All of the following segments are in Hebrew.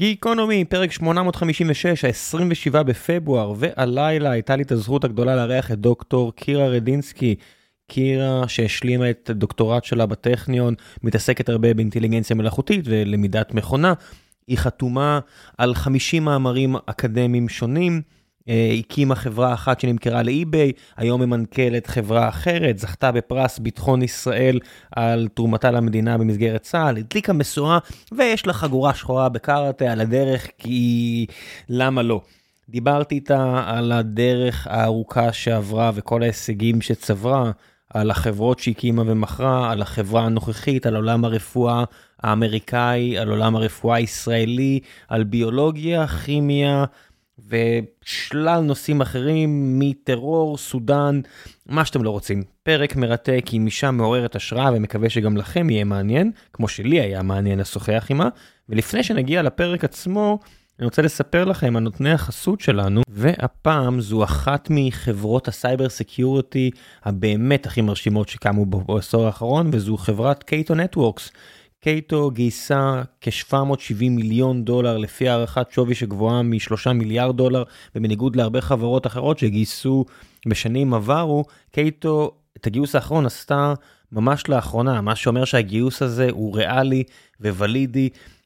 גיקונומי, פרק 856, ה-27 בפברואר, והלילה הייתה לי את הזכות הגדולה לארח את דוקטור קירה רדינסקי. קירה שהשלימה את הדוקטורט שלה בטכניון, מתעסקת הרבה באינטליגנציה מלאכותית ולמידת מכונה. היא חתומה על 50 מאמרים אקדמיים שונים, הקימה חברה אחת שנמכרה לאי-ביי, היום היא מנכ"לת חברה אחרת, זכתה בפרס ביטחון ישראל על תרומתה למדינה במסגרת צה"ל, הדליקה משואה, ויש לה חגורה שחורה בקראטה על הדרך, כי למה לא? דיברתי איתה על הדרך הארוכה שעברה וכל ההישגים שצברה, על החברות שהקימה ומכרה, על החברה הנוכחית, על עולם הרפואה האמריקאי, על עולם הרפואה הישראלי, על ביולוגיה, כימיה, ושלל נושאים אחרים, מטרור, סודן, מה שאתם לא רוצים. פרק מרתק, היא משם מעוררת השראה, ומקווה שגם לכם יהיה מעניין, כמו שלי היה מעניין לשוחח עימה. ולפני שנגיע לפרק עצמו, אני רוצה לספר לכם על נותני החסות שלנו, והפעם זו אחת מחברות הסייבר סקיוריטי הבאמת הכי מרשימות שקמו בעשור האחרון, וזו חברת קייטו נטוורקס. קייטו גייסה כ-770 מיליון דולר לפי הערכת שווי שגבוהה מ3 מיליארד דולר, ובניגוד להרבה חברות אחרות שגייסו בשנים עברו, קייטו את הגיוס האחרון עשתה ממש לאחרונה, מה שאומר שהגיוס הזה הוא ריאלי וולידי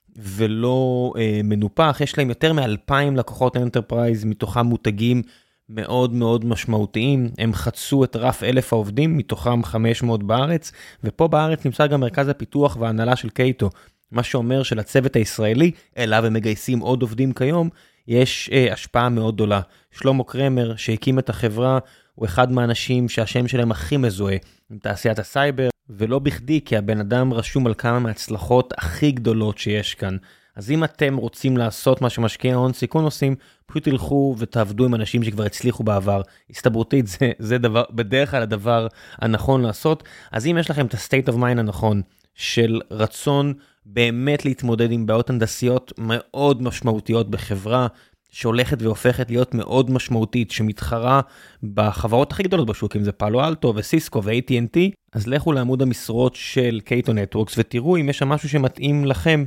ולא מנופח. יש להם יותר מ-2,000 לקוחות אנטרפרייז, מתוכם מותגים מאוד מאוד משמעותיים, הם חצו את רף 1,000 העובדים, מתוכם 500 בארץ, ופה בארץ נמצא גם מרכז הפיתוח וההנהלה של קייטו, מה שאומר שלצוות הישראלי, אליו הם מגייסים עוד עובדים כיום, יש השפעה מאוד גדולה. שלמה קרמר שהקים את החברה, הוא אחד מהאנשים שהשם שלהם הכי מזוהה עם תעשיית הסייבר, ולא בכדי כי הבן אדם רשום על כמה מההצלחות הכי גדולות שיש כאן. אז אם אתם רוצים לעשות מה שמשקיעי ההון סיכון עושים, פשוט תלכו ותעבדו עם אנשים שכבר הצליחו בעבר. הסתברותית זה בדרך כלל הדבר הנכון לעשות. אז אם יש לכם את ה-state of mind הנכון של רצון באמת להתמודד עם בעיות הנדסיות מאוד משמעותיות בחברה, שהולכת והופכת להיות מאוד משמעותית, שמתחרה בחברות הכי גדולות בשוק, אם זה פאלו אלטו וסיסקו ו-AT&T, אז לכו לעמוד המשרות של קייטו נטוורקס ותראו אם יש שם משהו שמתאים לכם.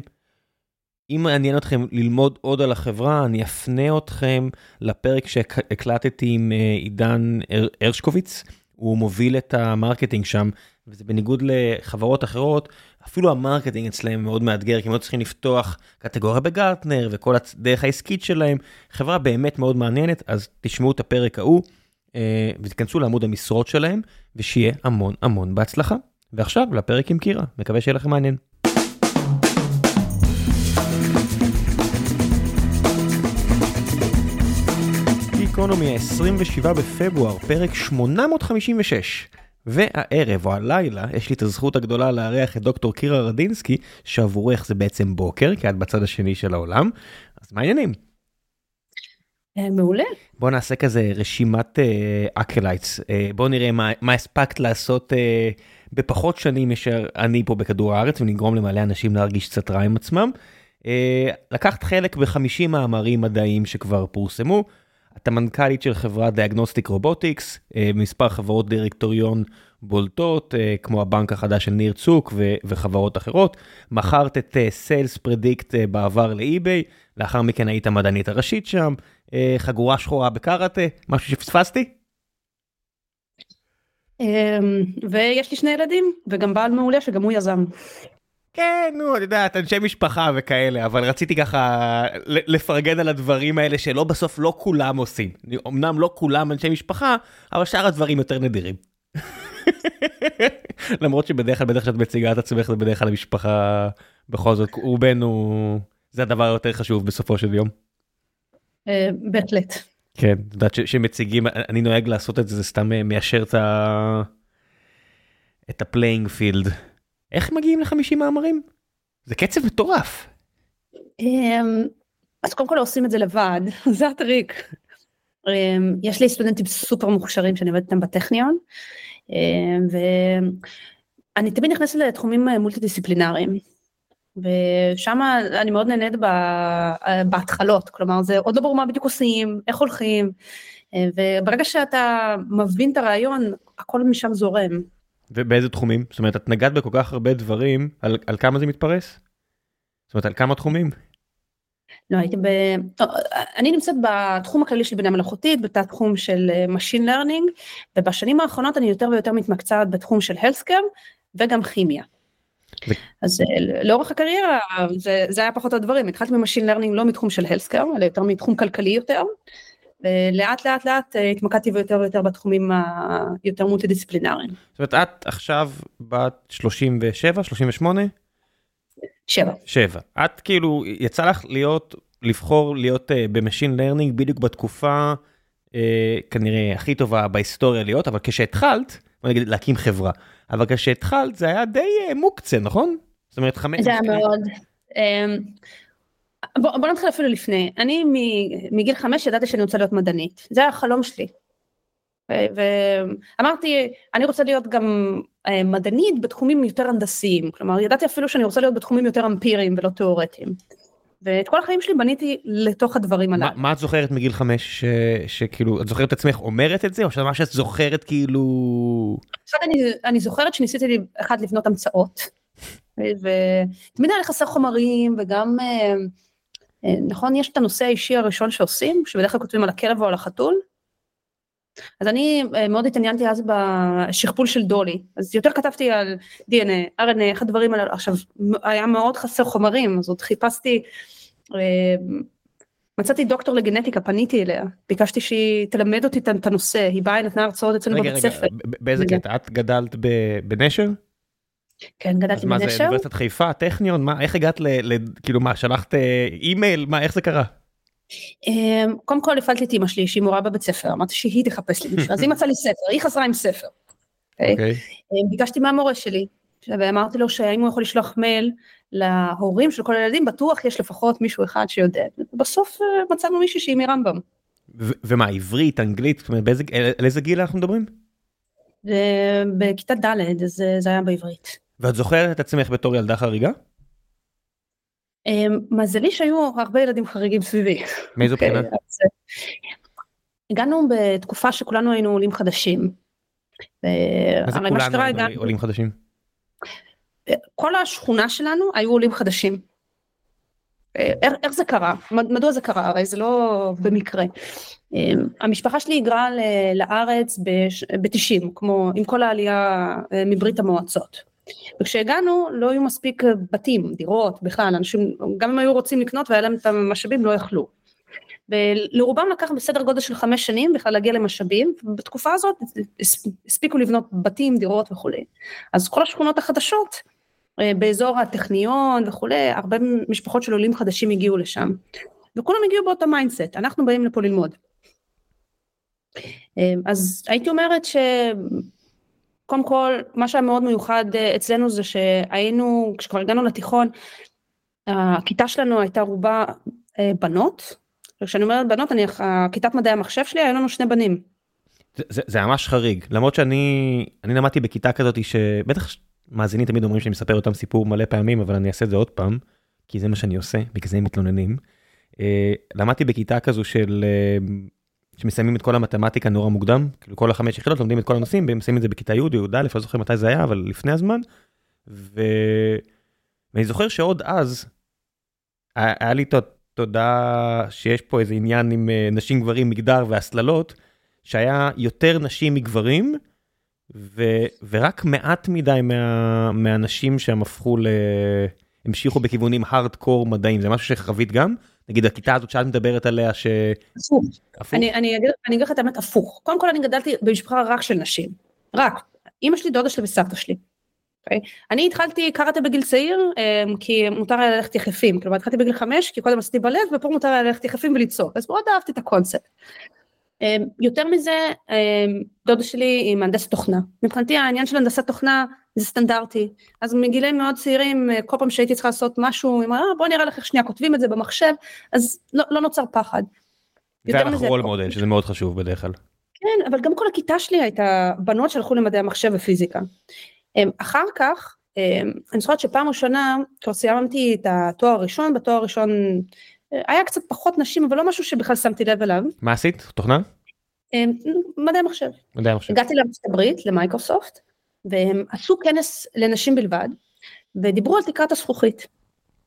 אם מעניין אתכם ללמוד עוד על החברה, אני אפנה אתכם לפרק שהקלטתי עם עידן הרשקוביץ, הוא מוביל את המרקטינג שם, וזה בניגוד לחברות אחרות, אפילו המרקטינג אצלהם מאוד מאתגר, כי הם לא צריכים לפתוח קטגוריה בגרטנר, וכל הדרך העסקית שלהם, חברה באמת מאוד מעניינת, אז תשמעו את הפרק ההוא, ותכנסו לעמוד המשרות שלהם, ושיהיה המון המון בהצלחה. ועכשיו לפרק עם קירה, מקווה שיהיה לכם מעניין. גיקונומי, 27 בפברואר, פרק 856. והערב או הלילה יש לי את הזכות הגדולה לארח את דוקטור קירה רדינסקי, שעבורך זה בעצם בוקר, כי את בצד השני של העולם. אז מה העניינים? מעולה. בוא נעשה כזה רשימת אקלייטס. בוא נראה מה הספקת לעשות בפחות שנים שאני פה בכדור הארץ, ונגרום למלא אנשים להרגיש קצת רע עם עצמם. לקחת חלק ב50 מאמרים מדעיים שכבר פורסמו, אתה מנכ"לית של חברת דיאגנוסטיק רובוטיקס, מספר חברות דירקטוריון בולטות, כמו הבנק החדש של ניר צוק וחברות אחרות. מכרת את סיילס פרדיקט בעבר לאי-ביי, לאחר מכן היית המדענית הראשית שם, חגורה שחורה בקראטה, משהו שפספסתי? ויש לי 2 ילדים, וגם בעל מעולה שגם הוא יזם. כן, נו, אני יודעת, אנשי משפחה וכאלה, אבל רציתי ככה לפרגן על הדברים האלה שלא בסוף לא כולם עושים. אמנם לא כולם אנשי משפחה, אבל שאר הדברים יותר נדירים. למרות שבדרך כלל שאת מציגה את עצמך, זה בדרך כלל המשפחה, בכל זאת, רובנו, זה הדבר היותר חשוב בסופו של יום. בהחלט. כן, את יודעת שמציגים, אני נוהג לעשות את זה, זה סתם מיישר את הפליינג פילד. איך מגיעים ל50 מאמרים? זה קצב מטורף. אז קודם כל עושים את זה לבד, זה הטריק. יש לי סטודנטים סופר מוכשרים שאני עובדת איתם בטכניון, ואני תמיד נכנסת לתחומים מולטי-דיסציפלינריים, ושם אני מאוד נהנית בהתחלות, כלומר זה עוד לא ברור מה בדיוק עושים, איך הולכים, וברגע שאתה מבין את הרעיון, הכל משם זורם. ובאיזה תחומים? זאת אומרת, את נגעת בכל כך הרבה דברים, על כמה זה מתפרס? זאת אומרת, על כמה תחומים? לא, אני נמצאת בתחום הכללי של בינה מלאכותית, בתת תחום של Machine Learning, ובשנים האחרונות אני יותר ויותר מתמקצעת בתחום של Healthcare, וגם כימיה. אז לאורך הקריירה, זה היה פחות הדברים, התחלתי מ-Machine Learning לא מתחום של Healthcare, אלא יותר מתחום כלכלי יותר, ולאט לאט לאט התמקדתי ויותר ויותר בתחומים היותר מולטי-דיסציפלינריים. זאת אומרת, את עכשיו בת 37, 38? 7. את כאילו, יצא לך לבחור להיות במשין לרנינג בדיוק בתקופה כנראה הכי טובה בהיסטוריה להיות, אבל כשהתחלת, בוא נגיד להקים חברה, אבל כשהתחלת זה היה די מוקצה, נכון? זאת אומרת, זה היה מאוד. בוא נתחיל אפילו לפני. אני מגיל 5 ידעתי שאני רוצה להיות מדענית. זה היה החלום שלי. ואמרתי, אני רוצה להיות גם מדענית בתחומים יותר הנדסיים. כלומר, ידעתי אפילו שאני רוצה להיות בתחומים יותר אמפיריים ולא תיאורטיים. ואת כל החיים שלי בניתי לתוך הדברים הללו. מה את זוכרת מגיל 5 שכאילו, את זוכרת את עצמך אומרת את זה, או שמה שאת זוכרת כאילו... אני זוכרת שניסיתי לבנות המצאות, ותמיד היה לחסר חומרים, וגם, נכון, יש את הנושא האישי הראשון שעושים, שבדרך כלל כותבים על הכלב או על החתול, אז אני מאוד התעניינתי אז בשכפול של דולי, אז יותר כתבתי על DNA, RNA, איך הדברים האלה, עכשיו היה מאוד חסר חומרים, אז עוד חיפשתי, מצאתי דוקטור לגנטיקה, פניתי אליה, ביקשתי שהיא תלמד אותי את הנושא, היא באה, נתנה הרצאות אצלנו בבית ספר. באיזה קטע? את גדלת בנשר? כן, גדלתי בנשר. אז מה זה, אוניברסיטת חיפה, טכניון, איך הגעת כאילו מה, שלחת אימייל, איך זה קרה? קודם כל הפעלתי את אמא שלי, שהיא מורה בבית ספר, אמרתי שהיא תחפש לי מישהו, אז היא מצאה לי ספר, היא חזרה עם ספר. ביקשתי מהמורה שלי, ואמרתי לו שהאם הוא יכול לשלוח מייל להורים של כל הילדים, בטוח יש לפחות מישהו אחד שיודע. ובסוף מצאנו מישהו שהיא מרמב"ם. ומה, עברית, אנגלית, על איזה גיל אנחנו מדברים? בכיתה ד', אז זה היה בעברית. ואת זוכרת את עצמך בתור ילדה חריגה? מזלי שהיו הרבה ילדים חריגים סביבי. מאיזו בחינה? הגענו בתקופה שכולנו היינו עולים חדשים. מה זה כולנו היינו עולים חדשים? כל השכונה שלנו היו עולים חדשים. איך זה קרה? מדוע זה קרה? הרי זה לא במקרה. המשפחה שלי הגרה לארץ ב-90, כמו עם כל העלייה מברית המועצות. וכשהגענו לא היו מספיק בתים, דירות, בכלל, אנשים גם אם היו רוצים לקנות והיה להם את המשאבים לא יכלו. ולרובם לקח בסדר גודל של 5 שנים בכלל להגיע למשאבים, ובתקופה הזאת הספיקו לבנות בתים, דירות וכו'. אז כל השכונות החדשות, באזור הטכניון וכו', הרבה משפחות של עולים חדשים הגיעו לשם. וכולם הגיעו באותו מיינדסט, אנחנו באים לפה ללמוד. אז הייתי אומרת קודם כל, מה שהיה מאוד מיוחד אצלנו זה שהיינו, כשכבר הגענו לתיכון, הכיתה שלנו הייתה רובה בנות, וכשאני אומרת בנות, כיתת מדעי המחשב שלי, היו לנו 2 בנים. זה ממש חריג, למרות שאני למדתי בכיתה כזאת, שבטח מאזינים תמיד אומרים שאני מספר אותם סיפור מלא פעמים, אבל אני אעשה את זה עוד פעם, כי זה מה שאני עושה, בגלל זה הם מתלוננים. למדתי בכיתה כזו שמסיימים את כל המתמטיקה נורא מוקדם, כאילו כל 5 יחידות לומדים את כל הנושאים, ומסיימים את זה בכיתה י' או י"א, לא זוכר מתי זה היה, אבל לפני הזמן, ואני זוכר שעוד אז, היה לי תודה שיש פה איזה עניין עם נשים גברים, מגדר והסללות, שהיה יותר נשים מגברים, ורק מעט מדי מהאנשים שהם המשיכו בכיוונים הארדקור מדעיים, זה משהו שחווית גם? נגיד, הכיתה הזאת שאת מדברת עליה הפוך. אני אגיד לך את האמת, הפוך. קודם כל אני גדלתי במשפחה רק של נשים. רק. אמא שלי, דודה שלי וסבתא שלי. אני התחלתי קראטה בגיל צעיר, כי מותר היה ללכת יחפים. כלומר, התחלתי בגיל 5, כי קודם עשיתי בלט, ופה מותר היה ללכת יחפים וליצור. אז מאוד אהבתי את הקונספט. יותר מזה, דודה שלי היא מהנדסת תוכנה. מבחינתי העניין של הנדסת תוכנה זה סטנדרטי. אז מגילים מאוד צעירים, כל פעם שהייתי צריכה לעשות משהו, בוא נראה לך איך שנייה, כותבים את זה במחשב, אז לא נוצר פחד. זה היה לך רול מודל, שזה מאוד חשוב בדרך כלל. כן, אבל גם כל הכיתה שלי הייתה בנות שהלכו למדעי המחשב ופיזיקה. אחר כך, אני זוכרת שפעם ראשונה, כבר סיימתי את התואר הראשון, בתואר הראשון היה קצת פחות נשים, אבל לא משהו שבכלל שמתי לב אליו. מה עשית? תוכנה? מדעי המחשב. מדעי המחשב. הגעתי לארצות הברית, למייקרוסופט, והם עשו כנס לנשים בלבד, ודיברו על תקרת הזכוכית.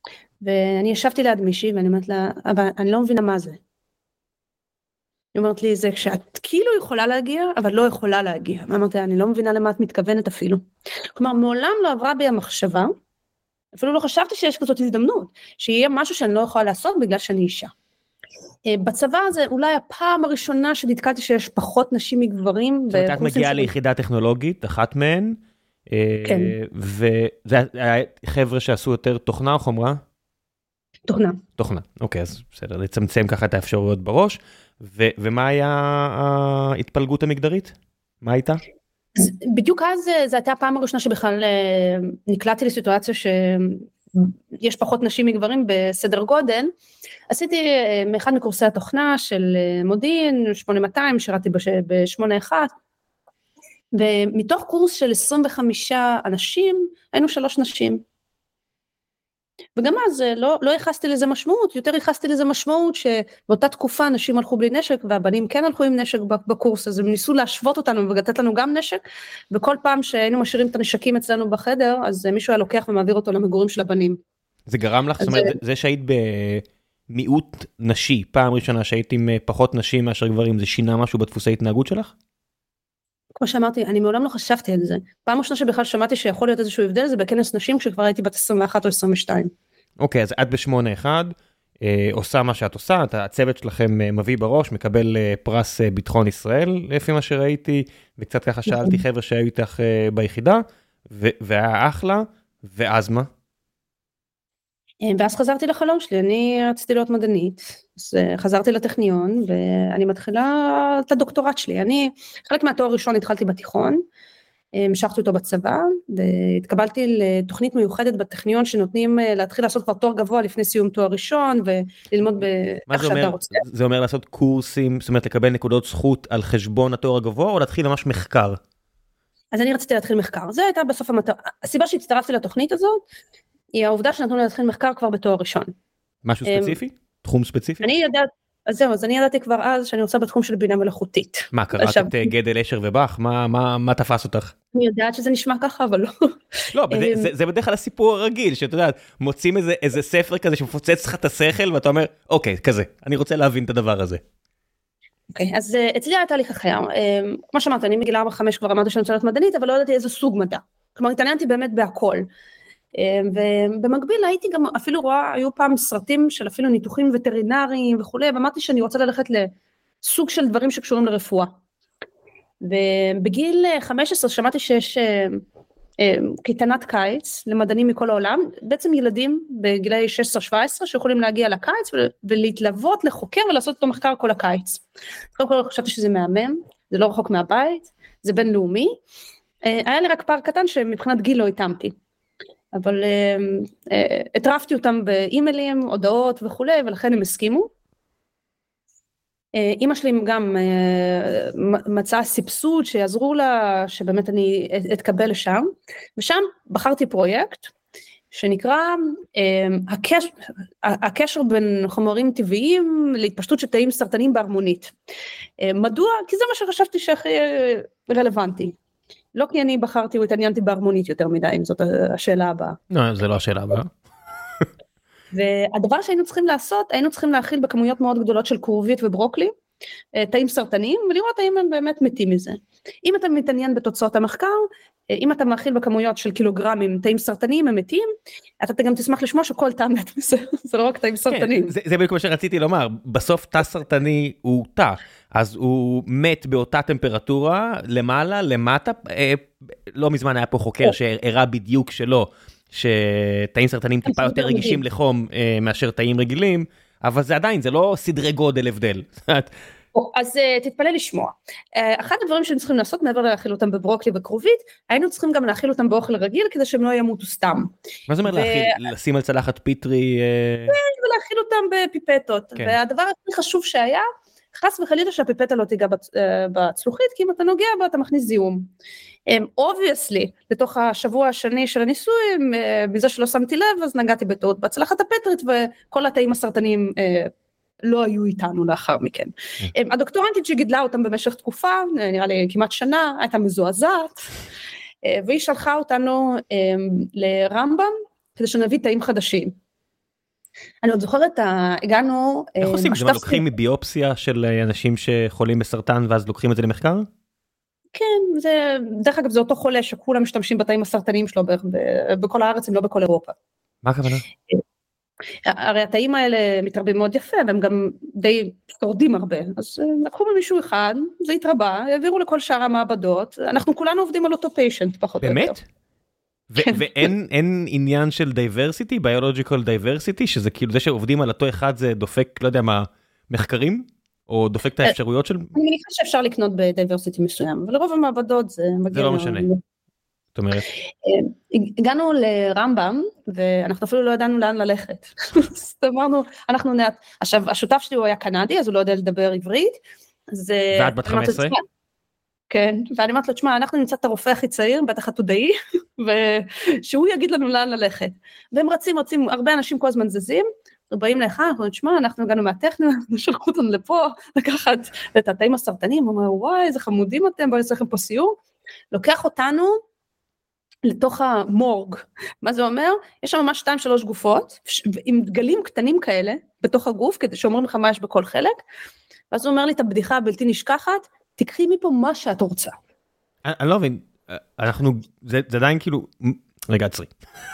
ואני ישבתי ליד מישהי, ואני אומרת לה, אבל אני לא מבינה מה זה. היא אומרת לי, זה כשאת כאילו יכולה להגיע, אבל לא יכולה להגיע. אמרתי, אני לא מבינה למה את מתכוונת אפילו. כלומר, מעולם לא עברה בי המחשבה, אפילו לא חשבתי שיש כזאת הזדמנות, שיהיה משהו שאני לא יכולה לעשות בגלל שאני אישה. בצבא זה אולי הפעם הראשונה שנתקלתי שיש פחות נשים מגברים. זאת אומרת, את מגיעה ליחידה טכנולוגית, אחת מהן, כן. וזה היה חבר'ה שעשו יותר תוכנה או חומרה? תוכנה. תוכנה, אוקיי, אז בסדר, לצמצם ככה את האפשרויות בראש, ומה היה ההתפלגות המגדרית? מה הייתה? בדיוק אז זה הייתה הפעם הראשונה שבכלל נקלעתי לסיטואציה שיש פחות נשים מגברים בסדר גודל. עשיתי מאחד מקורסי התוכנה של מודיעין, 8200, שירתי ב81, ומתוך קורס של 25 אנשים, היינו 3 נשים. וגם אז לא ייחסתי לזה משמעות, יותר ייחסתי לזה משמעות שבאותה תקופה נשים הלכו בלי נשק, והבנים כן הלכו עם נשק בקורס, אז הם ניסו להשוות אותנו ולתת לנו גם נשק, וכל פעם שהיינו משאירים את הנשקים אצלנו בחדר, אז מישהו היה לוקח ומעביר אותו למגורים של הבנים. זה גרם לך, זאת אומרת, זה שהיית במיעוט נשי, פעם ראשונה שהיית עם פחות נשים מאשר גברים, זה שינה משהו בדפוסי התנהגות שלך? כמו שאמרתי, אני מעולם לא חשבתי על זה. פעם ראשונה שבכלל שמעתי שיכול להיות איזשהו הבדל, זה בכנס נשים כשכבר הייתי בת 21 או 22. אוקיי, אז את ב81, עושה מה שאת עושה, הצוות שלכם מביא בראש, מקבל פרס ביטחון ישראל, לפי מה שראיתי, וקצת ככה שאלתי חבר'ה שהיו איתך ביחידה, והיה אחלה, ואז מה? ואז חזרתי לחלום שלי, אני רציתי להיות מדענית, אז חזרתי לטכניון, ואני מתחילה את הדוקטורט שלי. חלק מהתואר הראשון התחלתי בתיכון, המשכתי אותו בצבא, והתקבלתי לתוכנית מיוחדת בטכניון, שנותנים להתחיל לעשות כבר תואר גבוה לפני סיום תואר ראשון, וללמוד איך שאתה רוצה. זה אומר לעשות קורסים, זאת אומרת לקבל נקודות זכות על חשבון התואר הגבוה, או להתחיל ממש מחקר? אז אני רציתי להתחיל מחקר, זה הייתה בסוף המטרה. הסיבה שהצטרפתי לתוכנית הזאת, היא העובדה שנתנו לי להתחיל מחקר כבר בתואר ראשון. משהו ספציפי? תחום ספציפי? אז אני ידעתי כבר אז שאני רוצה בתחום של בינה מלאכותית. מה, קראת את גדל אשר ובח? מה תפס אותך? אני יודעת שזה נשמע ככה, אבל לא. לא, זה בדרך כלל הסיפור הרגיל, שאתה יודע, מוצאים איזה ספר כזה שמפוצץ לך את השכל, ואתה אומר, אוקיי, כזה, אני רוצה להבין את הדבר הזה. אוקיי, אז אצלי היה תהליך אחר. כמו שאמרת, אני מגיל 4-5 כבר אמרתי שאני רוצה להיות מדענית, אבל לא ידעתי איזה סוג מדע. כלומר, התעניינתי באמת בהכל. ובמקביל הייתי גם אפילו רואה, היו פעם סרטים של אפילו ניתוחים וטרינריים וכולי, ואמרתי שאני רוצה ללכת לסוג של דברים שקשורים לרפואה. ובגיל 15 שמעתי שיש קייטנת קיץ למדענים מכל העולם, בעצם ילדים בגילי 16-17 שיכולים להגיע לקיץ ולהתלוות לחוקר ולעשות אותו מחקר כל הקיץ. קודם כל חשבתי שזה מהמם, זה לא רחוק מהבית, זה בינלאומי, היה לי רק פער קטן שמבחינת גיל לא התאמתי. אבל הטרפתי אותם באימיילים, הודעות וכו', ולכן הם הסכימו. אמא שלי גם מצאה סבסוד שיעזרו לה, שבאמת אני אתקבל לשם, ושם בחרתי פרויקט שנקרא הקשר בין חומרים טבעיים להתפשטות של תאים סרטניים בהרמונית. מדוע? כי זה מה שחשבתי שהכי רלוונטי. לא כי אני בחרתי או התעניינתי בהרמונית יותר מדי, אם זאת השאלה הבאה. לא, זה לא השאלה הבאה. והדבר שהיינו צריכים לעשות, היינו צריכים להכיל בכמויות מאוד גדולות של כרובית וברוקלי, תאים סרטניים, ולראות האם הם באמת מתים מזה. אם אתה מתעניין בתוצאות המחקר, אם אתה מאכיל בכמויות של קילוגרמים תאים סרטניים, הם מתים, אתה גם תשמח לשמוע שכל תא מת מזה, זה לא רק תאים סרטניים. זה בדיוק מה שרציתי לומר, בסוף תא סרטני הוא תא, אז הוא מת באותה טמפרטורה, למעלה, למטה, לא מזמן היה פה חוקר שהראה בדיוק שלו, שתאים סרטניים טיפה יותר רגישים לחום מאשר תאים רגילים, אבל זה עדיין, זה לא סדרי גודל הבדל. אז תתפלא לשמוע. אחד הדברים שהם צריכים לעשות, מעבר להאכיל אותם בברוקלי וכרובית, היינו צריכים גם להאכיל אותם באוכל רגיל, כדי שהם לא ימותו סתם. מה זאת אומרת להאכיל? לשים על צלחת פיטרי? ולהאכיל אותם בפיפטות. והדבר הכי חשוב שהיה, חס וחלילה שהפיפטה לא תיגע בצלוחית, כי אם אתה נוגע בה, אתה מכניס זיהום. obviously, לתוך השבוע השני של הניסוי, בזה שלא שמתי לב, אז נגעתי בטעות בצלחת הפטרית, וכל התאים הסרטניים לא היו איתנו לאחר מכן. הדוקטורנטית שגידלה אותם במשך תקופה, נראה לי כמעט שנה, הייתה מזועזעת, והיא שלחה אותנו לרמב"ם, כדי שנביא תאים חדשים. אני עוד זוכרת, הגענו... איך עושים את זה? לוקחים מביופסיה של אנשים שחולים בסרטן ואז לוקחים את זה למחקר? כן, דרך אגב זה אותו חולה שכולם משתמשים בתאים הסרטניים שלו בכל הארץ, אם לא בכל אירופה. מה הכוונה? הרי התאים האלה מתרבים מאוד יפה, והם גם די שורדים הרבה, אז לקחו ממישהו אחד, זה התרבה, העבירו לכל שאר המעבדות, אנחנו כולנו עובדים על אותו פיישנט, פחות או יותר. באמת? ואין עניין של diversity, biological diversity, שזה כאילו זה שעובדים על אותו אחד זה דופק, לא יודע מה, מחקרים? או דופק את האפשרויות של... אני מניחה שאפשר לקנות ב-diversity מסוים, אבל לרוב המעבדות זה מגיע... זה לא משנה. זאת אומרת... הגענו לרמב"ם, ואנחנו אפילו לא ידענו לאן ללכת. אז אמרנו, אנחנו נעט... עכשיו, השותף שלי הוא היה קנדי, אז הוא לא יודע לדבר עברית. ועד בת 15? כן, ואני אומרת לו, תשמע, אנחנו נמצא את הרופא הכי צעיר, בטח עתודאי, ושהוא יגיד לנו לאן ללכת. והם רצים, הרבה אנשים כל הזמן זזים, באים לך, אנחנו נשמע, אנחנו הגענו מהטכניון, שלחו אותנו לפה, לקחת את התאים הסרטניים, הוא אומר, וואי, איזה חמודים אתם, בואו נעשה לכם פה סיור. לוקח אותנו לתוך המורג. מה זה אומר? יש שם ממש 2-3 גופות, עם דגלים קטנים כאלה, בתוך הגוף, כדי שאומרים לך מה יש בכל חלק, ואז הוא אומר לי את הבדיחה הבלתי נשכחת, תקחי מפה מה שאת רוצה. אני לא מבין, זה עדיין כאילו, רגע עצרי.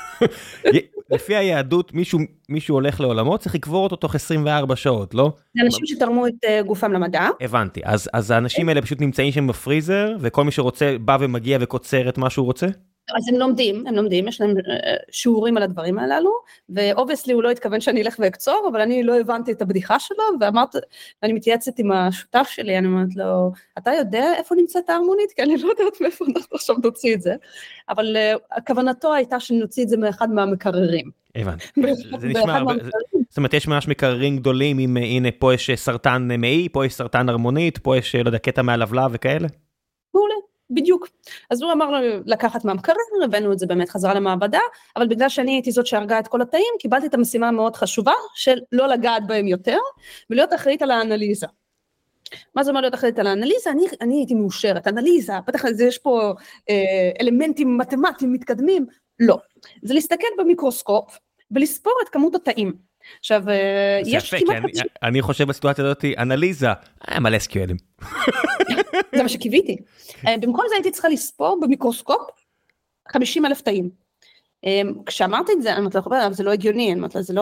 לפי היהדות, מישהו הולך לעולמו, צריך לקבור אותו תוך 24 שעות, לא? זה אנשים שתרמו את גופם למדע. הבנתי, אז האנשים האלה פשוט נמצאים שם בפריזר, וכל מי שרוצה בא ומגיע וקוצר את מה שהוא רוצה? אז הם לומדים, יש להם שיעורים על הדברים הללו, ואובייסלי הוא לא התכוון שאני אלך ואקצור, אבל אני לא הבנתי את הבדיחה שלו, ואני מתייעצת עם השותף שלי, אני אומרת לו, אתה יודע איפה נמצאת ההרמונית? כי אני לא יודעת מאיפה אנחנו עכשיו נוציא את זה, אבל הכוונתו הייתה שנוציא את זה מאחד מהמקררים. הבנתי, זה נשמע הרבה, זאת אומרת יש ממש מקררים גדולים, עם הנה פה יש סרטן מעי, פה יש סרטן הרמונית, פה יש לא יודע קטע מהלבלב וכאלה? מעולה. בדיוק. אז הוא אמר לו לקחת מהמקרר, הבאנו את זה באמת חזרה למעבדה, אבל בגלל שאני הייתי זאת שהרגה את כל התאים, קיבלתי את המשימה המאוד חשובה, של לא לגעת בהם יותר, ולהיות אחראית על האנליזה. מה זה אומר להיות אחראית על האנליזה? אני הייתי מאושרת, אנליזה, בטח יש פה אלמנטים מתמטיים מתקדמים, לא. זה להסתכל במיקרוסקופ, ולספור את כמות התאים. עכשיו, יש כמעט... אני חושב בסיטואציה הזאת, אנליזה, מלא SQL'ים. זה מה שקיוויתי. במקום זה הייתי צריכה לספור במיקרוסקופ 50,000 תאים. כשאמרתי את זה, אני אומרת לה, זה לא הגיוני,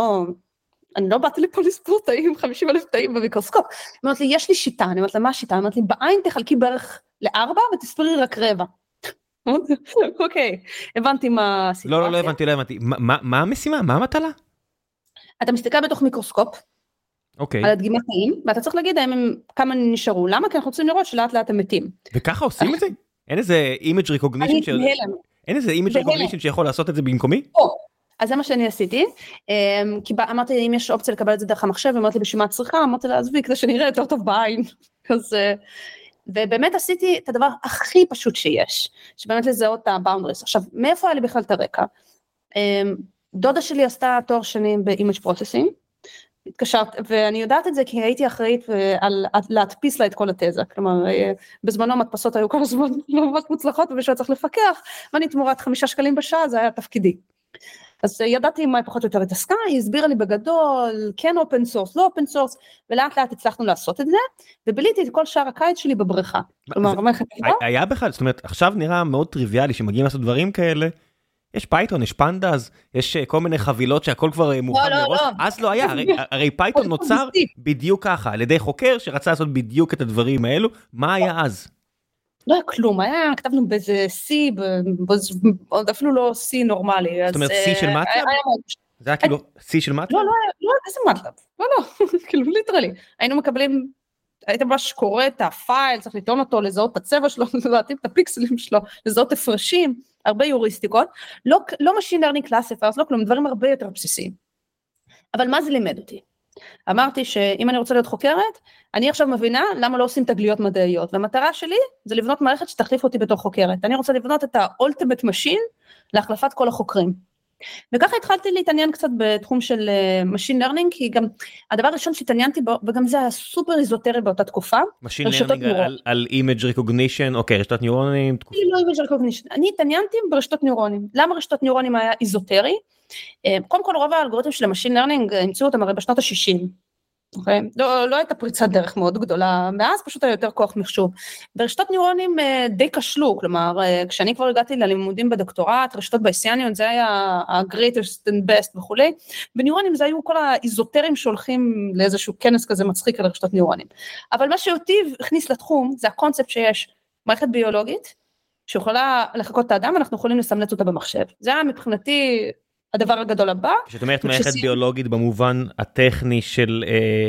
אני לא באתי לפה לספור תאים, 50,000 תאים במיקרוסקופ. היא אומרת לי, יש לי שיטה, אני אומרת לה, מה השיטה? היא אומרת לי, בעין תחלקי בערך ל4 ותספרי רק רבע. אוקיי, הבנתי מה הסיטואציה. לא הבנתי. מה המשימה? מה המטלה? אתה מסתכל בתוך מיקרוסקופ, על הדגימת תאים, ואתה צריך להגיד כמה נשארו. למה? כי אנחנו רוצים לראות שלאט לאט הם מתים. וככה עושים את זה? אין איזה image recognition שיכול לעשות את זה במקומי? אז זה מה שאני עשיתי, כי אמרתי אם יש אופציה לקבל את זה דרך המחשב, אמרתי לי בשביל מה צריכה, אמרתי לה עזבי כדי שנראה יותר טוב בעין, ובאמת עשיתי את הדבר הכי פשוט שיש, שבאמת לזהות את ה-boundaries. עכשיו, מאיפה היה לי בכלל את הרקע? דודה שלי עשתה תואר שני ב-image processing, התקשרת, ואני יודעת את זה כי הייתי אחראית על להדפיס לה את כל התזה, כלומר, בזמנו המדפסות היו כל הזמן לא ממש מוצלחות, ובשביל צריך לפקח, ואני תמורת 5 שקלים בשעה, זה היה תפקידי. אז ידעתי מה פחות או יותר התעסקה, היא הסבירה לי בגדול, כן אופן סורס, לא אופן סורס, ולאט לאט הצלחנו לעשות את זה, וביליתי את כל שאר הקיץ שלי בבריכה. היה בכלל, זאת אומרת, עכשיו נראה מאוד טריוויאלי, שמגיעים לעשות דברים כאלה, יש פייתון, יש פנדאז, יש כל מיני חבילות שהכל כבר מוכן מראש, אז לא היה, הרי פייתון נוצר בדיוק ככה, על ידי חוקר שרצה לעשות בדיוק את הדברים האלו, מה היה אז? לא היה כלום, כתבנו באיזה C, עוד אפילו לא C נורמלי. זאת אומרת C של מטלב? זה היה כאילו C של מטלב? לא, איזה מטלב, לא, כאילו ליטרלי, היינו מקבלים, היית ממש קורא את הפייל, צריך לטעון אותו, לזהות את הצבע שלו, להתאים את הפיקסלים שלו, לזהות הפרשים, הרבה יוריסטיקות, לא machine learning classifiers, לא כלום, דברים הרבה יותר בסיסיים. אבל מה זה לימד אותי? אמרתי שאם אני רוצה להיות חוקרת, אני עכשיו מבינה למה לא עושים תגליות מדעיות, והמטרה שלי זה לבנות מערכת שתחליף אותי בתור חוקרת. אני רוצה לבנות את ה-ultimate machine להחלפת כל החוקרים. וככה התחלתי להתעניין קצת בתחום של machine learning, כי גם הדבר הראשון שהתעניינתי בו, וגם זה היה סופר איזוטרי באותה תקופה, machine learning על image recognition, אוקיי, רשתות ניורונים, לא image recognition, אני התעניינתי ברשתות ניורונים. למה רשתות ניורונים היה איזוטרי? קודם כל רוב האלגוריתמים של המשין לרנינג המציאו אותם הרי בשנות ה-60, אוקיי? לא הייתה פריצת דרך מאוד גדולה, מאז פשוט היה יותר כוח מחשוב. ברשתות ניורונים די כשלו, כלומר, כשאני כבר הגעתי ללימודים בדוקטורט, רשתות בייסיאניות, זה היה ה-greatest and best וכולי, בניורונים זה היו כל האיזוטרים שהולכים לאיזשהו כנס כזה מצחיק על רשתות ניורונים. אבל מה שאותי הכניס לתחום, זה הקונספט שיש מערכת ביולוגית, שיכולה לחקות את האדם, אנחנו יכולים לסמלץ אותה במחשב. זה היה מבחינתי הדבר הגדול הבא. כשאת אומרת מערכת ביולוגית במובן הטכני של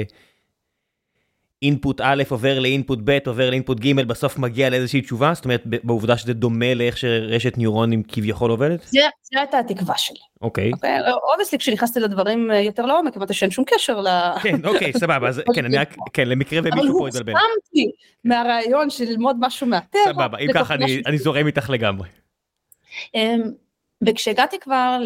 אינפוט א' עובר לאינפוט ב' עובר לאינפוט ג' בסוף מגיע לאיזושהי תשובה, זאת אומרת בעובדה שזה דומה לאיך שרשת ניורונים כביכול עובדת? זה הייתה התקווה שלי. אוקיי. אובייסלי כשנכנסתי לדברים יותר לעומק, אמרתי שאין שום קשר כן, אוקיי, סבבה, אז כן, אני רק, כן, למקרה ומישהו פה יתבלבל. אבל הוסכמתי מהרעיון של ללמוד משהו מהטבע. סבבה, אם ככה אני זורם איתך לגמרי. וכשהגעתי כבר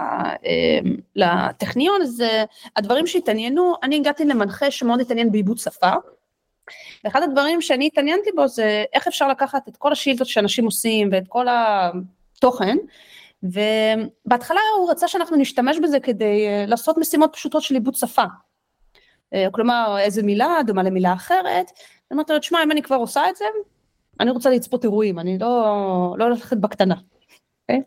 לטכניון, אז הדברים שהתעניינו, אני הגעתי למנחה שמאוד התעניין בעיבוד שפה, ואחד הדברים שאני התעניינתי בו זה איך אפשר לקחת את כל השאילתות שאנשים עושים ואת כל התוכן, ובהתחלה הוא רצה שאנחנו נשתמש בזה כדי לעשות משימות פשוטות של עיבוד שפה, כלומר איזה מילה דומה למילה אחרת, אמרתי לו, תשמע, אם אני כבר עושה את זה, אני רוצה לצפות אירועים, אני לא הולכת בקטנה, אוקיי?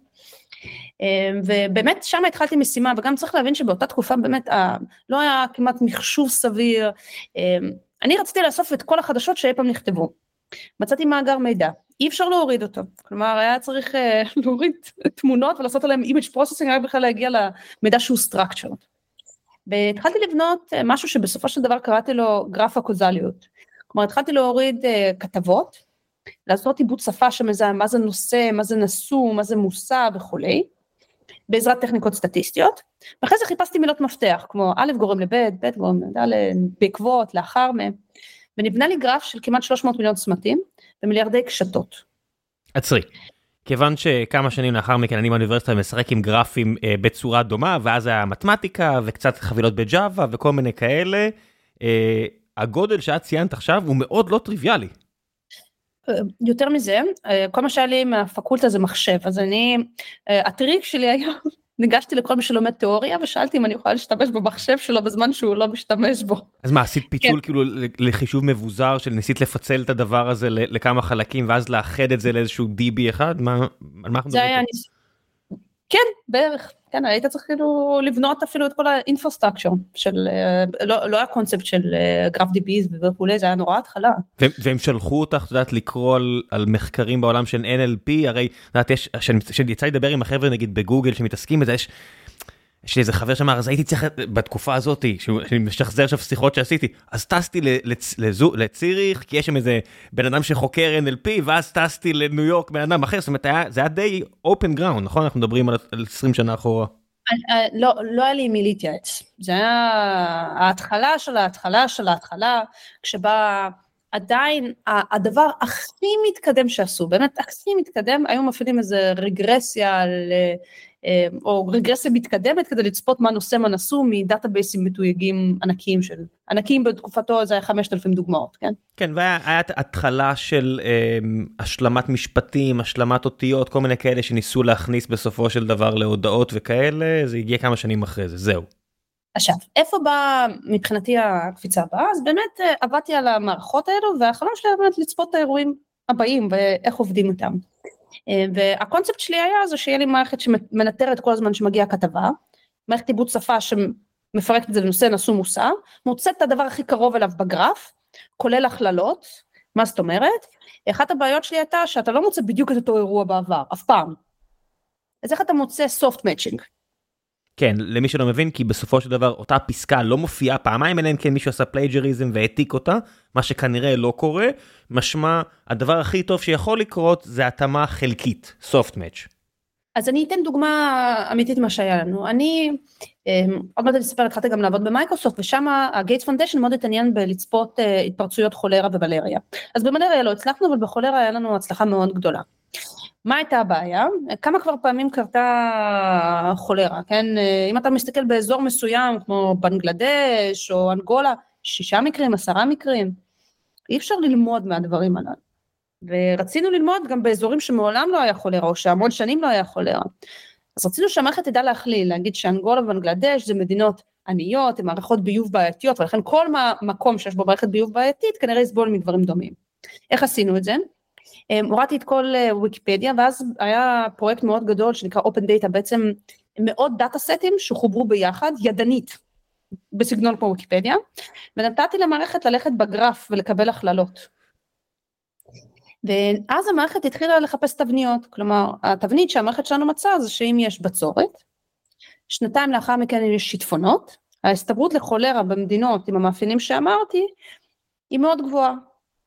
ובאמת שם התחלתי משימה, וגם צריך להבין שבאותה תקופה באמת לא היה כמעט מחשוב סביר, אני רציתי לאסוף את כל החדשות שאי פעם נכתבו, מצאתי מאגר מידע, אי אפשר להוריד אותו, כלומר היה צריך להוריד תמונות ולעשות עליהם image processing, רק בכלל להגיע למידע שהוא structured, והתחלתי לבנות משהו שבסופו של דבר קראתי לו גרף הקוזליות, כלומר התחלתי להוריד כתבות, לעשות עיבוד שפה שמזהה מה זה נושא, מה זה נשוא, מה זה מושא וכולי, בעזרת טכניקות סטטיסטיות, ואחרי זה חיפשתי מילות מפתח, כמו א' גורם לב', ב' גורם לד', בעקבות, לאחר מהם, ונבנה לי גרף של כמעט 300 מיליון צמתים, ומיליארדי קשתות. עצרי, כיוון שכמה שנים לאחר מכן אני באוניברסיטה משחק עם גרפים בצורה דומה, ואז היה מתמטיקה וקצת חבילות בג'אווה וכל מיני כאלה, הגודל שאת ציינת עכשיו הוא מאוד לא טריוויאלי. יותר מזה, כל מה שהיה לי מהפקולטה זה מחשב, אז הטריק שלי היה, ניגשתי לכל מי שלומד תיאוריה, ושאלתי אם אני יכולה להשתמש במחשב שלו בזמן שהוא לא משתמש בו. אז מה, עשית פיצול כאילו לחישוב מבוזר, של ניסית לפצל את הדבר הזה לכמה חלקים, ואז לאחד את זה לאיזשהו DB אחד? על מה אנחנו מדברים? כן, בערך. כן, היית צריך כאילו לבנות אפילו את כל האינפרסטרקצ'ר של, לא הקונספט של גרף דיביז וכולי, זה היה נורא התחלה. והם שלחו אותך, יודעת, לקרוא על מחקרים בעולם של NLP, הרי, יודעת, שיצא לדבר עם החבר'ה, נגיד, בגוגל, שמתעסקים בזה, יש לי איזה חבר שאמר, אז הייתי צריך, בתקופה הזאת, שאני משחזר עכשיו שיחות שעשיתי, אז טסתי לציריך, כי יש שם איזה בן אדם שחוקר NLP, ואז טסתי לניו יורק, בן אדם אחר, זאת אומרת, זה היה די open ground, נכון? אנחנו מדברים על 20 שנה אחורה. לא היה לי מי להתייעץ. זה היה ההתחלה של ההתחלה, כשבה עדיין הדבר הכי מתקדם שעשו, באמת הכי מתקדם, היו מפעילים איזה רגרסיה או רגרסיה מתקדמת כדי לצפות מה נושא מה נשוא מדאטאבייסים מתויגים ענקיים ענקיים בתקופתו זה היה 5,000 דוגמאות, כן? כן, והיה התחלה של השלמת משפטים, השלמת אותיות, כל מיני כאלה שניסו להכניס בסופו של דבר להודעות וכאלה, זה הגיע כמה שנים אחרי זה, זהו. עכשיו, איפה בא מבחינתי הקפיצה הבאה? אז באמת עבדתי על המערכות האלו, והחלום שלי היה באמת לצפות את האירועים הבאים ואיך עובדים איתם. והקונספט שלי היה זה שיהיה לי מערכת שמנטרת כל הזמן שמגיעה כתבה, מערכת עיבוד שפה שמפרקת את זה לנושא נשוא מושא, מוצאת את הדבר הכי קרוב אליו בגרף, כולל הכללות, מה זאת אומרת? אחת הבעיות שלי הייתה שאתה לא מוצא בדיוק את אותו אירוע בעבר, אף פעם. אז איך אתה מוצא soft matching? כן, למי שלא מבין, כי בסופו של דבר אותה פסקה לא מופיעה פעמיים, אלא אם כן מישהו עשה פלייג'ריזם והעתיק אותה, מה שכנראה לא קורה, משמע, הדבר הכי טוב שיכול לקרות זה התאמה חלקית, soft match. אז אני אתן דוגמה אמיתית מה שהיה לנו. עוד מעט אני אספר, התחלתי גם לעבוד במייקרוסופט, ושם הגייטס פונדיישן מאוד התעניין בלצפות התפרצויות חולרה ובלריה. אז במלריה לא הצלחנו, אבל בחולרה היה לנו הצלחה מאוד גדולה. מה הייתה הבעיה? כמה כבר פעמים קרתה חולרה, כן? אם אתה מסתכל באזור מסוים, כמו בנגלדש או אנגולה, 6 מקרים, 10 מקרים, אי אפשר ללמוד מהדברים הללו. ורצינו ללמוד גם באזורים שמעולם לא היה חולרה, או שהמון שנים לא היה חולרה. אז רצינו שהמערכת תדע להכליל, להגיד שאנגולה ובנגלדש זה מדינות עניות, עם מערכות ביוב בעייתיות, ולכן כל מקום שיש בו מערכת ביוב בעייתית, כנראה יסבול מדברים דומים. איך עשינו את זה? הורדתי את כל ויקיפדיה, ואז היה פרויקט מאוד גדול שנקרא Open Data, בעצם מאות דאטה סטים שחוברו ביחד, ידנית, בסגנון כמו ויקיפדיה, ונתתי למערכת ללכת בגרף ולקבל הכללות. ואז המערכת התחילה לחפש תבניות, כלומר, התבנית שהמערכת שלנו מצאה זה שאם יש בצורת, שנתיים לאחר מכן יש שיטפונות, ההסתברות לחולרה במדינות עם המאפיינים שאמרתי, היא מאוד גבוהה.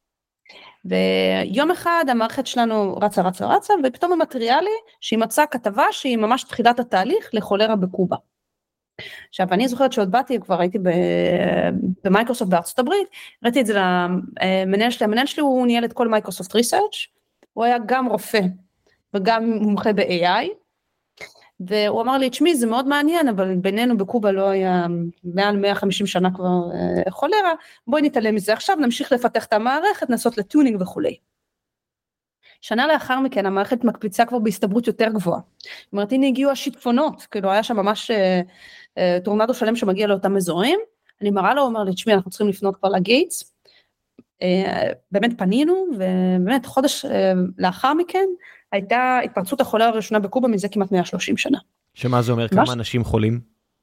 ויום אחד המערכת שלנו רצה, ופתאום היא מטריעה לי שהיא מצאה כתבה שהיא ממש תחילת התהליך לחולרה בקובה. עכשיו, אני זוכרת שעוד באתי, כבר הייתי במייקרוסופט בארצות הברית, ראיתי את זה למנהל שלי, המנהל שלי הוא ניהל את כל מייקרוסופט ריסרצ', הוא היה גם רופא וגם מומחה ב-AI, והוא אמר לי, תשמעי, זה מאוד מעניין, אבל בינינו בקובה לא היה מעל 150 שנה כבר חולרה, בואי נתעלם מזה עכשיו, נמשיך לפתח את המערכת, נעשות לטונינג וכו'. שנה לאחר מכן, המערכת מקפיצה כבר בהסתברות יותר גבוהה. זאת אומרת, הנה הגיעו השיטפונות, כאילו היה שם ממש טורנדו שלם שמגיע לאותם אזורים, אני מראה לו, אומר לי, תשמעי, אנחנו צריכים לפנות כבר לגייטס, באמת פנינו, ובאמת חודש לאחר מכן, הייתה התפרצות החולה הראשונה בקובה מזה כמעט 130 שנה. שמה זה אומר? כמה אנשים חולים?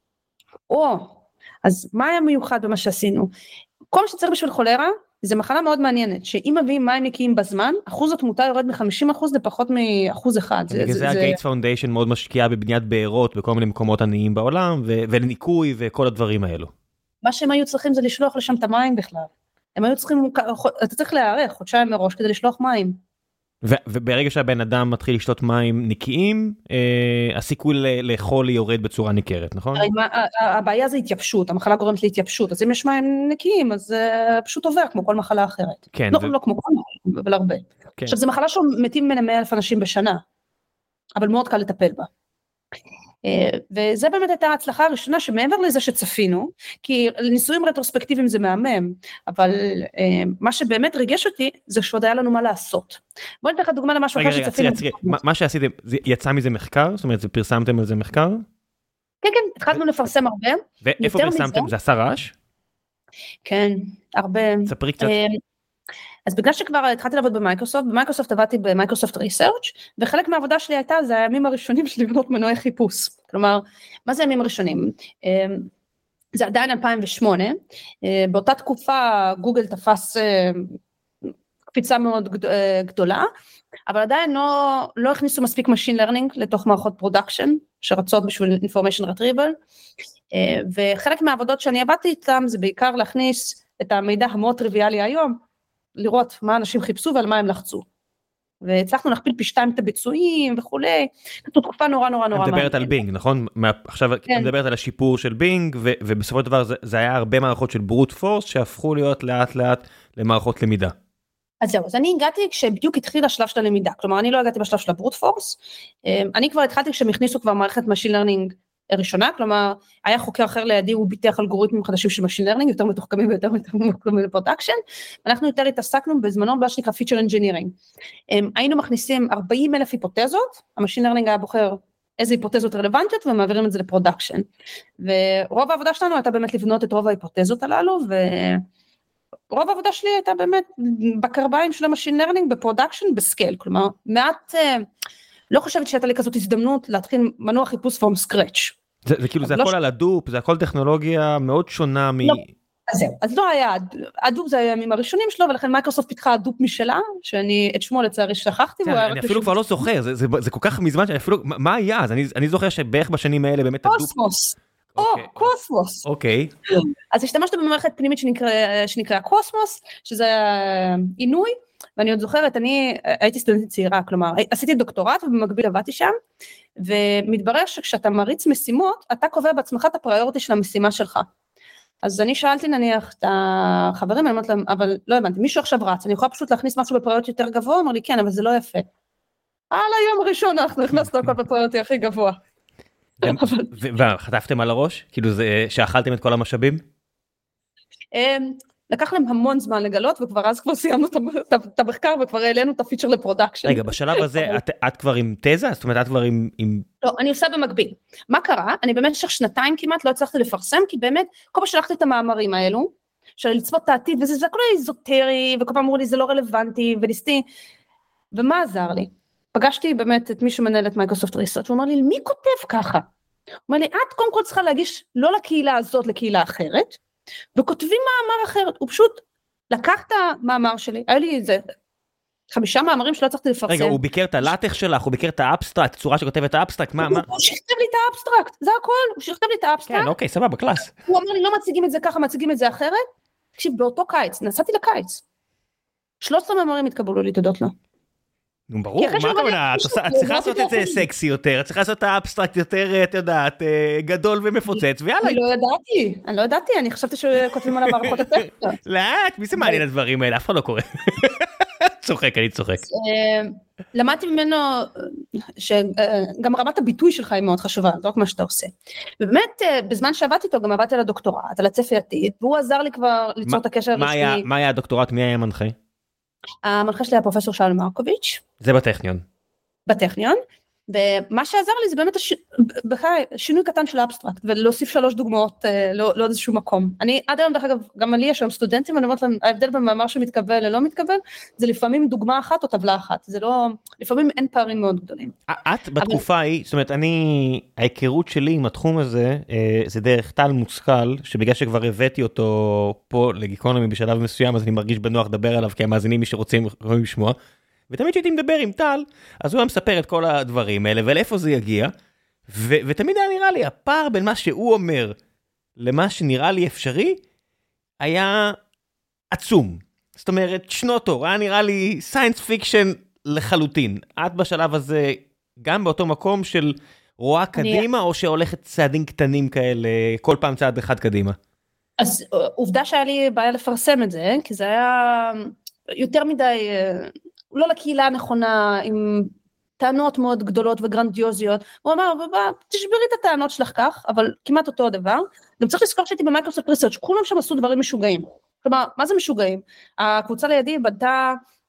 אז מה היה מיוחד במה שעשינו? כל מה שצריך בשביל חולרה, זה מחלה מאוד מעניינת, שאם מביאים מים נקיים בזמן, אחוז התמותה יורד מ-50% לפחות מ1%. בגלל זה הגייטס פאונדיישן מאוד משקיעה בבניית בארות, בכל מיני מקומות עניים בעולם, ולניקוי וכל הדברים האלו. מה שהם היו צריכים זה לשלוח לשם את המים בכלל. הם היו צריכים, אתה צריך להיערך חודשיים מראש כדי לשלוח מים. וברגע שהבן אדם מתחיל לשתות מים נקיים, הסיכוי לחולי יורד בצורה ניכרת, נכון? הבעיה זה התייבשות, המחלה גורמת להתייבשות, אז אם יש מים נקיים, אז זה פשוט עובר כמו כל מחלה אחרת. לא כמו כל מחלה, אבל הרבה. עכשיו, זו מחלה שמתים מן 100,000 אנשים בשנה, אבל מאוד קל לטפל בה. וזה באמת הייתה ההצלחה הראשונה שמעבר לזה שצפינו, כי ניסויים רטרוספקטיביים זה מהמם, אבל מה שבאמת ריגש אותי זה שעוד היה לנו מה לעשות. בוא ניתן לך דוגמה למשהו אחר שצפינו. מה שעשיתם, יצא מזה מחקר? זאת אומרת, פרסמתם על זה מחקר? כן, התחלנו לפרסם הרבה. ואיפה פרסמתם? זה עשה רעש? כן, הרבה. ספרי קצת. אז בגלל שכבר התחלתי לעבוד במייקרוסופט עבדתי במייקרוסופט ריסרצ' וחלק מהעבודה שלי הייתה, זה הימים הראשונים של לבנות מנועי חיפוש. כלומר, מה זה הימים הראשונים? זה עדיין 2008, באותה תקופה גוגל תפס קפיצה מאוד גדולה, אבל עדיין לא הכניסו מספיק Machine Learning לתוך מערכות פרודקשן, שרצות בשביל Information Retrieval, וחלק מהעבודות שאני עבדתי איתם, זה בעיקר להכניס את המידע המאוד טריוויאלי היום, לראות מה אנשים חיפשו ועל מה הם לחצו. והצלחנו להכפיל פי 2 את הביצועים וכולי, זו תקופה נורא מעניינת. את מדברת על בינג, נכון? עכשיו את מדברת על השיפור של בינג, ובסופו של דבר זה היה הרבה מערכות של ברוט פורס, שהפכו להיות לאט לאט למערכות למידה. אז זהו, אז אני הגעתי כשבדיוק התחיל השלב של הלמידה, כלומר אני לא הגעתי בשלב של הברוט פורס, אני כבר התחלתי כשהם הכניסו כבר מערכת Machine Learning ראשונה, כלומר, היה חוקר אחר לידי, הוא ביטח אלגוריתמים חדשים של Machine Learning, יותר מתוחכמים ויותר מתוחכמים לפרודקשן, אנחנו יותר התעסקנו בזמנו במה שנקרא Feature Engineering, היינו מכניסים 40,000 היפותזות, ה-Machine Learning היה בוחר איזה היפותזות רלוונטיות, ומעבירים את זה לפרודקשן, ורוב העבודה שלנו הייתה באמת לבנות את רוב ההיפותזות הללו, ורוב העבודה שלי הייתה באמת בקרביים של ה-Machine Learning בפרודקשן בסקייל, כלומר, מעט לא חושבת שהייתה לי כזאת הזדמנות להתחיל מנוע חיפוש from scratch. זה כאילו, זה הכל על הדופ, זה הכל טכנולוגיה מאוד שונה מ... אז לא היה, הדופ זה הימים הראשונים שלו, ולכן מייקרוסופט פיתחה הדופ משלה, שאני את שמו לצערי שכחתי. אני אפילו כבר לא זוכר, זה כל כך מזמן שאני אפילו, מה היה? אז אני זוכר שבערך בשנים האלה באמת הדופ... קוסמוס. קוסמוס. אוקיי. אז השתמשתי במערכת פנימית שנקרא קוסמוס, שזה עינוי, ואני עוד זוכרת, אני הייתי סטודנטית צעירה, כלומר, עשיתי דוקטורט ובמקביל עבדתי שם, ומתברר שכשאתה מריץ משימות, אתה קובע בעצמך את הפריוריטי של המשימה שלך. אז אני שאלתי נניח את החברים, אני אומרת להם, אבל לא הבנתי, מישהו עכשיו רץ, אני יכולה פשוט להכניס משהו בפריוריטי יותר גבוה, אמר לי, כן, אבל זה לא יפה. על היום הראשון אנחנו הכנסנו הכל בפריוריטי הכי גבוה. וחטפתם על הראש? כאילו שאכלתם את כל המשאבים? לקח להם המון זמן לגלות, וכבר אז כבר סיימנו את המחקר, וכבר העלינו את הפיצ'ר לפרודקשן. רגע, בשלב הזה את כבר עם תזה? זאת אומרת, את כבר עם... לא, אני עושה במקביל. מה קרה? אני במשך 2 כמעט לא הצלחתי לפרסם, כי באמת, כל פעם שלחתי את המאמרים האלו, של לצפות את העתיד, וזה הכל איזוטרי, וכל פעם אמרו לי, זה לא רלוונטי, וניסיתי, ומה עזר לי? פגשתי באמת את מי שמנהל את מייקרוסופט ריסרצ', הוא אמר לי, מי כותב ככה? הוא אמר לי, את קודם כל צריכה להגיש לא לקהילה הזאת, לקהילה אחרת, וכותבים מאמר אחרת. הוא פשוט לקח את המאמר שלי, היה לי איזה 5 מאמרים שלא הצלחתי לפרסם. רגע, הוא ביקר את הלטח שלך, הוא ביקר את האבסטרקט, צורה שכותבת האבסטרקט, מה? הוא שכתב לי את האבסטרקט, זה הכל, הוא שכתב לי את האבסטרקט. כן, אוקיי, סבבה, קלאס. הוא אמר לי, לא מציגים את זה ככה, מציגים את זה אחרת. תקשיב, באותו קיץ, נסעתי לקיץ. 13 מאמרים התקבלו לי, תודות לו. נו, ברור, מה הכוונה? את צריכה לעשות את זה סקסי יותר, את צריכה לעשות את האבסטרקט יותר, את יודעת, גדול ומפוצץ, ויאללה. אני לא ידעתי, אני חשבתי שכותבים עליו מערכות הטקסט. לאט, מי זה מעניין הדברים האלה? אף אחד לא קורא. צוחק, אני צוחק. למדתי ממנו שגם רמת הביטוי שלך היא מאוד חשובה, זה רק מה שאתה עושה. ובאמת, בזמן שעבדתי איתו, גם עבדתי על הדוקטורט, על הצפי עתיד, והוא עזר לי כבר ליצור את הקשר הרשמי. מה היה הדוקטורט? מי היה מנחה? המנחה שלי היה פרופסור שאול מרקוביץ'. זה בטכניון. בטכניון, ומה שעזר לי זה באמת שינוי קטן של האבסטרקט, ולהוסיף 3 דוגמאות לעוד איזשהו מקום. אני עד היום, דרך אגב, גם לי יש היום סטודנטים, אני אומרת להם, ההבדל במאמר שמתקבל ללא מתקבל, זה לפעמים דוגמה אחת או טבלה אחת, זה לא, לפעמים אין פערים מאוד גדולים. את בתקופה ההיא, זאת אומרת, ההיכרות שלי עם התחום הזה, זה דרך טל מושכל, שבגלל שכבר הבאתי אותו פה לגיקונומי בשלב מסוים, אז אני מרגיש בנוח לדבר עליו, כי המאזינים מי שרוצים יכולים לשמוע, ותמיד שהייתי מדבר עם טל, אז הוא היה מספר את כל הדברים האלה, ולאיפה זה יגיע, ותמיד היה נראה לי, הפער בין מה שהוא אומר, למה שנראה לי אפשרי, היה עצום. זאת אומרת, שנות אור, היה נראה לי סיינס פיקשן לחלוטין. את בשלב הזה, גם באותו מקום של רואה קדימה, או שהולכת צעדים קטנים כאלה, כל פעם צעד אחד קדימה? אז עובדה שהיה לי בעיה לפרסם את זה, כי זה היה יותר מדי... לא לקהילה הנכונה, עם טענות מאוד גדולות וגרנדיוזיות, הוא אמר, תשברי את הטענות שלך כך, אבל כמעט אותו הדבר, גם צריך לזכור שהייתי במייקרוסופט ריסרצ', כולם שם עשו דברים משוגעים, כלומר, מה זה משוגעים? הקבוצה לידי בנתה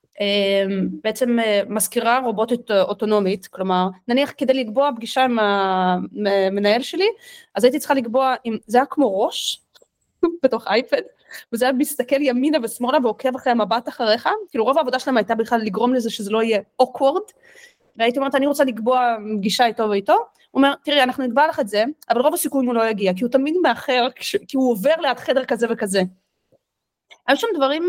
בעצם מזכירה רובוטית אוטונומית, כלומר, נניח כדי לקבוע פגישה עם המנהל שלי, אז הייתי צריכה לקבוע, זה היה כמו ראש, בתוך אייפד, וזה היה מסתכל ימינה ושמאלה ועוקב אחרי המבט אחריך, כאילו רוב העבודה שלהם הייתה בכלל לגרום לזה שזה לא יהיה awkward, והייתי אומרת, אני רוצה לקבוע פגישה איתו ואיתו, הוא אומר, תראי, אנחנו נקבע לך את זה, אבל רוב הסיכויים הוא לא יגיע, כי הוא תמיד מאחר, כי הוא עובר ליד חדר כזה וכזה. היו שם דברים,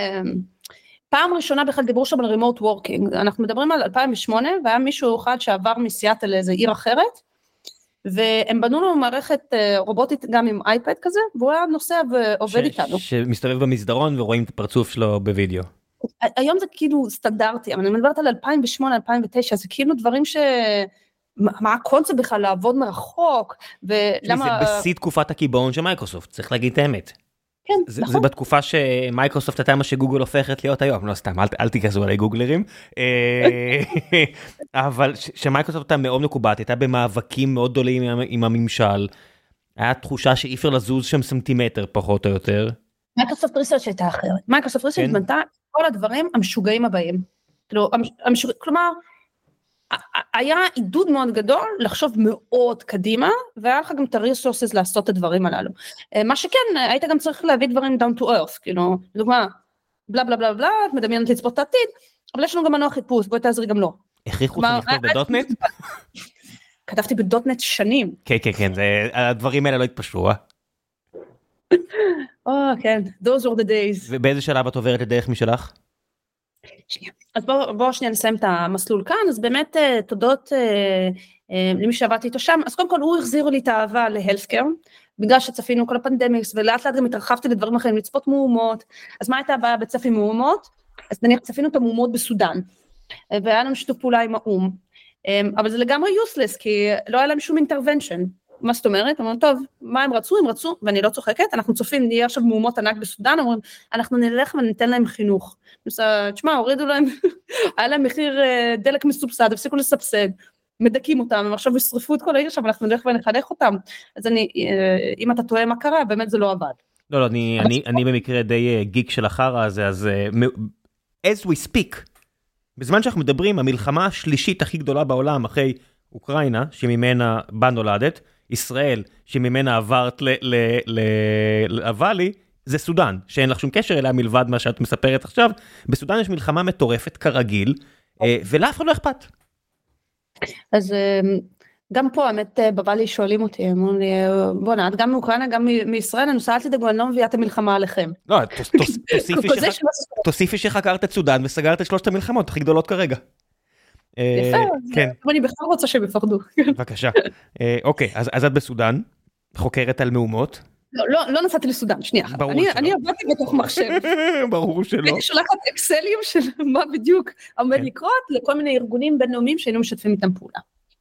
פעם ראשונה בכלל דיברו שם על remote working, אנחנו מדברים על 2008, והיה מישהו אחד שעבר מסיאטל לאיזו עיר אחרת, והם בנו לנו מערכת רובוטית גם עם אייפד כזה, והוא היה נוסע ועובד איתנו. שמסתובב במסדרון ורואים את הפרצוף שלו בווידאו. היום זה כאילו סטנדרטי, אבל אני מדברת על 2008-2009, זה כאילו דברים ש... מה הקונספט בכלל לעבוד מרחוק, ולמה... זה בשיא תקופת הקיבעון של מייקרוסופט, צריך להגיד את האמת. כן, נכון. זה בתקופה שמייקרוסופט הייתה מה שגוגל הופכת להיות היום, לא סתם, אל תיכנסו עליי גוגלרים, אבל שמייקרוסופט הייתה מאוד מקובעת, הייתה במאבקים מאוד גדולים עם הממשל, היה תחושה שאי אפשר לזוז שם סנטימטר פחות או יותר. מייקרוסופט ריסרצ' הייתה אחרת, מייקרוסופט ריסרצ' בנתה כל הדברים המשוגעים הבאים, כלומר, היה עידוד מאוד גדול לחשוב מאוד קדימה, והיה לך גם את הריסורסס לעשות את הדברים הללו. מה שכן, היית גם צריך להביא דברים down to earth, כאילו, לדוגמה, בלה בלה בלה בלה, את מדמיינת לצפות את העתיד, אבל יש לנו גם מנוע חיפוש, בואי תעזרי גם לו. הכריחו אותך לכתוב בדוטנט? כתבתי בדוטנט שנים. כן, כן, כן, הדברים האלה לא התפשרו, כן, those were the days. ובאיזה שלב את עוברת לדרך משלך? אז בואו שנייה נסיים את המסלול כאן, אז באמת תודות למי שעבדתי איתו שם, אז קודם כל הוא החזיר לי את האהבה להלסקר, בגלל שצפינו כל הפנדמיקס, ולאט לאט גם התרחבתי לדברים אחרים, לצפות מהומות, אז מה הייתה הבעיה בצפי מהומות? אז נניח צפינו את המהומות בסודן, והיה לנו שיתוף פעולה עם האום, אבל זה לגמרי useless, כי לא היה להם שום intervention, מה זאת אומרת? אמרנו, טוב, מה הם רצו, ואני לא צוחקת, אנחנו צופים, נהיה עכשיו מהומות ענק בסודן, אומרים, אנחנו נלך וניתן להם חינוך. תשמע, הורידו להם, היה להם מחיר דלק מסובסד, הפסיקו לסבסד, מדקים אותם, הם עכשיו ישרפו את כל העיר שם, אנחנו נלך ונחנך אותם. אז אם אתה טועה מה קרה, באמת זה לא עבד. לא, אני במקרה די גיק של החרא הזה, אז as we speak, בזמן שאנחנו מדברים, המלחמה השלישית הכי גדולה בעולם, אחרי אוקראינה, שממנה בה נולדת, ישראל, שממנה עברת לאבלי, זה סודן, שאין לך שום קשר אליה מלבד מה שאת מספרת עכשיו. בסודן יש מלחמה מטורפת כרגיל, ולאף אחד לא אכפת. אז גם פה, האמת, בבלי שואלים אותי, אמרו לי, בוא'נה, את גם מאוקראינה, גם מישראל, אני נוסעת לדאגו, אני לא מביאה את המלחמה עליכם. לא, תוסיפי שחקרת את סודן וסגרת את שלושת המלחמות הכי גדולות כרגע. יפה, אני בכלל רוצה שהם יפחדו. בבקשה. אוקיי, אז את בסודן, חוקרת על מהומות. לא נסעתי לסודן, שנייה. אני עבדתי בתוך מחשב. ברור שלא. אני שולחת אקסלים של מה בדיוק עומד לקרות לכל מיני ארגונים בינלאומיים שהיינו משתפים איתם פעולה.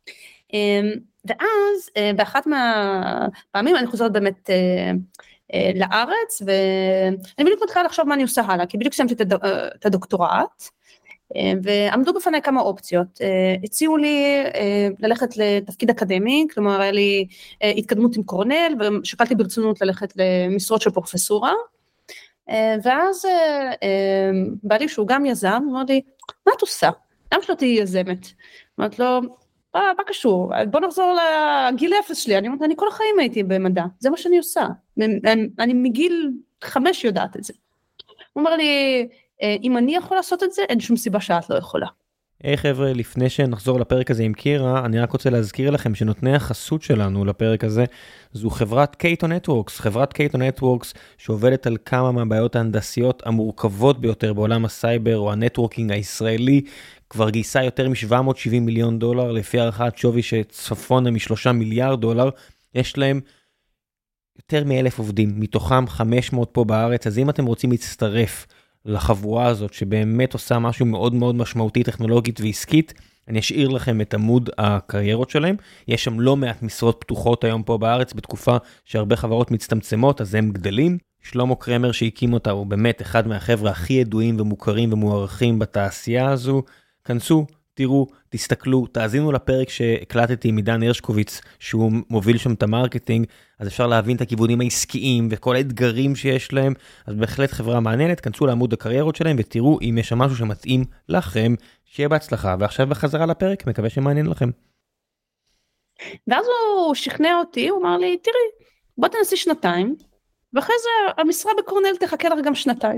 ואז באחת מהפעמים אני חוזרת באמת לארץ, ואני בדיוק מתחילה לחשוב מה אני עושה הלאה, כי בדיוק סיימתי את הדוקטורט, ועמדו בפני כמה אופציות. הציעו לי ללכת לתפקיד אקדמי, כלומר היה לי התקדמות עם קורנל, ושקלתי ברצינות ללכת למשרות של פרופסורה, ואז בא לי שהוא גם יזם, אמר לי, מה את עושה? למה שלא תהיי יזמת? אמרת לו, מה קשור? בוא נחזור לגיל אפס שלי, אני כל החיים הייתי במדע, זה מה שאני עושה, אני מגיל 5 יודעת את זה. הוא אומר לי, אם אני יכול לעשות את זה, אין שום סיבה שאת לא יכולה. היי חבר'ה, לפני שנחזור לפרק הזה עם קירה, אני רק רוצה להזכיר לכם שנותני החסות שלנו לפרק הזה, זו חברת קייטו נטוורקס, חברת קייטו נטוורקס שעובדת על כמה מהבעיות ההנדסיות המורכבות ביותר בעולם הסייבר או הנטוורקינג הישראלי, כבר גייסה יותר $770 מיליון, לפי הערכת שווי שצפונה $3 מיליארד, יש להם יותר מ1,000 עובדים, מתוכם 500 פה בארץ, אז אם אתם רוצים להצטרף לחבורה הזאת שבאמת עושה משהו מאוד מאוד משמעותי טכנולוגית ועסקית, אני אשאיר לכם את עמוד הקריירות שלהם, יש שם לא מעט משרות פתוחות היום פה בארץ, בתקופה שהרבה חברות מצטמצמות, אז הם גדלים. שלמה קרמר שהקים אותה הוא באמת אחד מהחבר'ה הכי ידועים ומוכרים ומוערכים בתעשייה הזו. כנסו, תראו, תסתכלו, תאזינו לפרק שהקלטתי עם עידן הרשקוביץ, שהוא מוביל שם את המרקטינג, אז אפשר להבין את הכיוונים העסקיים וכל האתגרים שיש להם, אז בהחלט חברה מעניינת, כנסו לעמוד הקריירות שלהם ותראו אם יש שם משהו שמתאים לכם, שיהיה בהצלחה, ועכשיו בחזרה לפרק, מקווה שמעניין לכם. ואז הוא שכנע אותי, הוא אמר לי, תראי, בוא תנסי 2 ואחרי זה המשרה בקורנל תחכה לך גם 2.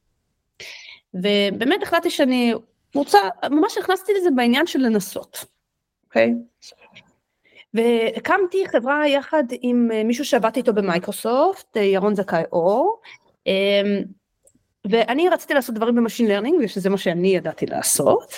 ובאמת החלטתי שאני רוצה, ממש הכנסתי לזה בעניין של לנסות, אוקיי? והקמתי חברה יחד עם מישהו שעבדתי איתו במייקרוסופט, ירון זכאי אור, ואני רציתי לעשות דברים במשין לרנינג, ושזה מה שאני ידעתי לעשות,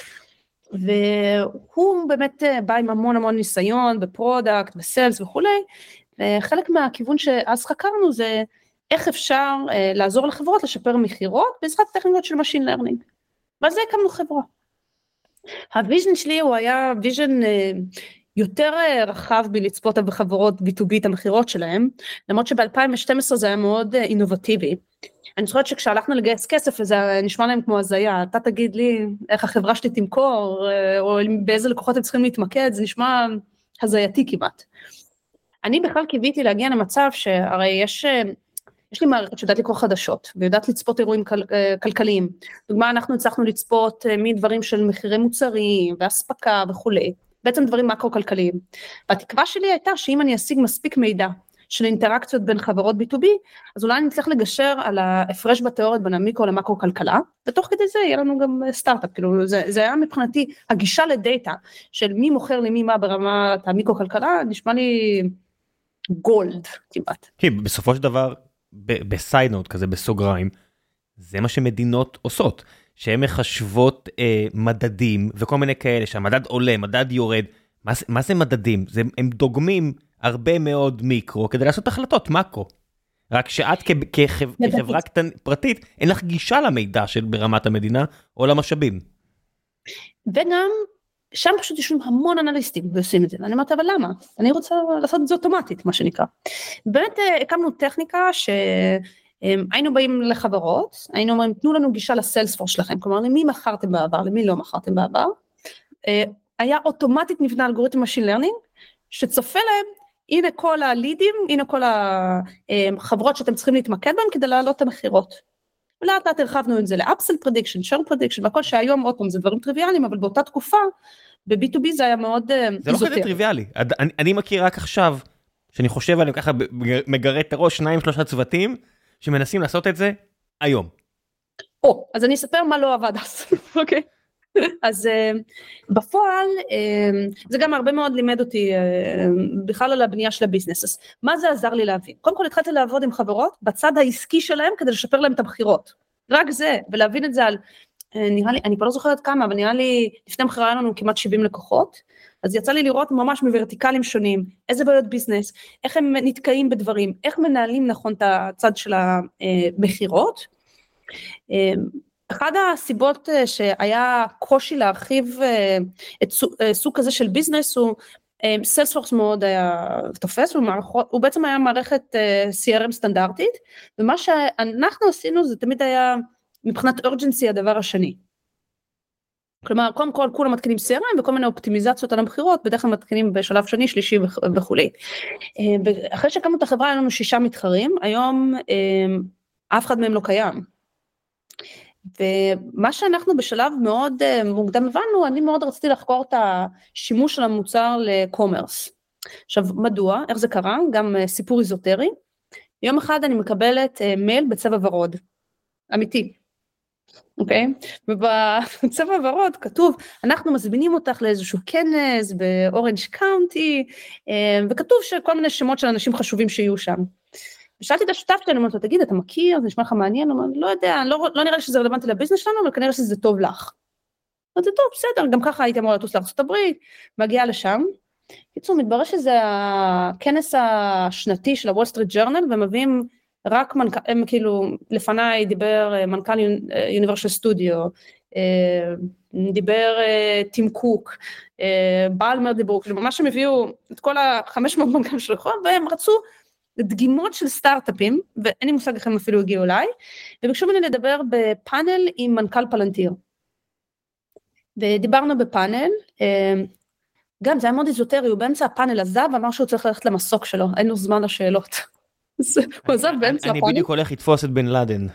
והוא באמת בא עם המון ניסיון בפרודקט, בסיילס וכולי, וחלק מהכיוון שאז חקרנו זה איך אפשר לעזור לחברות לשפר מחירות בעזרת טכנולוגיות של משין לרנינג. ועל זה הקמנו חברה. הוויז'ן שלי הוא היה ויז'ן יותר רחב בלצפות בחברות B2B את המחירות שלהם, למרות שב-2012 זה היה מאוד אינובטיבי. אני זוכרת שכשהלכנו לגייס כסף, זה נשמע להם כמו הזיה, אתה תגיד לי איך החברה שלי תמכור, או באיזה לקוחות הם צריכים להתמקד, זה נשמע הזייתי כמעט. אני בכלל קיוויתי להגיע למצב שהרי יש לי מערכת שיודעת לקרוא חדשות, ויודעת לצפות אירועים כלכליים. דוגמה, אנחנו הצלחנו לצפות מדברים של מחירי מוצרים, והספקה וכולי, בעצם דברים מקרו-כלכליים. והתקווה שלי הייתה שאם אני אשיג מספיק מידע של אינטראקציות בין חברות B2B, אז אולי אני צריך לגשר על ההפרש בתיאוריות בין המיקרו למקרו-כלכלה, ותוך כדי זה יהיה לנו גם סטארט-אפ, כאילו זה היה מבחינתי הגישה לדאטה, של מי מוכר למי מה ברמת המיקרו-כלכלה, נשמע לי גולד כמעט. כי בסופו של דבר, בסיידנוט כזה, בסוגריים, זה מה שמדינות עושות, שהן מחשבות מדדים וכל מיני כאלה, שהמדד עולה, מדד יורד. מה זה מדדים? הם דוגמים הרבה מאוד מיקרו כדי לעשות החלטות מקרו. רק שאת כחברה פרטית, אין לך גישה למידע של ברמת המדינה או למשאבים. וגם שם פשוט יושבים המון אנליסטים ועושים את זה, ואני אומרת, אבל למה? אני רוצה לעשות את זה אוטומטית, מה שנקרא. באמת הקמנו טכניקה שהיינו באים לחברות, היינו אומרים, תנו לנו גישה לסיילספורס שלכם, כלומר, למי מכרתם בעבר, למי לא מכרתם בעבר, היה אוטומטית נבנה אלגוריתם משין לרנינג, שצופה להם הנה כל הלידים, הנה כל החברות שאתם צריכים להתמקד בהם כדי להעלות את המחירות. ולאט לאט הרחבנו את זה לאפסל פרדיקשן, שור פרדיקשן, והכל שהיום עוד פעם זה דברים טריוויאליים, אבל באותה תקופה, ב-B2B זה היה מאוד זה לא כזה טריוויאלי. אני מכיר רק עכשיו, שאני חושב עליהם ככה, מגרד את הראש 2-3 צוותים, שמנסים לעשות את זה היום. אז אני אספר מה לא עבד אז, אוקיי? אז בפועל, זה גם הרבה מאוד לימד אותי בכלל על הבנייה של הביזנס, אז מה זה עזר לי להבין? קודם כל התחלתי לעבוד עם חברות בצד העסקי שלהם כדי לשפר להם את הבחירות, רק זה, ולהבין את זה על, נראה לי, אני כבר לא זוכרת כמה, אבל נראה לי לפני מחרה היה לנו כמעט 70 לקוחות, אז יצא לי לראות ממש מוורטיקלים שונים, איזה בעיות ביזנס, איך הם נתקעים בדברים, איך מנהלים נכון את הצד של המחירות, אחד הסיבות שהיה קושי להרחיב את סוג כזה של ביזנס הוא סיילספורס מאוד היה תופס, הוא בעצם היה מערכת CRM סטנדרטית, ומה שאנחנו עשינו זה תמיד היה מבחינת urgency הדבר השני. כלומר, קודם כל כולם מתקינים CRM וכל מיני אופטימיזציות על המחירות, בדרך כלל מתקינים בשלב שני, שלישי וכו'. אחרי שקמנו את החברה היה לנו 6 מתחרים, היום אף אחד מהם לא קיים. ומה שאנחנו בשלב מאוד מוקדם הבנו, אני מאוד רציתי לחקור את השימוש של המוצר לקומרס. עכשיו, מדוע? איך זה קרה? גם סיפור איזוטרי. יום אחד אני מקבלת מייל בצבע ורוד. אמיתי. אוקיי? ובצבע ורוד כתוב, אנחנו מזמינים אותך לאיזשהו כנס באורנג' קאונטי, וכתוב שכל מיני שמות של אנשים חשובים שיהיו שם. ושאלתי את השותף שלי, אני אומרת לו, תגיד, אתה מכיר, זה נשמע לך מעניין? הוא אומר, לא יודע, לא נראה לי שזה רלוונטי לביזנס שלנו, אבל כנראה שזה טוב לך. אז זה טוב, בסדר, גם ככה הייתי אמורה לטוס לארצות הברית, מגיעה לשם. קיצור, מתברר שזה הכנס השנתי של הוול סטריט ג'ורנל, ומביאים רק מנכ"ל, הם כאילו, לפניי דיבר מנכ"ל יוניברסל סטודיו, דיבר טים קוק, באלמר דיברו, כאילו ממש הם הביאו את כל ה-500 מנכ"לים של החול, והם רצו דגימות של סטארט-אפים, ואין לי מושג איך הם אפילו הגיעו אליי, וביקשו ממני לדבר בפאנל עם מנכ"ל פלנטיר. ודיברנו בפאנל, גם זה היה מאוד איזוטרי, הוא באמצע הפאנל עזב, ואמר שהוא צריך ללכת למסוק שלו, אין לו זמן לשאלות. הוא עזב באמצע הפאנל. אני בדיוק הולך לתפוס את בן לאדן.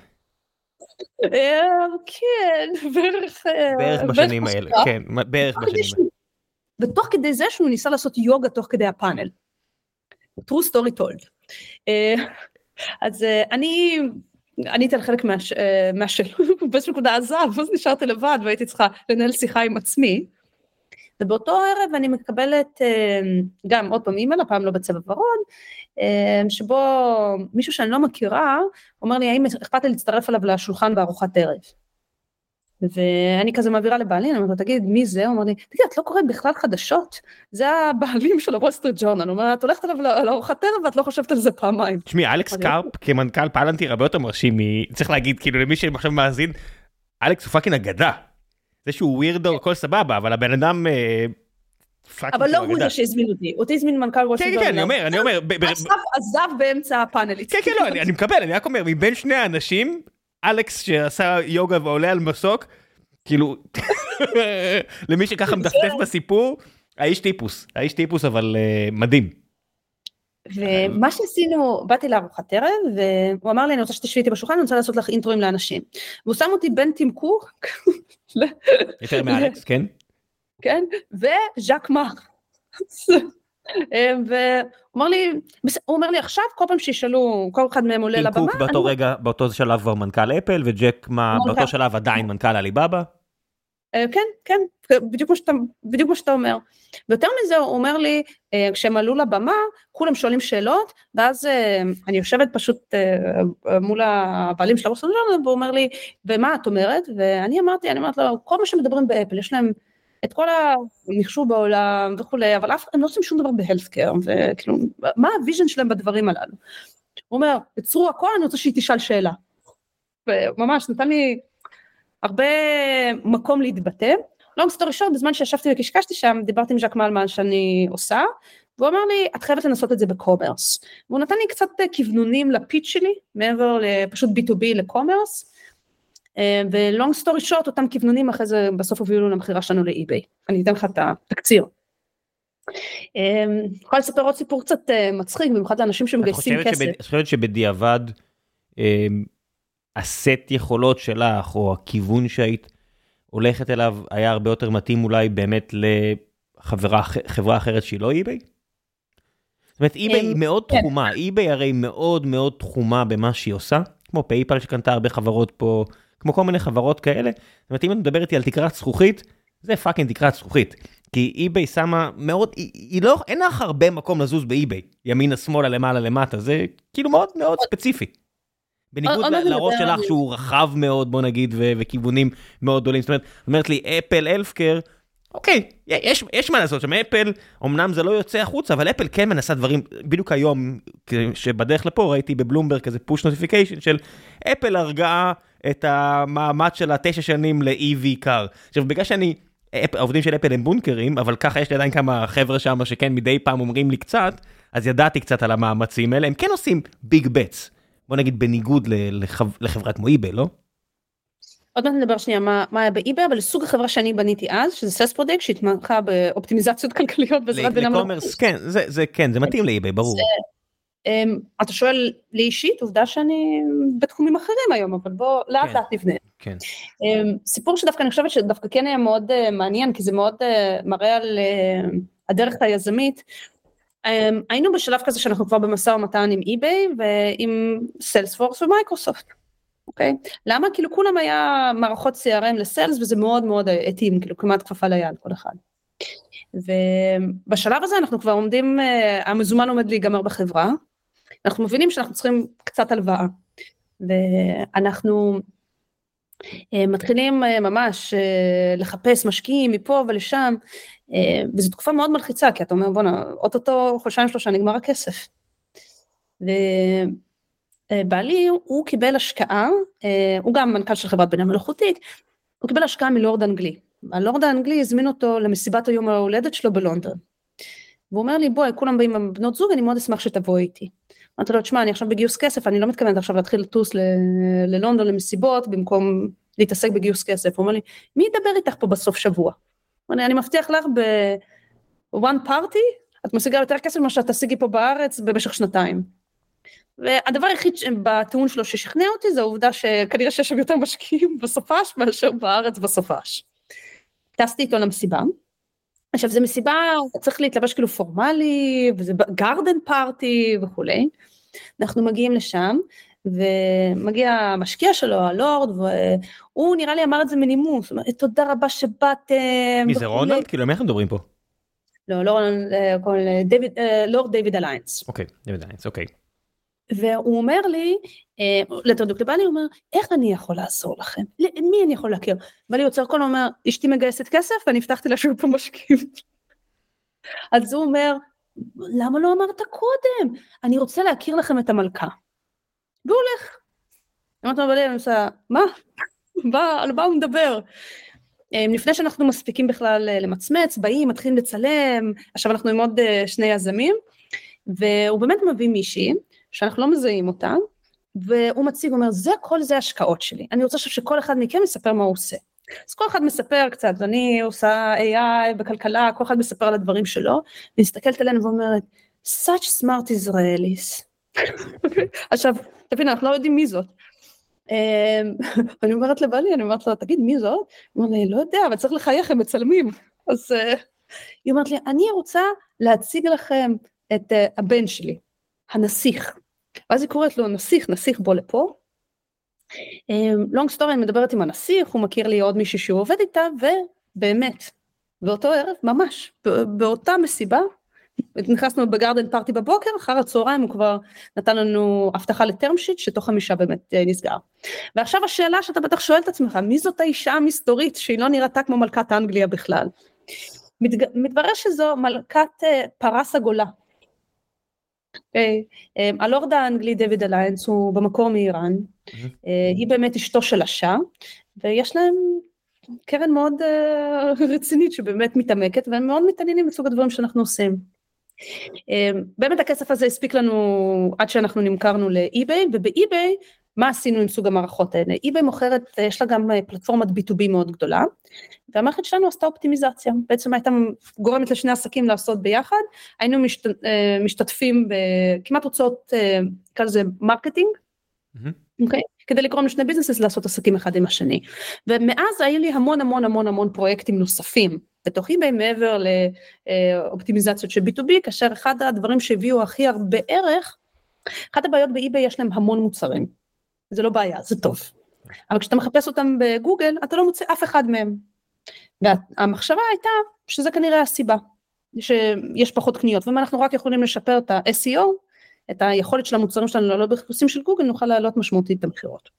כן, בערך בשנים האלה, כן, בערך בשנים האלה. ותוך כדי זה שהוא ניסה לעשות יוגה תוך כדי הפאנל. true story told. אז אני אתן חלק מהשאלות, באיזושהי נקודה עזב, אז נשארתי לבד והייתי צריכה לנהל שיחה עם עצמי, ובאותו ערב אני מקבלת גם עוד פעם אימייל, הפעם לא בצבע ורוד, שבו מישהו שאני לא מכירה, אומר לי, האם אכפת לי להצטרף עליו לשולחן בארוחת ערב? ואני כזה מעבירה לבעלי, אני אומרת לו, תגיד, מי זה? הוא אומר לי, תגיד, את לא קוראת בכלל חדשות? זה הבעלים של הוול סטריט ג'ורנל, הוא אומר, את הולכת עליו לארוחת ערב, ואת לא חושבת על זה פעמיים. תשמעי, אלכס קרפ, כמנכ"ל פלנטיר, הרבה יותר מרשים, צריך להגיד, כאילו, למי שעכשיו מאזין, אלכס הוא פאקינג אגדה. זה שהוא ווירדו, הכל סבבה, אבל הבן אדם אבל לא הוא זה שהזמין אותי, אותי הזמין מנכ"ל וול סטריט ג'ורנל. כן, אני אומר. עכשיו עזב באמצע הפאנל. כן, לא, אני מקבל, אני רק אומר, מבין שני האנשים, אלכס שעשה יוגה ועולה על מסוק, כאילו, למי שככה מדפדף בסיפור, האיש טיפוס, אבל מדהים. ומה שעשינו, באתי לארוחת ערב, והוא אמר לי, אני רוצה שתשבי איתי בשולחן, אני רוצה לעשות לך אינטרואים לאנשים. והוא שם אותי בין טים קוק, יותר מאלכס, כן? כן, וז'ק מאך. והוא אומר לי עכשיו, כל פעם שישאלו, כל אחד מהם עולה לבמה. טים קוק באותו שלב כבר מנכ"ל אפל, וג'ק מה באותו שלב עדיין מנכ"ל עליבאבא. כן, בדיוק מה שאתה אומר. ויותר מזה הוא אומר לי, כשהם עלו לבמה, כולם שואלים שאלות, ואז אני יושבת פשוט מול הבעלים של הוול סטריט ג'ורנל, והוא אומר לי, ומה את אומרת? ואני אמרתי לו, כל מה שמדברים באפל, יש להם את כל המחשוב בעולם וכולי, אבל הם לא עושים שום דבר בהלסקר, וכאילו, מה הוויז'ן שלהם בדברים הללו? הוא אומר, יצרו הכל, אני רוצה שהיא תשאל שאלה. וממש, נתן לי הרבה מקום להתבטא. לונג סטורי שורט, בזמן שישבתי וקשקשתי שם, דיברתי עם ז'ק מה על מה שאני עושה, והוא אמר לי, את חייבת לנסות את זה בקומרס. והוא נתן לי קצת כיוונונים לפיץ' שלי, מעבר לפשוט B2B לקומרס, ולונג סטורי שורט, אותם כיוונונים אחרי זה בסוף הובילו למחירה שלנו לאי-ביי. אני אתן לך את התקציר. יכולה לספר עוד סיפור קצת מצחיק, במיוחד לאנשים שמגייסים כסף. את חושבת שבדיעבד הסט יכולות שלך, או הכיוון שהיית הולכת אליו, היה הרבה יותר מתאים אולי באמת לחברה אחרת שהיא לא eBay? זאת אומרת, eBay היא מאוד תחומה, eBay הרי מאוד מאוד תחומה במה שהיא עושה, כמו פייפל שקנתה הרבה חברות פה, כמו כל מיני חברות כאלה. זאת אומרת, אם את מדברת על תקרת זכוכית, זה פאקינג תקרת זכוכית. כי eBay שמה מאוד, אין לך הרבה מקום לזוז ב-eBay, ימינה, שמאלה, למעלה, למטה, זה כאילו מאוד מאוד ספציפי. בניגוד לראש שלך שהוא רחב מאוד, בוא נגיד, וכיוונים מאוד גדולים. זאת אומרת לי, אפל, אלפקר, אוקיי, יש מה לעשות שם, אפל, אמנם זה לא יוצא החוצה, אבל אפל כן מנסה דברים, בדיוק היום, שבדרך לפה ראיתי בבלומברג כזה פוש נוטיפיקיישן של אפל הרגעה את המעמד של 9 שנים ל-EV קאר. עכשיו, בגלל שאני, העובדים של אפל הם בונקרים, אבל ככה יש לי עדיין כמה חבר'ה שם, שכן מדי פעם אומרים לי קצת, אז ידעתי קצת על המאמצים האלה, הם כן עושים ביג בטס, בוא נגיד בניגוד לחברה כמו eBay, לא? עוד מעט נדבר שנייה מה היה ב-eBay, אבל לסוג החברה שאני בניתי אז, שזה סלס פרודקט, שהתמחה באופטימיזציות כלכליות בעזרת בינה לקומרס, כן, זה מתאים ל-eBay, ברור. אתה שואל לי אישית, עובדה שאני בתחומים אחרים היום, אבל בוא לאט לאט נבנה. סיפור שדווקא אני חושבת שדווקא כן היה מאוד מעניין, כי זה מאוד מראה על הדרך היזמית. היינו בשלב כזה שאנחנו כבר במשא ומתן עם eBay ועם סיילספורס ומייקרוסופט. אוקיי? למה? כאילו כולם היה מערכות CRM לסיילס, וזה מאוד מאוד התאים, כאילו כמעט כפפה ליד כל אחד. ובשלב הזה אנחנו כבר עומדים, המזומן עומד להיגמר בחברה, אנחנו מבינים שאנחנו צריכים קצת הלוואה, ואנחנו מתחילים ממש לחפש משקיעים מפה ולשם, וזו תקופה מאוד מלחיצה, כי אתה אומר, בוא'נה, אוטוטו חודשיים 3 נגמר הכסף. ובעלי, הוא קיבל השקעה, הוא גם מנכ"ל של חברת בינה מלאכותית, הוא קיבל השקעה מלורד אנגלי. הלורד האנגלי הזמין אותו למסיבת היום ההולדת שלו בלונדון. והוא אומר לי, בואי, כולם באים עם בנות זוג, אני מאוד אשמח שתבוא איתי. אמרתי לו, תשמע, אני עכשיו בגיוס כסף, אני לא מתכוונת עכשיו להתחיל לטוס ללונדון למסיבות, במקום להתעסק בגיוס כסף. הוא אומר לי, מי ידבר איתך פה בסוף שבוע? אני מבטיח לך ב-one party, את משיגה יותר כסף ממה שאת תשיגי פה בארץ במשך 2 והדבר היחיד בטיעון שלו ששכנע אותי, זה העובדה שכנראה שיש שם יותר משקיעים בסופש, מאשר בארץ בסופש. טסתי איתו למסיבה, עכשיו זה מסיבה, צריך להתלבש כאילו פורמלי, וזה גרדן פארטי וכולי, אנחנו מגיעים לשם, ומגיע המשקיע שלו, הלורד, והוא נראה לי אמר את זה מנימוס, תודה רבה שבאתם. מי זה רונלד? כאילו, מה אנחנו מדברים פה? לא, לורד דיוויד אליינס. אוקיי, דיוויד אליינס, אוקיי. והוא אומר לי, לתרדוק לבעלי, הוא אומר, איך אני יכול לעזור לכם? מי אני יכול להכיר? בעלי יוצר כל אומר, אשתי מגייסת כסף, ואני הבטחתי לה שהוא פה משקיעים. אז הוא אומר, למה לא אמרת קודם? אני רוצה להכיר לכם את המלכה. והוא הולך. אמרת לו, בעלי, אני עושה, מה? על מה הוא מדבר? לפני שאנחנו מספיקים בכלל למצמץ, באים, מתחילים לצלם, עכשיו אנחנו עם עוד 2 יזמים, והוא באמת מביא מישהי, שאנחנו לא מזהים אותה, והוא מציג, הוא אומר, כל זה השקעות שלי, אני רוצה שכל אחד מכם יספר מה הוא עושה, אז כל אחד מספר קצת, אני עושה AI בכלכלה, כל אחד מספר על הדברים שלו, ומסתכלת עלינו ואומרת, such smart Israelis, עכשיו, תבין, אנחנו לא יודעים מי זאת, אני אומרת לבעלי, אני אומרת לו, תגיד מי זאת? הוא אומר לי, לא יודע, אבל צריך לחייך, הם מצלמים, אז היא אומרת לי, אני רוצה להציג לכם את הבן שלי, הנסיך, ואז היא קוראת לו נסיך בוא לפה, לונג סטורי, אני מדברת עם הנסיך, הוא מכיר לי עוד מישהו שהוא עובד איתה, ובאמת, באותו ערב, ממש, באותה מסיבה, נכנסנו בגרדן פארטי בבוקר, אחר הצהריים הוא כבר נתן לנו הבטחה לטרם שיט, שתוך 5 באמת נסגר. ועכשיו השאלה שאתה בטח שואל את עצמך, מי זאת האישה המסתורית, שהיא לא נראתה כמו מלכת אנגליה בכלל? מתברר שזו מלכת פרס הגולה, הלורד האנגלי דיוויד אליינס הוא במקור מאיראן, היא באמת אשתו של השאה, ויש להם קרן מאוד רצינית שבאמת מתעמקת, והם מאוד מתעניינים בסוג הדברים שאנחנו עושים. באמת הכסף הזה הספיק לנו עד שאנחנו נמכרנו לאי-ביי, ובאי-ביי מה עשינו עם סוג המערכות האלה? eBay מוכרת, יש לה גם פלטפורמת B2B מאוד גדולה, והמערכת שלנו עשתה אופטימיזציה, בעצם הייתה גורמת לשני עסקים לעשות ביחד, היינו משתתפים בכמעט הוצאות כזה מרקטינג, אוקיי? כדי לגרום לשני ביזנסס לעשות עסקים אחד עם השני, ומאז היה לי המון המון המון המון פרויקטים נוספים, בתוך eBay מעבר לאופטימיזציות של B2B, כאשר אחד הדברים שהביאו הכי הרבה ערך, אחת הבעיות ב-eBay יש להם המון מוצרים, זה לא בעיה, זה טוב, אבל כשאתה מחפש אותם בגוגל, אתה לא מוצא אף אחד מהם, והמחשבה הייתה שזה כנראה הסיבה, שיש פחות קניות, ואם אנחנו רק יכולים לשפר את ה-SEO, את היכולת של המוצרים שלנו לעלות בחיפושים של גוגל, נוכל לעלות משמעותית את המחירות.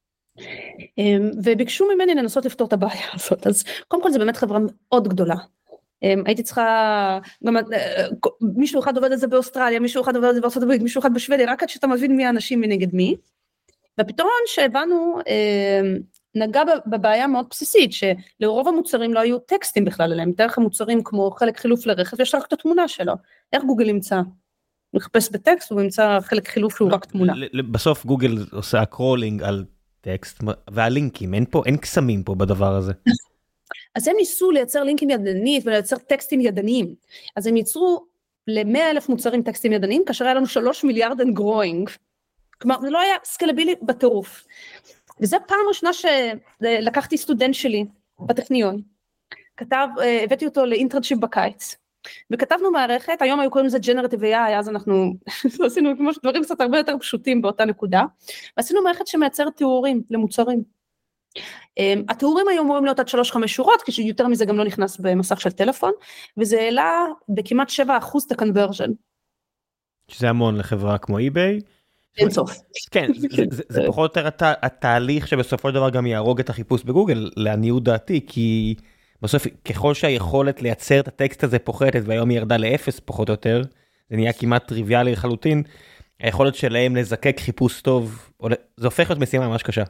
וביקשו ממני לנסות לפתור את הבעיה הזאת, אז קודם כל זה באמת חברה מאוד גדולה, הייתי צריכה, גם, מישהו אחד עובד על זה באוסטרליה, מישהו אחד עובד על זה בארצות הברית, מישהו אחד בשוודיה, רק עד שאתה מבין מי האנשים מנגד מי, והפתרון שהבנו נגע בבעיה מאוד בסיסית, שלרוב המוצרים לא היו טקסטים בכלל עליהם, דרך המוצרים כמו חלק חילוף לרכב, יש רק את התמונה שלו, איך גוגל ימצא? מחפש בטקסט, הוא ימצא חלק חילוף שהוא רק תמונה. בסוף גוגל עושה קרולינג על טקסט, והלינקים, אין קסמים פה בדבר הזה. אז הם ניסו לייצר לינקים ידנית, ולייצר טקסטים ידניים, אז הם ייצרו ל100,000 מוצרים טקסטים ידניים, כאשר היה לנו 3 מיליארד and growing, כלומר זה לא היה סקלבילי בטירוף, וזה פעם ראשונה שלקחתי סטודנט שלי בטכניון, הבאתי אותו לאינטרנשיפ בקיץ, וכתבנו מערכת, היום היו קוראים לזה Generative AI, אז אנחנו עשינו כמו דברים קצת הרבה יותר פשוטים באותה נקודה, ועשינו מערכת שמייצרת תיאורים למוצרים, התיאורים היו אמורים להיות עד 3-5 שורות, כשיותר מזה גם לא נכנס במסך של טלפון, וזה העלה בכמעט 7% את הקונברז'ן. שזה המון לחברה כמו eBay. אין סוף. כן, זה פחות או יותר התהליך שבסופו של דבר גם יהרוג את החיפוש בגוגל, לעניות דעתי, כי בסוף ככל שהיכולת לייצר את הטקסט הזה פוחתת, והיום היא ירדה ל0 פחות או יותר, זה נהיה כמעט טריוויאלי לחלוטין, היכולת שלהם לזקק חיפוש טוב, זה הופך להיות משימה ממש קשה.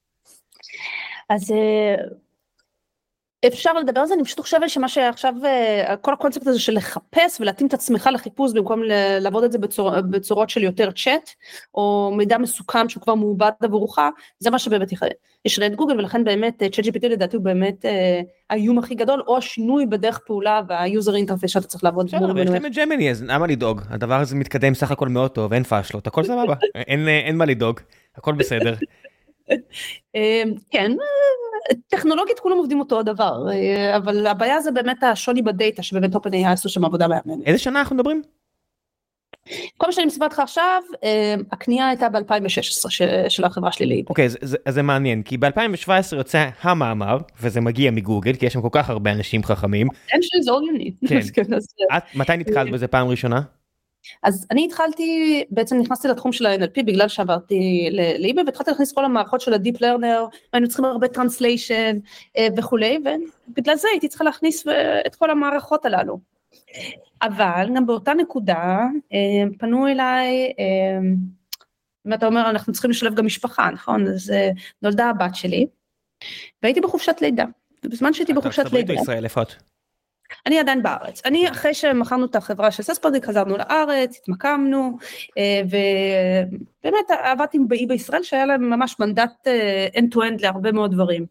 אז אפשר לדבר על זה, אני פשוט חושבת שמה שעכשיו, כל הקונספט הזה של לחפש ולהתאים את עצמך לחיפוש, במקום לעבוד את זה בצורות של יותר צ'אט, או מידע מסוכם שהוא כבר מעובד עבורך, זה מה שבאמת ישנה את גוגל, ולכן באמת ChatGPT לדעתי הוא באמת האיום הכי גדול, או השינוי בדרך פעולה, והיוזר אינטרפייס שאתה צריך לעבוד. יש להם את ג'מיני, אז למה לדאוג? הדבר הזה מתקדם סך הכל מאוד טוב, אין פאשלות, הכל סבבה, אין מה לדאוג, הכל בסדר. כן, טכנולוגית כולם עובדים אותו הדבר, אבל הבעיה זה באמת השוני בדאטה, שבאמת OpenAI עשו שם עבודה מאמנת. איזה שנה אנחנו מדברים? כל מה שאני מספרת לך עכשיו, הקנייה הייתה ב-2016 של החברה שלי לאיביי. אוקיי, אז זה מעניין, כי ב-2017 יוצא המאמר, וזה מגיע מגוגל, כי יש שם כל כך הרבה אנשים חכמים. Potential is all you need. כן. מתי נתקלת בזה פעם ראשונה? אז אני התחלתי, בעצם נכנסתי לתחום של ה-NLP בגלל שעברתי לאיביי, והתחלתי להכניס כל המערכות של ה-Deep Learner, והיינו צריכים הרבה טרנסליישן וכולי, ובגלל זה הייתי צריכה להכניס את כל המערכות הללו. אבל גם באותה נקודה פנו אליי, אם אתה אומר אנחנו צריכים לשלב גם משפחה, נכון? אז נולדה הבת שלי, והייתי בחופשת לידה, ובזמן שהייתי בחופשת לידה, ישראל, איפה את? אני עדיין בארץ, אני אחרי שמכרנו את החברה של סספרדיק, חזרנו לארץ, התמקמנו, ובאמת עבדתי באיביי ישראל, שהיה להם ממש מנדט end-to-end להרבה מאוד דברים.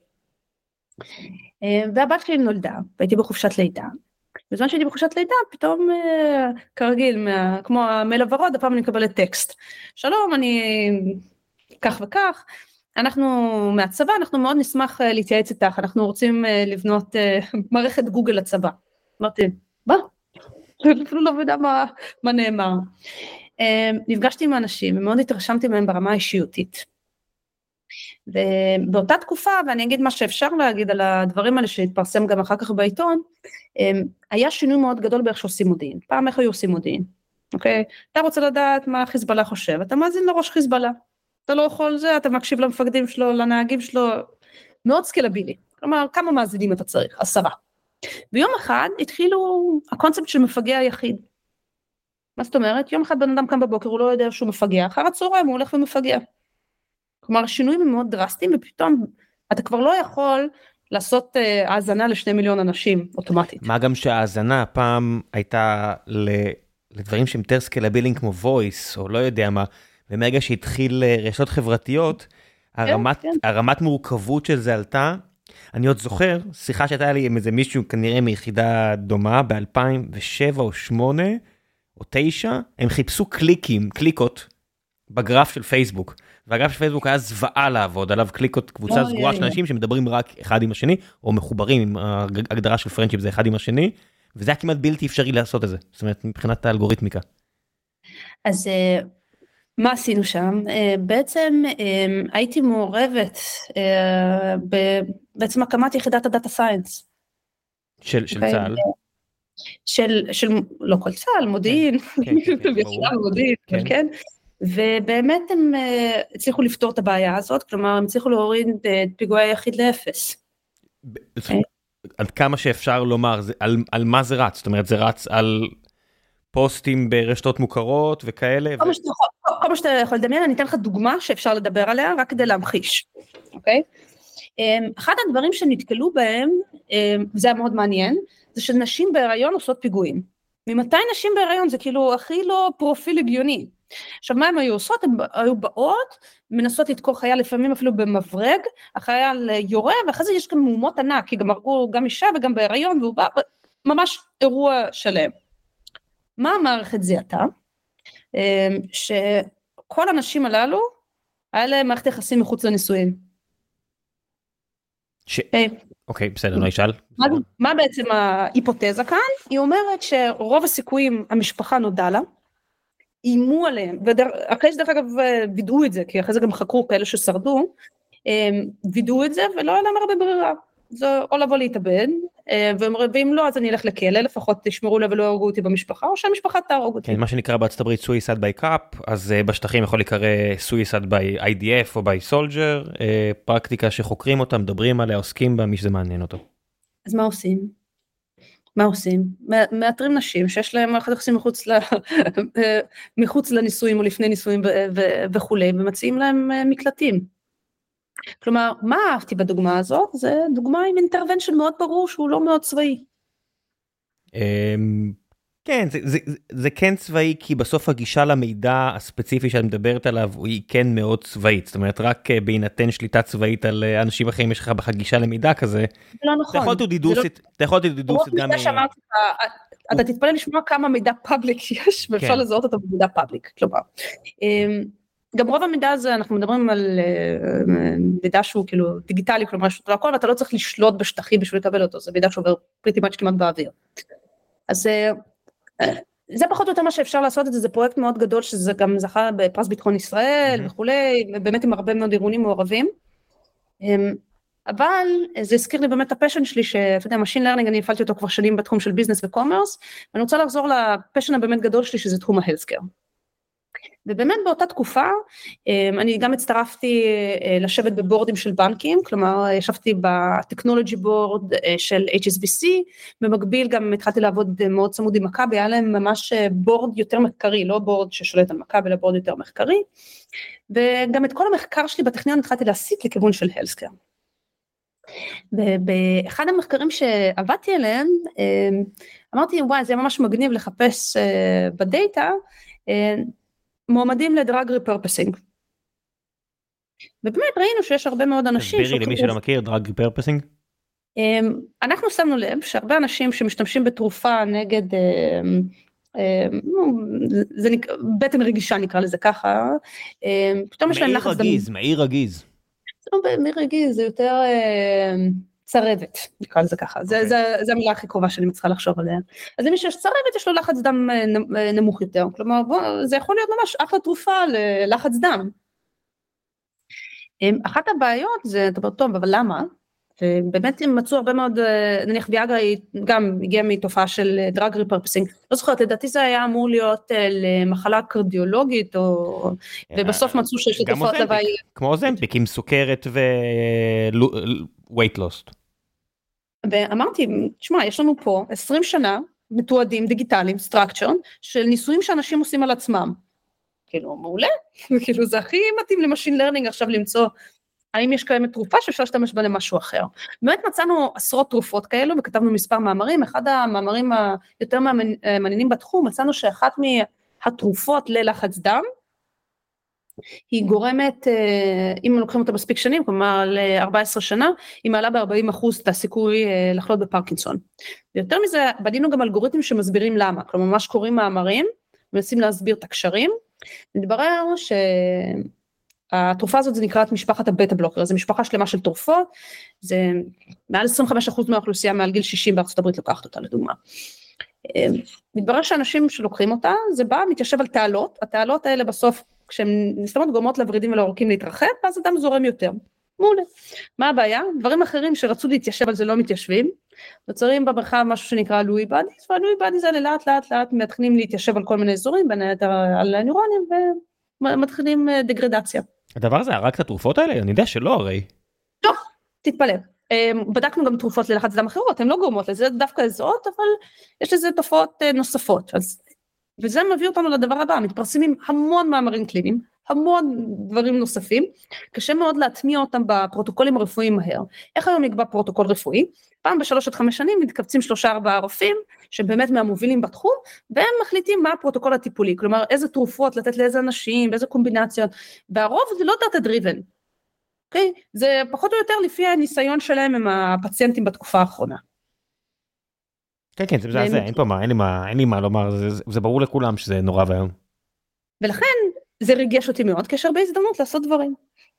והבת שלי נולדה, והייתי בחופשת לידה, בזמן שהייתי בחופשת לידה, פתאום כרגיל, כמו המייל הוורוד, הפעם אני מקבלת טקסט. שלום, אני כך וכך, אנחנו מהצבא, אנחנו מאוד נשמח להתייעץ איתך, אנחנו רוצים לבנות מערכת גוגל לצבא. אמרתי, מה? אפילו לא יודע מה נאמר. נפגשתי עם האנשים, ומאוד התרשמתי מהם ברמה האישיותית. ובאותה תקופה, ואני אגיד מה שאפשר להגיד על הדברים האלה, שהתפרסם גם אחר כך בעיתון, היה שינוי מאוד גדול באיך שעושים מודיעין. פעם איך היו עושים מודיעין? אוקיי? אתה רוצה לדעת מה חיזבאללה חושב, אתה מאזין לראש חיזבאללה. אתה לא יכול זה, אתה מקשיב למפקדים שלו, לנהגים שלו, מאוד סקלבילי. כלומר, כמה מאזינים אתה צריך? 10. ויום אחד התחילו הקונספט של מפגע היחיד. מה זאת אומרת? יום אחד בן אדם קם בבוקר, הוא לא יודע שהוא מפגע, אחר הצהריים הוא הולך ומפגע. כלומר, השינויים הם מאוד דרסטיים, ופתאום אתה כבר לא יכול לעשות האזנה ל2 מיליון אנשים אוטומטית. מה גם שהאזנה פעם הייתה לדברים שהם יותר סקלביליים כמו voice, או לא יודע מה, ומרגע שהתחיל רשתות חברתיות, הרמת מורכבות של זה עלתה. אני עוד זוכר, שיחה שהייתה לי עם איזה מישהו כנראה מיחידה דומה, ב-2007 או 2008 או 2009, הם חיפשו קליקות בגרף של פייסבוק, והגרף של פייסבוק היה זוועה לעבוד עליו, קליקות, קבוצה סגורה של אנשים שמדברים רק אחד עם השני, או מחוברים עם ההגדרה של פרנדשיפ, זה אחד עם השני, וזה היה כמעט בלתי אפשרי לעשות את זה, זאת אומרת, מבחינת האלגוריתמיקה. אז מה עשינו שם? בעצם הייתי מעורבת בעצם הקמת יחידת הדאטה סיינס. של צה"ל? לא כל צה"ל, מודיעין, ויחידה מודיעין, כן. ובאמת הם הצליחו לפתור את הבעיה הזאת, כלומר הם הצליחו להוריד את פיגועי היחיד לאפס. עד כמה שאפשר לומר, על מה זה רץ? זאת אומרת, זה רץ על פוסטים ברשתות מוכרות וכאלה? כל מה שאתה יכול לדמיין, אני אתן לך דוגמה שאפשר לדבר עליה, רק כדי להמחיש, אוקיי? אחד הדברים שנתקלו בהם, וזה היה מאוד מעניין, זה שנשים בהיריון עושות פיגועים. ממתי נשים בהיריון? זה כאילו הכי לא פרופיל הגיוני. עכשיו מה הם היו עושות? הם היו באות, מנסות לתקור חייל לפעמים אפילו במברג, החייל יורה, ואחרי זה יש גם מהומות ענק, כי גם הרגו גם אישה וגם בהיריון, והוא בא ממש אירוע שלם. מה המערכת זיהתה? שכל הנשים הללו, היה להם מערכת יחסים מחוץ לנישואין. אוקיי, בסדר, לא ישאל. מה בעצם ההיפותזה כאן? היא אומרת שרוב הסיכויים המשפחה נודע לה, אימו עליהם, ואחרי שדרך אגב וידעו את זה, כי אחרי זה גם חקרו כאלה ששרדו, וידעו את זה ולא היה להם הרבה ברירה, זה או לבוא להתאבד, ואם לא אז אני אלך לכלא, לפחות תשמרו לב ולא יהרגו אותי במשפחה, או שהמשפחה תהרוג אותי. כן, מה שנקרא בארצות הברית suicide by cop, אז בשטחים יכול להיקרא suicide by IDF או by soldier, פרקטיקה שחוקרים אותה, מדברים עליה, עוסקים בה, מי שזה מעניין אותו. אז מה עושים? מה עושים? מאתרים נשים שיש להם מערכת יחסים מחוץ לנישואים או לפני נישואים וכולי, ומציעים להם מקלטים. כלומר, מה אהבתי בדוגמה הזאת? זה דוגמה עם אינטרוונשן מאוד ברור שהוא לא מאוד צבאי. כן, זה כן צבאי, כי בסוף הגישה למידע הספציפי שאת מדברת עליו, היא כן מאוד צבאית. זאת אומרת, רק בהינתן שליטה צבאית על אנשים אחרים, יש לך גישה למידע כזה. לא נכון. אתה יכול לדידוסית גם... אתה תתפלא לשמוע כמה מידע פאבליק יש, ואפשר לזהות אותו במידע פאבליק. כלומר, גם רוב המידע הזה, אנחנו מדברים על מידע שהוא כאילו דיגיטלי, כלומר, והכל, ואתה לא צריך לשלוט בשטחים בשביל לקבל אותו, זה מידע שעובר פריטי מאץ' כמעט באוויר. אז זה פחות או יותר מה שאפשר לעשות את זה, זה פרויקט מאוד גדול, שזה גם זכה בפרס ביטחון ישראל וכולי, באמת עם הרבה מאוד ארגונים מעורבים, אבל זה הזכיר לי באמת את הפשן שלי, שאתה יודע, Machine Learning, אני הפעלתי אותו כבר שנים בתחום של ביזנס וקומרס, ואני רוצה לחזור לפשן הבאמת גדול שלי, שזה תחום ה-Healthcare. ובאמת באותה תקופה, אני גם הצטרפתי לשבת בבורדים של בנקים, כלומר ישבתי בטכנולוגי בורד של HSBC, במקביל גם התחלתי לעבוד מאוד צמוד עם מכבי, היה להם ממש בורד יותר מחקרי, לא בורד ששולט על מכבי, אלא בורד יותר מחקרי, וגם את כל המחקר שלי בטכניון התחלתי להסיט לכיוון של Healthcare. ובאחד המחקרים שעבדתי עליהם, אמרתי וואי זה ממש מגניב לחפש בדאטה, מועמדים לדרג ריפרפסינג. ובאמת ראינו שיש הרבה מאוד אנשים... תסבירי למי שלא מכיר, דרג ריפרפסינג? אנחנו שמנו לב שהרבה אנשים שמשתמשים בתרופה נגד, בטן רגישה נקרא לזה ככה, פתאום יש להם לחץ דם. מעי רגיז. זה לא מעי רגיז, זה יותר צרבת, נקרא לזה ככה. זה המילה הכי קרובה שאני מצליחה לחשוב עליה. אז למי שיש צרבת, יש לו לחץ דם נמוך יותר. כלומר, זה יכול להיות ממש אחלה תרופה ללחץ דם. אחת הבעיות זה, אתה אומר, טוב, אבל למה? ובאמת הם מצאו הרבה מאוד, נניח ויאגרה היא גם הגיעה מתופעה של דרג ריפרפסינג, לא זוכרת, לדעתי זה היה אמור להיות למחלה קרדיולוגית, ובסוף מצאו שיש לתופעות לוואי. כמו זמפיק, עם סוכרת ו-weight loss. ואמרתי, תשמע, יש לנו פה 20 שנה, מתועדים דיגיטליים, structure, של ניסויים שאנשים עושים על עצמם. כאילו, מעולה, כאילו זה הכי מתאים למשין לרנינג עכשיו למצוא, האם יש קיימת תרופה שאפשר להשתמש בה למשהו אחר. באמת מצאנו עשרות תרופות כאלו, וכתבנו מספר מאמרים, אחד המאמרים היותר מעניינים בתחום, מצאנו שאחת מהתרופות ללחץ דם, היא גורמת, אם לוקחים אותה מספיק שנים, כלומר ל-14 שנה, היא מעלה ב-40% את הסיכוי לחלות בפרקינסון. ויותר מזה, בנינו גם אלגוריתמים שמסבירים למה, כלומר ממש קוראים מאמרים, מנסים להסביר את הקשרים, מתברר שהתרופה הזאת זה נקראת משפחת הבטה בלוקר, זה משפחה שלמה של תרופות, זה מעל 25% מהאוכלוסייה מעל גיל 60 בארצות הברית לוקחת אותה לדוגמה. מתברר שאנשים שלוקחים אותה, זה בא, מתיישב על תעלות, התעלות האלה בסוף, כשהן נסתמות גורמות לוורידים ולעורקים להתרחב, ואז אדם זורם יותר. מעולה. מה הבעיה? דברים אחרים שרצו להתיישב על זה לא מתיישבים, נוצרים במרחב משהו שנקרא לואי בדיס, והלואי בדיס האלה לאט לאט לאט מתחילים להתיישב על כל מיני אזורים, בין היתר על הנוירונים, ומתחילים דגרדציה. הדבר הזה הרג את התרופות האלה? אני יודע שלא הרי. לא, תתפלא. בדקנו גם תרופות ללחץ דם אחרות, הן לא גורמות לזה, דווקא לזהות, אבל יש לזה תופעות נוספות. וזה מביא אותנו לדבר הבא, מתפרסמים המון מאמרים קליניים, המון דברים נוספים, קשה מאוד להטמיע אותם בפרוטוקולים הרפואיים מהר. איך היום נקבע פרוטוקול רפואי? פעם ב3 עד 5 שנים מתקבצים 3-4 רופאים, שבאמת מהמובילים בתחום, והם מחליטים מה הפרוטוקול הטיפולי, כלומר איזה תרופות לתת לאיזה אנשים, באיזה קומבינציות, והרוב זה לא data driven. אוקיי? זה פחות או יותר לפי הניסיון שלהם עם הפציינטים בתקופה האחרונה. כן, כן, זה מזעזע, אין פה מה, אין לי מה לומר, זה ברור לכולם שזה נורא והיום. ולכן זה ריגש אותי מאוד, כי יש הרבה הזדמנות לעשות דברים.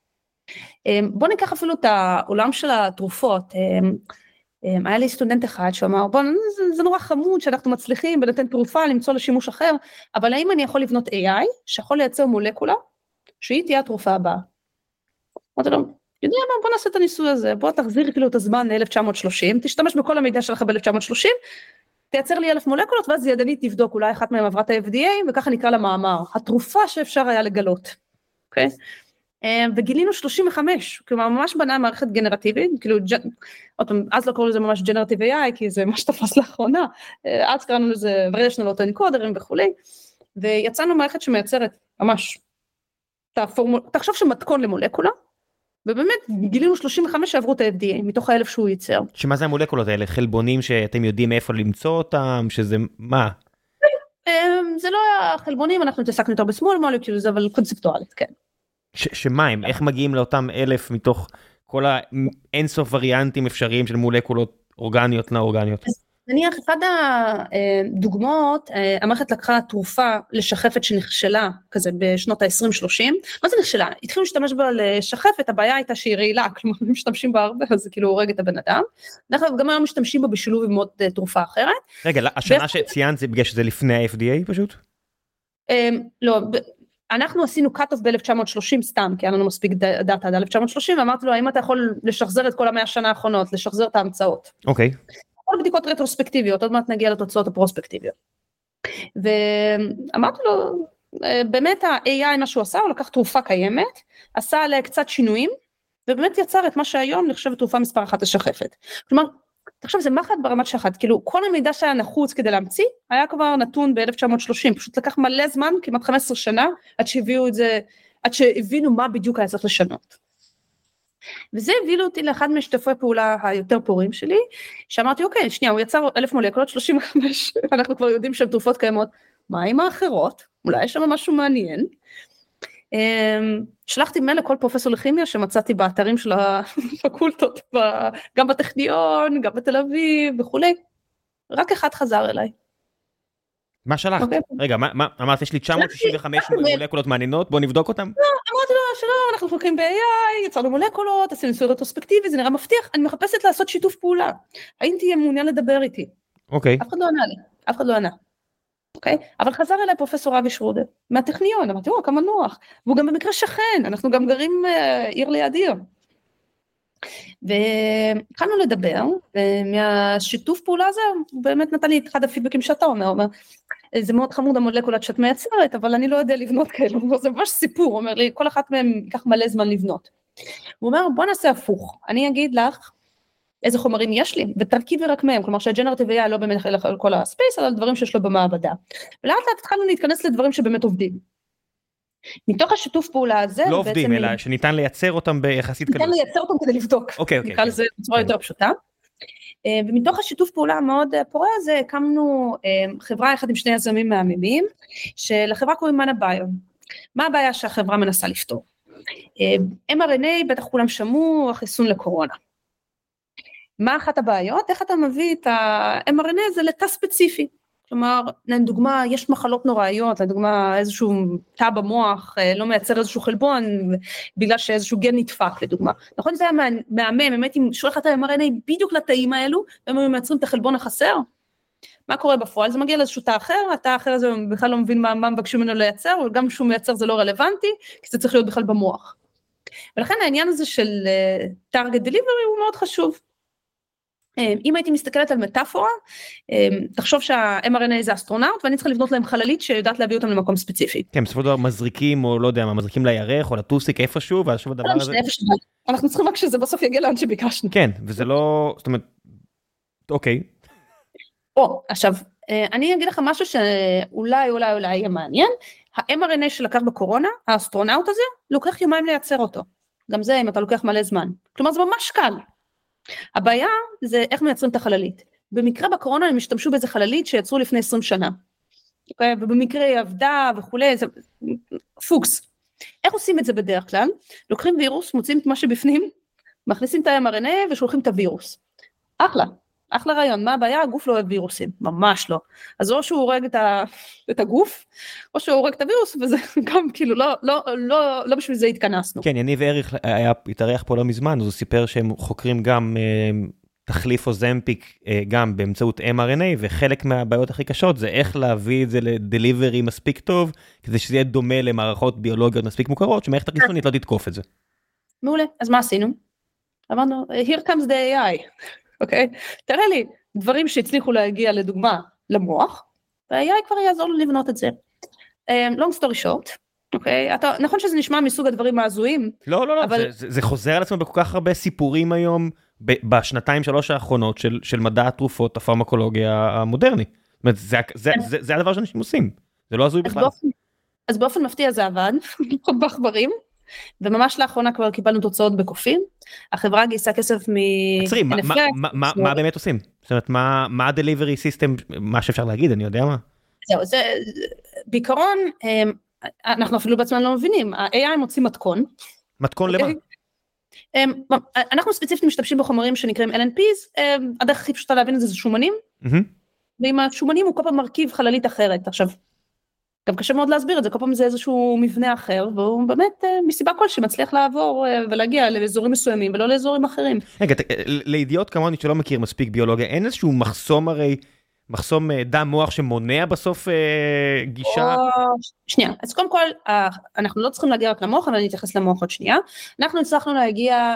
בוא ניקח אפילו את העולם של התרופות, היה לי סטודנט אחד שאמר, בוא, זה נורא חמוד שאנחנו מצליחים ונתן תרופה למצוא לשימוש אחר, אבל האם אני יכול לבנות AI שיכול לייצר מולקולה, שהיא תהיה התרופה הבאה? אמרתי לו, יודע מה, בוא נעשה את הניסוי הזה, בוא תחזיר כאילו את הזמן ל-1930, תשתמש בכל המידע שלך ב-1930, תייצר לי 1,000 מולקולות, ואז ידנית תבדוק, אולי אחת מהם עברה את ה-FDA, וככה נקרא למאמר, התרופה שאפשר היה לגלות, אוקיי? וגילינו 35, כלומר ממש בנה מערכת גנרטיבית, כאילו, אז לא קראו לזה ממש ג'נרטיב AI, כי זה מה שתפס לאחרונה, אז קראנו לזה וריאשנל אוטואנקודרים וכולי, ויצאנו מערכת שמייצרת ממש, תחשוב שמתכון למולקולה, ובאמת גילינו 35 שעברו את ה-FDA, מתוך 1,000 שהוא ייצר. שמה זה המולקולות האלה? חלבונים שאתם יודעים איפה למצוא אותם, שזה מה? זה לא החלבונים, אנחנו התעסקנו יותר בסמול מולקיולס, אבל קונספטואלית, כן. שמה הם? איך מגיעים לאותם 1,000 מתוך כל האינסוף וריאנטים אפשריים של מולקולות אורגניות, לא אורגניות? נניח, אחד הדוגמאות, המערכת לקחה תרופה לשחפת שנכשלה, כזה בשנות ה-20-30, מה זה נכשלה? התחילו להשתמש בה לשחפת, הבעיה הייתה שהיא רעילה, כלומר, הם משתמשים בה הרבה, אז זה כאילו הורג את הבן אדם, דרך אגב, גם היום משתמשים בה בשילוב עם עוד תרופה אחרת. רגע, השנה שציינת זה בגלל שזה לפני ה-FDA פשוט? לא, אנחנו עשינו cut-off ב-1930 סתם, כי היה לנו מספיק דאטה עד 1930, ואמרתי לו, האם אתה יכול לשחזר את כל 100 השנה האחרונות, לשחזר את ההמצאות? אוקיי. כל בדיקות רטרוספקטיביות, עוד מעט נגיע לתוצאות הפרוספקטיביות. ואמרתי לו, באמת ה-AI, מה שהוא עשה, הוא לקח תרופה קיימת, עשה עליה קצת שינויים, ובאמת יצר את מה שהיום נחשב תרופה מספר אחת לשחפת. כלומר, תחשוב, זה מחט ברמת שחת, כאילו כל המידע שהיה נחוץ כדי להמציא, היה כבר נתון ב-1930, פשוט לקח מלא זמן, כמעט 15 שנה, עד שהביאו את זה, עד שהבינו מה בדיוק היה צריך לשנות. וזה הביא אותי לאחד משתפי פעולה היותר פורים שלי, שאמרתי, אוקיי, שנייה, הוא יצר 1,000 מולקולות, 35, אנחנו כבר יודעים שהן תרופות קיימות, מה עם האחרות? אולי יש שם משהו מעניין. שלחתי מייל לכל פרופסור לכימיה שמצאתי באתרים של הפקולטות, גם בטכניון, גם בתל אביב וכולי, רק אחד חזר אליי. מה שלחת? רגע, אמרת, יש לי 965 מולקולות מעניינות, בוא נבדוק אותם? לא, אמרתי לו, שלא, אנחנו חוקרים ב-AI, יצרנו מולקולות, עשינו ניסוי רטרוספקטיבי, זה נראה מבטיח, אני מחפשת לעשות שיתוף פעולה. האם תהיה מעוניין לדבר איתי? אוקיי. אף אחד לא ענה לי, אף אחד לא ענה. אוקיי? אבל חזר אליי פרופסור אבי שרודר, מהטכניון, אמרתי, כמה נוח, והוא גם במקרה שכן, אנחנו גם גרים עיר ליד עיר. והתחלנו לדבר, ומהשיתוף פעולה הזה, הוא באמת נתן לי את אחד הפידבקים שאתה אומר, זה מאוד חמוד המולקולות שאת מייצרת, אבל אני לא יודע לבנות כאלו, זה ממש סיפור, הוא אומר לי, כל אחת מהם ייקח מלא זמן לבנות. הוא אומר, בוא נעשה הפוך, אני אגיד לך, איזה חומרים יש לי, ותרכיבי רק מהם, כלומר שהג'נרטיב AI לא באמת על כל הספייס, אלא על דברים שיש לו במעבדה. ולאט לאט התחלנו להתכנס לדברים שבאמת עובדים. מתוך השיתוף פעולה הזה, לא עובדים, אלא שניתן לייצר אותם ביחסית קלות. ניתן לייצר אותם כדי לבדוק. אוקיי. נקרא לזה בצורה יותר פשוטה. ומתוך השיתוף פעולה המאוד פורה הזה, הקמנו חברה יחד עם שני יזמים מהממים, שלחברה קוראים מנה ביו. מה הבעיה שהחברה מנסה לפתור? mRNA, בטח כולם שמעו, החיסון לקורונה. מה אחת הבעיות? איך אתה מביא את ה-mRNA זה לתא ספציפי. כלומר, לדוגמה, יש מחלות נוראיות, לדוגמה, איזשהו תא במוח לא מייצר איזשהו חלבון, בגלל שאיזשהו גן נדפק, לדוגמה. נכון, זה היה מהמם, באמת, אם שולח את ה-mRNA בדיוק לתאים האלו, והם מייצרים את החלבון החסר, מה קורה בפועל? זה מגיע לאיזשהו תא אחר, התא האחר הזה בכלל לא מבין מה מבקשים ממנו לייצר, וגם כשהוא מייצר זה לא רלוונטי, כי זה צריך להיות בכלל במוח. ולכן העניין הזה של target delivery הוא מאוד חשוב. אם הייתי מסתכלת על מטאפורה, תחשוב שה-mRNA זה אסטרונאוט, ואני צריכה לבנות להם חללית שיודעת להביא אותם למקום ספציפי. כן, בסופו של דבר מזריקים, או לא יודע מה, מזריקים לירח, או לטוסיק איפשהו, ואז שוב הדבר הזה... אנחנו צריכים רק שזה בסוף יגיע לאן שביקשנו. כן, וזה לא... זאת אומרת... אוקיי. עכשיו, אני אגיד לך משהו שאולי יהיה מעניין, ה-mRNA שלקח בקורונה, האסטרונאוט הזה, לוקח יומיים לייצר אותו. גם זה אם אתה לוקח מלא זמן. כלומר, זה ממש קל. הבעיה זה איך מייצרים את החללית. במקרה בקורונה הם השתמשו באיזה חללית שיצרו לפני 20 שנה. ובמקרה היא עבדה וכולי, זה פוקס. איך עושים את זה בדרך כלל? לוקחים וירוס, מוצאים את מה שבפנים, מכניסים את ה-mRNA ושולחים את הווירוס. אחלה רעיון, מה הבעיה? הגוף לא אוהב וירוסים, ממש לא. אז או שהוא הורג את הגוף, או שהוא הורג את הווירוס, וזה גם כאילו לא בשביל זה התכנסנו. כן, יניב אריך התארח פה לא מזמן, אז הוא סיפר שהם חוקרים גם תחליף אוזמפיק גם באמצעות mRNA, וחלק מהבעיות הכי קשות זה איך להביא את זה לדליברי מספיק טוב, כדי שזה יהיה דומה למערכות ביולוגיות מספיק מוכרות, שמערכת החיסונית לא תתקוף את זה. מעולה, אז מה עשינו? אמרנו, here comes the AI. אוקיי? תראה לי, דברים שהצליחו להגיע לדוגמה למוח, וה-AI כבר יעזור לו לבנות את זה. long story short, אוקיי? נכון שזה נשמע מסוג הדברים ההזויים? לא, זה חוזר על עצמו בכל כך הרבה סיפורים היום, בשנתיים שלוש האחרונות של מדע התרופות, הפרמקולוגיה המודרנית. זאת אומרת, זה הדבר שאנשים עושים, זה לא הזוי בכלל. אז באופן מפתיע זה עבד, לפחות בעכברים, וממש לאחרונה כבר קיבלנו תוצאות בקופים, החברה גייסה כסף מ-NFX. מה באמת עושים? זאת אומרת, מה ה-delivery system, מה שאפשר להגיד, אני יודע מה? זהו, זה, בעיקרון, אנחנו אפילו בעצמם לא מבינים, ה-AI מוציא מתכון. מתכון למה? אנחנו ספציפית משתמשים בחומרים שנקראים LNPs, הדרך הכי פשוטה להבין את זה שומנים, ועם השומנים הוא כל פעם מרכיב חללית אחרת, עכשיו, גם קשה מאוד להסביר את זה, כל פעם זה איזשהו מבנה אחר, והוא באמת מסיבה כלשהי מצליח לעבור ולהגיע לאזורים מסוימים, ולא לאזורים אחרים. רגע, לידיעות כמוני שלא מכיר מספיק ביולוגיה, אין איזשהו מחסום הרי, מחסום דם מוח שמונע בסוף גישה? שנייה, אז קודם כל, אנחנו לא צריכים להגיע רק למוח, אבל אני אתייחס למוח עוד שנייה, אנחנו הצלחנו להגיע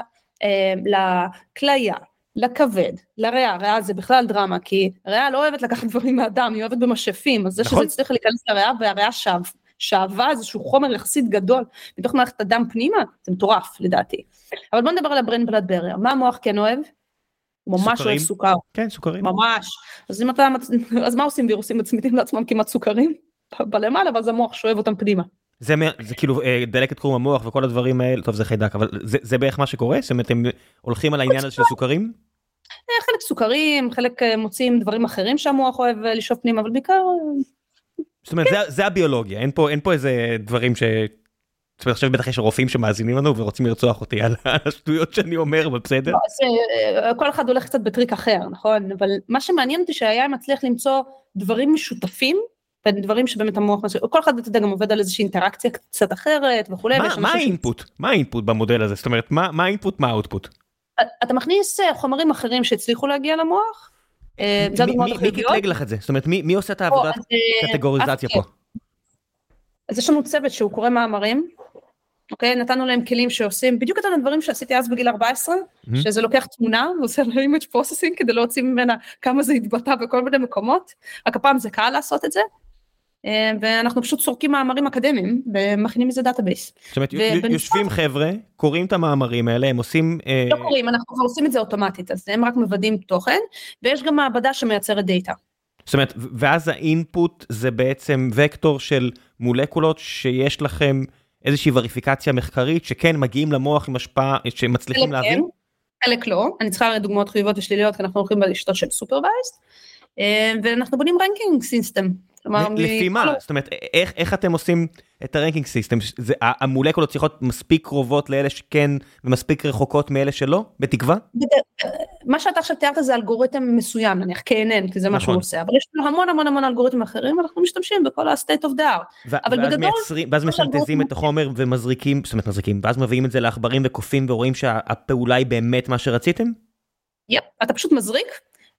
לכליה, לכבד, לריאה, ריאה זה בכלל דרמה, כי ריאה לא אוהבת לקחת דברים מהדם, היא אוהבת במשאפים, אז זה שזה צריך להיכנס לריאה, והריאה שאבה איזשהו חומר יחסית גדול, מתוך מערכת הדם פנימה, זה מטורף לדעתי. אבל בוא נדבר על ה-brain blood barrier, מה המוח כן אוהב? הוא ממש אוהב סוכר. כן, סוכרים. ממש. אז מה עושים וירוסים מצמידים לעצמם כמעט סוכרים? בלמעלה, אבל זה המוח שואב אותם פנימה. זה כאילו דלקת קרום המוח וכל הדברים האלה, טוב זה חיידק, אבל זה בערך מה שקורה? זאת אומרת, הם הולכים על העניין הזה של סוכרים? חלק סוכרים, חלק מוצאים דברים אחרים שהמוח אוהב לשאוף פנימה, אבל בעיקר... זאת אומרת, זה הביולוגיה, אין פה איזה דברים ש... זאת אומרת, עכשיו בטח יש רופאים שמאזינים לנו ורוצים לרצוח אותי על השטויות שאני אומר, אבל בסדר? כל אחד הולך קצת בטריק אחר, נכון? אבל מה שמעניין אותי שהיה מצליח למצוא דברים משותפים, דברים שבאמת המוח, כל אחד אתה יודע גם עובד על איזושהי אינטראקציה קצת אחרת וכו'. מה האינפוט? מה האינפוט במודל הזה? זאת אומרת, מה האינפוט, מה האוטפוט? אתה מכניס חומרים אחרים שהצליחו להגיע למוח. מי קטלג לך את זה? זאת אומרת, מי עושה את העבודת קטגוריזציה פה? אז יש לנו צוות שהוא קורא מאמרים, אוקיי? נתנו להם כלים שעושים, בדיוק את הדברים שעשיתי אז בגיל 14, שזה לוקח תמונה, ועושה לה image processing, כדי להוציא ממנה כמה זה התבטא בכל מיני מקומות, רק הפעם זה קל לעשות את זה, ואנחנו פשוט סורקים מאמרים אקדמיים, ומכינים מזה דאטאבייס. זאת אומרת, יושבים חבר'ה, קוראים את המאמרים האלה, הם עושים... לא קוראים, אנחנו כבר עושים את זה אוטומטית, אז הם רק מבדים תוכן, ויש גם מעבדה שמייצרת דאטה. זאת אומרת, ואז האינפוט זה בעצם וקטור של מולקולות שיש לכם איזושהי וריפיקציה מחקרית, שכן מגיעים למוח עם השפעה, שמצליחים להבין? חלק לא, אני צריכה דוגמאות חיוביות ושליליות, כי אנחנו הולכים בלשתות של סופרווייזד, ואנחנו בונים רנקינג סיסטם, לפי מה? זאת אומרת, איך אתם עושים את הרנקינג סיסטם? המולקולות צריכות מספיק קרובות לאלה שכן, ומספיק רחוקות מאלה שלא, בתקווה? מה שאתה עכשיו תיארת זה אלגוריתם מסוים, נניח KNN, כי זה מה שהוא עושה, אבל יש לנו המון אלגוריתמים אחרים, אנחנו משתמשים בכל ה-state of the art. ואז מסנתזים את החומר ומזריקים, זאת אומרת מזריקים, ואז מביאים את זה לעכברים וקופים, ורואים שהפעולה היא באמת מה שרציתם? יפ, אתה פשוט מזריק,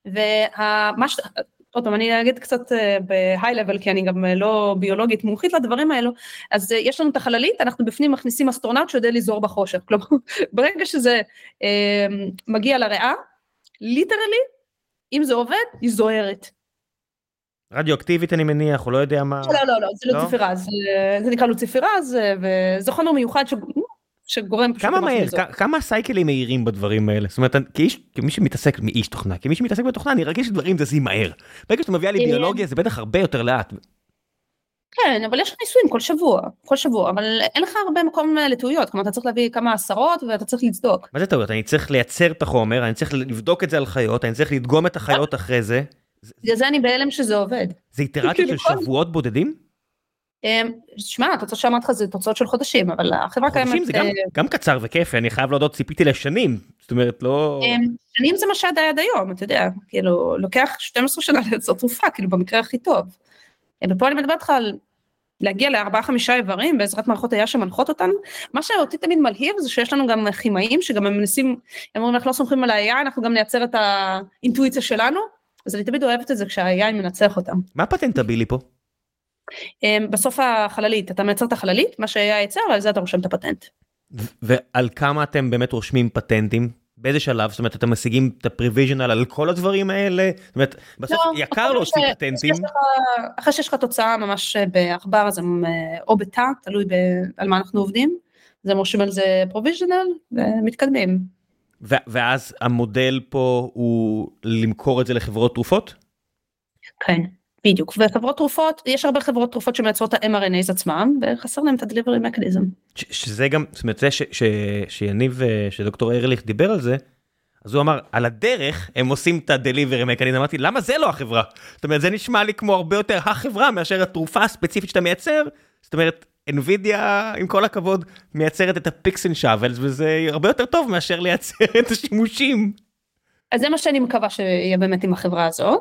עוד פעם, אני אגיד קצת בהיי לבל, כי אני גם לא ביולוגית מומחית לדברים האלו, אז יש לנו את החללית, אנחנו בפנים מכניסים אסטרונאוט שיודע לזור בחושך, כלומר, ברגע שזה מגיע לריאה, ליטרלי, אם זה עובד, היא זוהרת. רדיואקטיבית אני מניח, הוא לא יודע מה... לא, זה לוציפרז, זה נקרא לוציפרז, וזה חומר מיוחד שגורם פשוט... כמה מהר, כמה סייקלים מהירים בדברים האלה? זאת אומרת, כמי שמתעסק בתוכנה, אני רגיל שדברים זזים מהר. ברגע שאתה מביאה לי ביולוגיה, זה בטח הרבה יותר לאט. כן, אבל יש ניסויים כל שבוע, אבל אין לך הרבה מקום לטעויות, כלומר, אתה צריך להביא כמה עשרות, ואתה צריך לצדוק. מה זה טעויות? אני צריך לייצר את החומר, אני צריך לבדוק את זה על חיות, אני צריך לדגום את החיות אחרי זה. זה אני בהלם שזה עובד. זה איטרציות של שבועות בודדים? שמע, התוצאות שאמרת לך זה תוצאות של חודשים, אבל החברה קיימת... חודשים זה גם קצר וכיף, אני חייב להודות, ציפיתי לשנים, זאת אומרת, לא... שנים זה מה שעד עד היום, אתה יודע, כאילו, לוקח 12 שנה לייצר תרופה, כאילו, במקרה הכי טוב. ופה אני מדברת לך על להגיע ל4-5 איברים, בעזרת מערכות היה שמנחות אותנו. מה שאותי תמיד מלהיב, זה שיש לנו גם כימאים, שגם הם מנסים, הם אומרים, אנחנו לא סומכים על ה-AI, אנחנו גם נייצר את האינטואיציה שלנו, אז אני תמיד אוהבת את זה כשה-AI מנצח אותם. מה הפטנטבילי פה? בסוף החללית, אתה מייצר את החללית, מה שהיה יצר, ועל זה אתה רושם את הפטנט. ועל כמה אתם באמת רושמים פטנטים? באיזה שלב? זאת אומרת, אתם משיגים את הפריוויז'נל על כל הדברים האלה? זאת אומרת, בסוף יקר להוציא פטנטים. אחרי שיש לך תוצאה ממש בעכבר, אז או בתא, תלוי על מה אנחנו עובדים, אז הם רושמים על זה פרוביז'נל, ומתקדמים. ואז המודל פה הוא למכור את זה לחברות תרופות? כן. בדיוק, וחברות תרופות, יש הרבה חברות תרופות שמייצרות את ה-mRNAs עצמם, וחסר להם את ה-delivery mechanism. שזה גם, זאת אומרת, זה שיניב, שדוקטור ארליך דיבר על זה, אז הוא אמר, על הדרך הם עושים את ה-delivery mechanism, אמרתי, למה זה לא החברה? זאת אומרת, זה נשמע לי כמו הרבה יותר החברה, מאשר התרופה הספציפית שאתה מייצר, זאת אומרת, NVIDIA, עם כל הכבוד, מייצרת את ה-Pix and Shovels, וזה הרבה יותר טוב מאשר לייצר את השימושים. אז זה מה שאני מקווה שיהיה באמת עם החברה הזאת.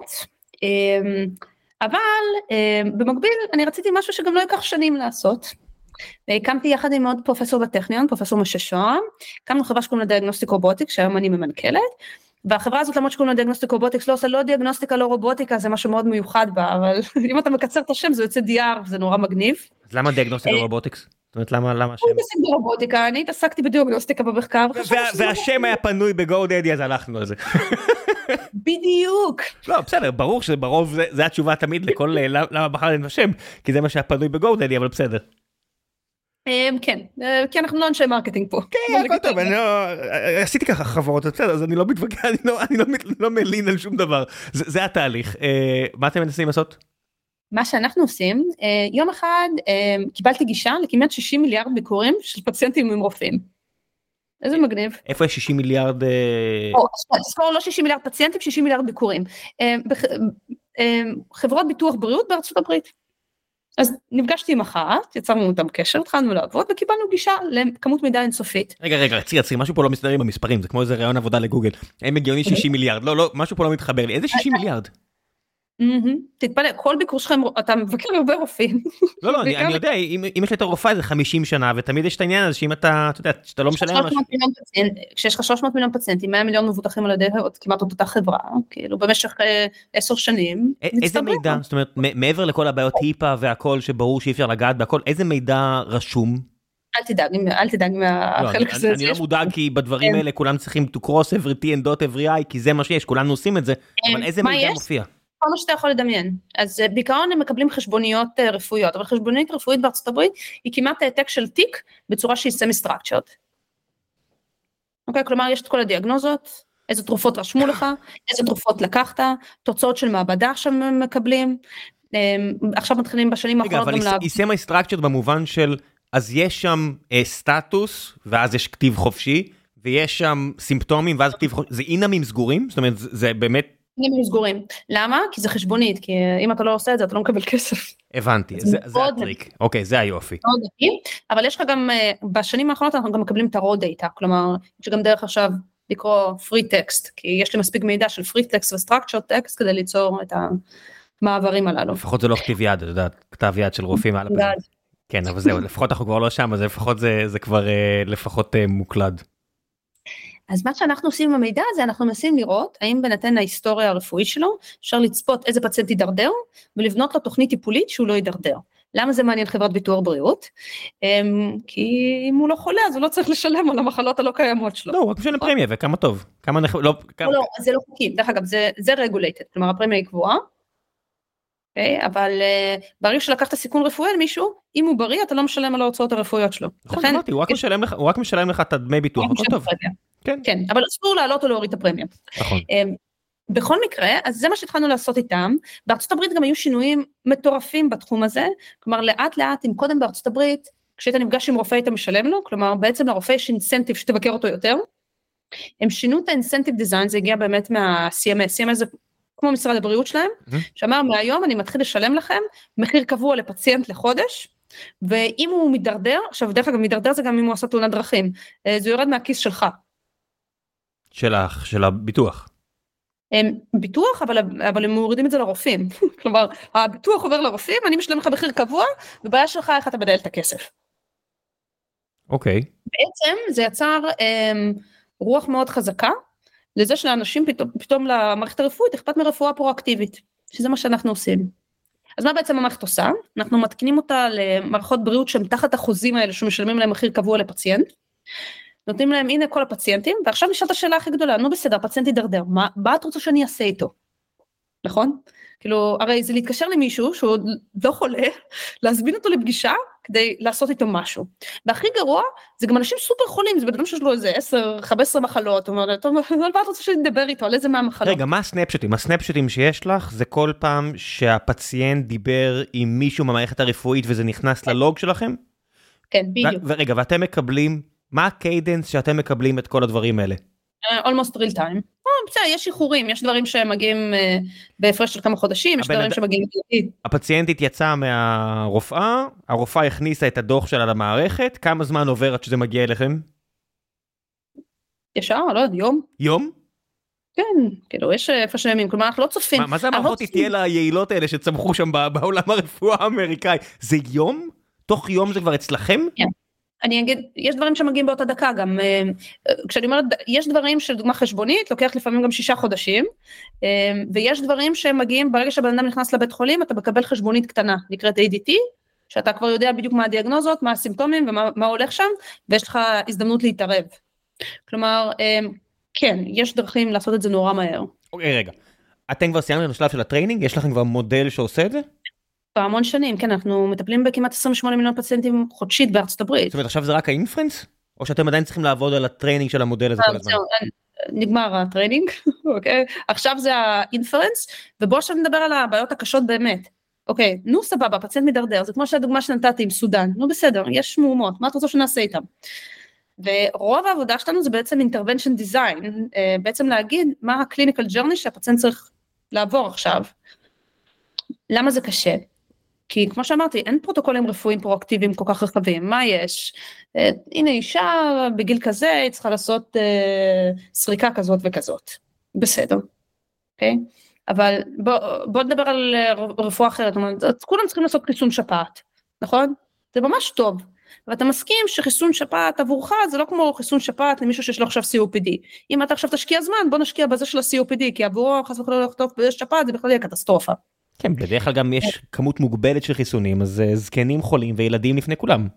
אבל במקביל אני רציתי משהו שגם לא ייקח שנים לעשות, והקמתי יחד עם עוד פרופסור בטכניון, פרופסור משה שוהם, הקמנו חברה שקוראים לה דיאגנוסטיק רובוטיקס, שהיום אני ממנכ"לת, והחברה הזאת למרות שקוראים לה דיאגנוסטיק רובוטיקס, לא עושה לא דיאגנוסטיקה, לא רובוטיקה, זה משהו מאוד מיוחד בה, אבל אם אתה מקצר את השם זה יוצא DR, זה נורא מגניב. אז למה דיאגנוסטיקה רובוטיקס? זאת אומרת, למה השם? הוא התעסק ברובוטיקה, אני התעסקתי בדיאגנוסטיקה במחקר. והשם היה פנוי ב-GoDaddy, אז הלכנו על זה. בדיוק. לא, בסדר, ברור שברוב זה התשובה תמיד לכל למה בחרתם בשם, כי זה מה שהיה פנוי ב-GoDaddy, אבל בסדר. כן, כי אנחנו לא אנשי מרקטינג פה. כן, הכל טוב, עשיתי ככה חברות, בסדר, אז אני לא מתווכח, אני לא מלין על שום דבר. זה התהליך. מה אתם מנסים לעשות? מה שאנחנו עושים, יום אחד קיבלתי גישה לכמעט 60 מיליארד ביקורים של פציינטים עם רופאים. איזה מגניב. איפה יש 60 מיליארד? ספור לא 60 מיליארד פציינטים, 60 מיליארד ביקורים. חברות ביטוח בריאות בארצות הברית. אז נפגשתי עם אחת, יצרנו אותם קשר, התחלנו לעבוד וקיבלנו גישה לכמות מידע אינסופית. רגע, עצרי, משהו פה לא מסתדר עם המספרים, זה כמו איזה רעיון עבודה לגוגל. הם הגיוני 60 מיליארד, לא, משהו פה לא מתחבר לי. איזה 60 מיליארד? תתפלא, כל ביקור שלכם, אתה מבקר הרבה רופאים. לא, אני יודע, אם יש לי את הרופאה זה 50 שנה, ותמיד יש את העניין הזה שאם אתה יודע, שאתה לא משלם משהו. כשיש לך 300 מיליון פציינטים, 100 מיליון מבוטחים על ידי כמעט אותה חברה, כאילו במשך 10 שנים. איזה מידע, זאת אומרת, מעבר לכל הבעיות היפה והכל שברור שאי אפשר לגעת בהכל, איזה מידע רשום? אל תדאג מהחלק הזה. אני לא מודאג כי בדברים האלה כולם צריכים to cross every T and dot every I, כי זה מה שיש, כולנו עושים את זה, אבל איזה מידע מופיע? כל מה שאתה יכול לדמיין. אז בעיקרון הם מקבלים חשבוניות רפואיות, אבל חשבונית רפואית בארצות הברית היא כמעט העתק של תיק בצורה שהיא semi-structured. אוקיי, כלומר יש את כל הדיאגנוזות, איזה תרופות רשמו לך, איזה תרופות לקחת, תוצאות של מעבדה שהם מקבלים, עכשיו מתחילים בשנים האחרונות גם אבל היא semi-structured במובן של, אז יש שם סטטוס, ואז יש כתיב חופשי, ויש שם סימפטומים, ואז כתיב חופשי, זה אינמים סגורים, זאת אומרת, זה באמת, הם היו סגורים. למה? כי זה חשבונית, כי אם אתה לא עושה את זה, אתה לא מקבל כסף. הבנתי, זה הטריק. אוקיי, זה היופי. אבל יש לך גם, בשנים האחרונות אנחנו גם מקבלים את ה-raw data, כלומר, יש גם דרך עכשיו לקרוא free text, כי יש לי מספיק מידע של free text ו-structured text, כדי ליצור את המעברים הללו. לפחות זה לא כתיב יד, אתה יודע, כתב יד של רופאים על הפנים. כן, אבל זהו, לפחות אנחנו כבר לא שם, אז לפחות זה כבר לפחות מוקלד. אז מה שאנחנו עושים עם המידע הזה, אנחנו מנסים לראות, האם בנתן ההיסטוריה הרפואית שלו, אפשר לצפות איזה פציינט יידרדר, ולבנות לו תוכנית טיפולית שהוא לא יידרדר. למה זה מעניין חברת ביטוח בריאות? כי אם הוא לא חולה, אז הוא לא צריך לשלם על המחלות הלא קיימות שלו. לא, הוא רק משלם פרמיה, וכמה טוב. לא, זה לא חוקי, דרך אגב, זה regulated, כלומר הפרמיה היא קבועה, אבל ברגע שלקחת סיכון רפואי על מישהו, אם הוא בריא, אתה לא משלם על ההוצאות הרפואיות שלו. נכון, אמרתי, הוא רק משלם לך את הדמי ביטוח, הכל טוב. כן, אבל אסור לעלות או להוריד את הפרמיה. נכון. בכל מקרה, אז זה מה שהתחלנו לעשות איתם, בארצות הברית גם היו שינויים מטורפים בתחום הזה, כלומר לאט לאט, אם קודם בארצות הברית, כשאתה נפגש עם רופא היית משלם לו, כלומר בעצם לרופא יש אינסנטיב שתבקר אותו יותר, הם שינו את האינסנטיב דיזיין, זה הגיע באמת מה-CMS, CMS זה כמו משרד הבריאות שלהם, שאמר מהיום אני מתחיל לשלם לכם, מחיר קבוע לפציינט לחודש, ואם הוא מדרדר, עכשיו דרך אגב מדרדר זה גם אם הוא עשה תאונת דרכים, זה יורד מהכיס שלך. שלך, של הביטוח. ביטוח, אבל הם מורידים את זה לרופאים. כלומר, הביטוח עובר לרופאים, אני משלם לך מחיר קבוע, ובעיה שלך איך אתה בדל את הכסף. אוקיי. בעצם זה יצר רוח מאוד חזקה, לזה שלאנשים פתאום למערכת הרפואית אכפת מרפואה פרואקטיבית, שזה מה שאנחנו עושים. אז מה בעצם המערכת עושה? אנחנו מתקינים אותה למערכות בריאות שהן תחת החוזים האלה, שמשלמים להם מחיר קבוע לפציינט, נותנים להם, הנה כל הפציינטים, ועכשיו נשאלת השאלה הכי גדולה, נו בסדר, פציינט יידרדר, מה את רוצה שאני אעשה איתו? נכון? כאילו, הרי זה להתקשר למישהו שהוא לא חולה, להזמין אותו לפגישה, כדי לעשות איתו משהו. והכי גרוע, זה גם אנשים סופר חולים, זה בדברים שיש לו איזה 10-15 מחלות, הוא אומר, טוב, מה את רוצה שנדבר איתו, על איזה מהמחלות? רגע, מה הסנאפשוטים? הסנאפשוטים שיש לך, זה כל פעם שהפציינט דיבר עם מישהו מהמערכת הרפואית, וזה נכנס ללוג שלכם? כן, בדיוק. ורגע, ואתם מקבלים, מה הקיידנס שאתם מקבלים את כל הדברים האלה? almost real time. בסדר, יש איחורים, יש דברים שמגיעים בהפרש של כמה חודשים, יש דברים שמגיעים... הפציינטית יצאה מהרופאה, הרופאה הכניסה את הדוח שלה למערכת, כמה זמן עובר עד שזה מגיע אליכם? ישר, לא יודע, יום. יום? כן, כאילו, יש איפה שמים, כלומר, אנחנו לא צופים. מה זה המערכות תהיה ליעילות האלה שצמחו שם בעולם הרפואה האמריקאי? זה יום? תוך יום זה כבר אצלכם? כן. אני אגיד, יש דברים שמגיעים באותה דקה גם, כשאני אומרת, יש דברים של דוגמה חשבונית, לוקח לפעמים גם 6 חודשים, ויש דברים שמגיעים, ברגע שבן אדם נכנס לבית חולים, אתה מקבל חשבונית קטנה, נקראת ADT, שאתה כבר יודע בדיוק מה הדיאגנוזות, מה הסימפטומים ומה הולך שם, ויש לך הזדמנות להתערב. כלומר, כן, יש דרכים לעשות את זה נורא מהר. אוקיי, רגע. אתם כבר סיימתם את השלב של הטריינינג? יש לכם כבר מודל שעושה את זה? בהמון שנים, כן, אנחנו מטפלים בכמעט 28 מיליון פציינטים חודשית בארצות הברית. זאת אומרת, עכשיו זה רק האינפרנס? או שאתם עדיין צריכים לעבוד על הטריינינג של המודל הזה כל הזמן? נגמר הטריינינג, אוקיי? עכשיו זה האינפרנס, ובואו עכשיו נדבר על הבעיות הקשות באמת. אוקיי, נו סבבה, פציינט מדרדר, זה כמו שהדוגמה שנתתי עם סודן, נו בסדר, יש מהומות, מה את רוצה שנעשה איתם? ורוב העבודה שלנו זה בעצם intervention design, בעצם להגיד מה ה-clinical journey שהפציינט צריך לעבור עכשיו. למה זה קשה? כי כמו שאמרתי, אין פרוטוקולים רפואיים פרואקטיביים כל כך רחבים, מה יש? הנה אישה בגיל כזה, היא צריכה לעשות סריקה כזאת וכזאת, בסדר, אוקיי? אבל בוא נדבר על רפואה אחרת, כולם צריכים לעשות חיסון שפעת, נכון? זה ממש טוב, ואתה מסכים שחיסון שפעת עבורך, זה לא כמו חיסון שפעת למישהו שיש לו עכשיו COPD, אם אתה עכשיו תשקיע זמן, בוא נשקיע בזה של ה-COPD, כי עבורו חס וחלילה לכתוב בשפעת, זה בכלל יהיה קטסטרופה. כן, בדרך כלל גם יש כמות מוגבלת של חיסונים, אז זקנים חולים וילדים לפני כולם.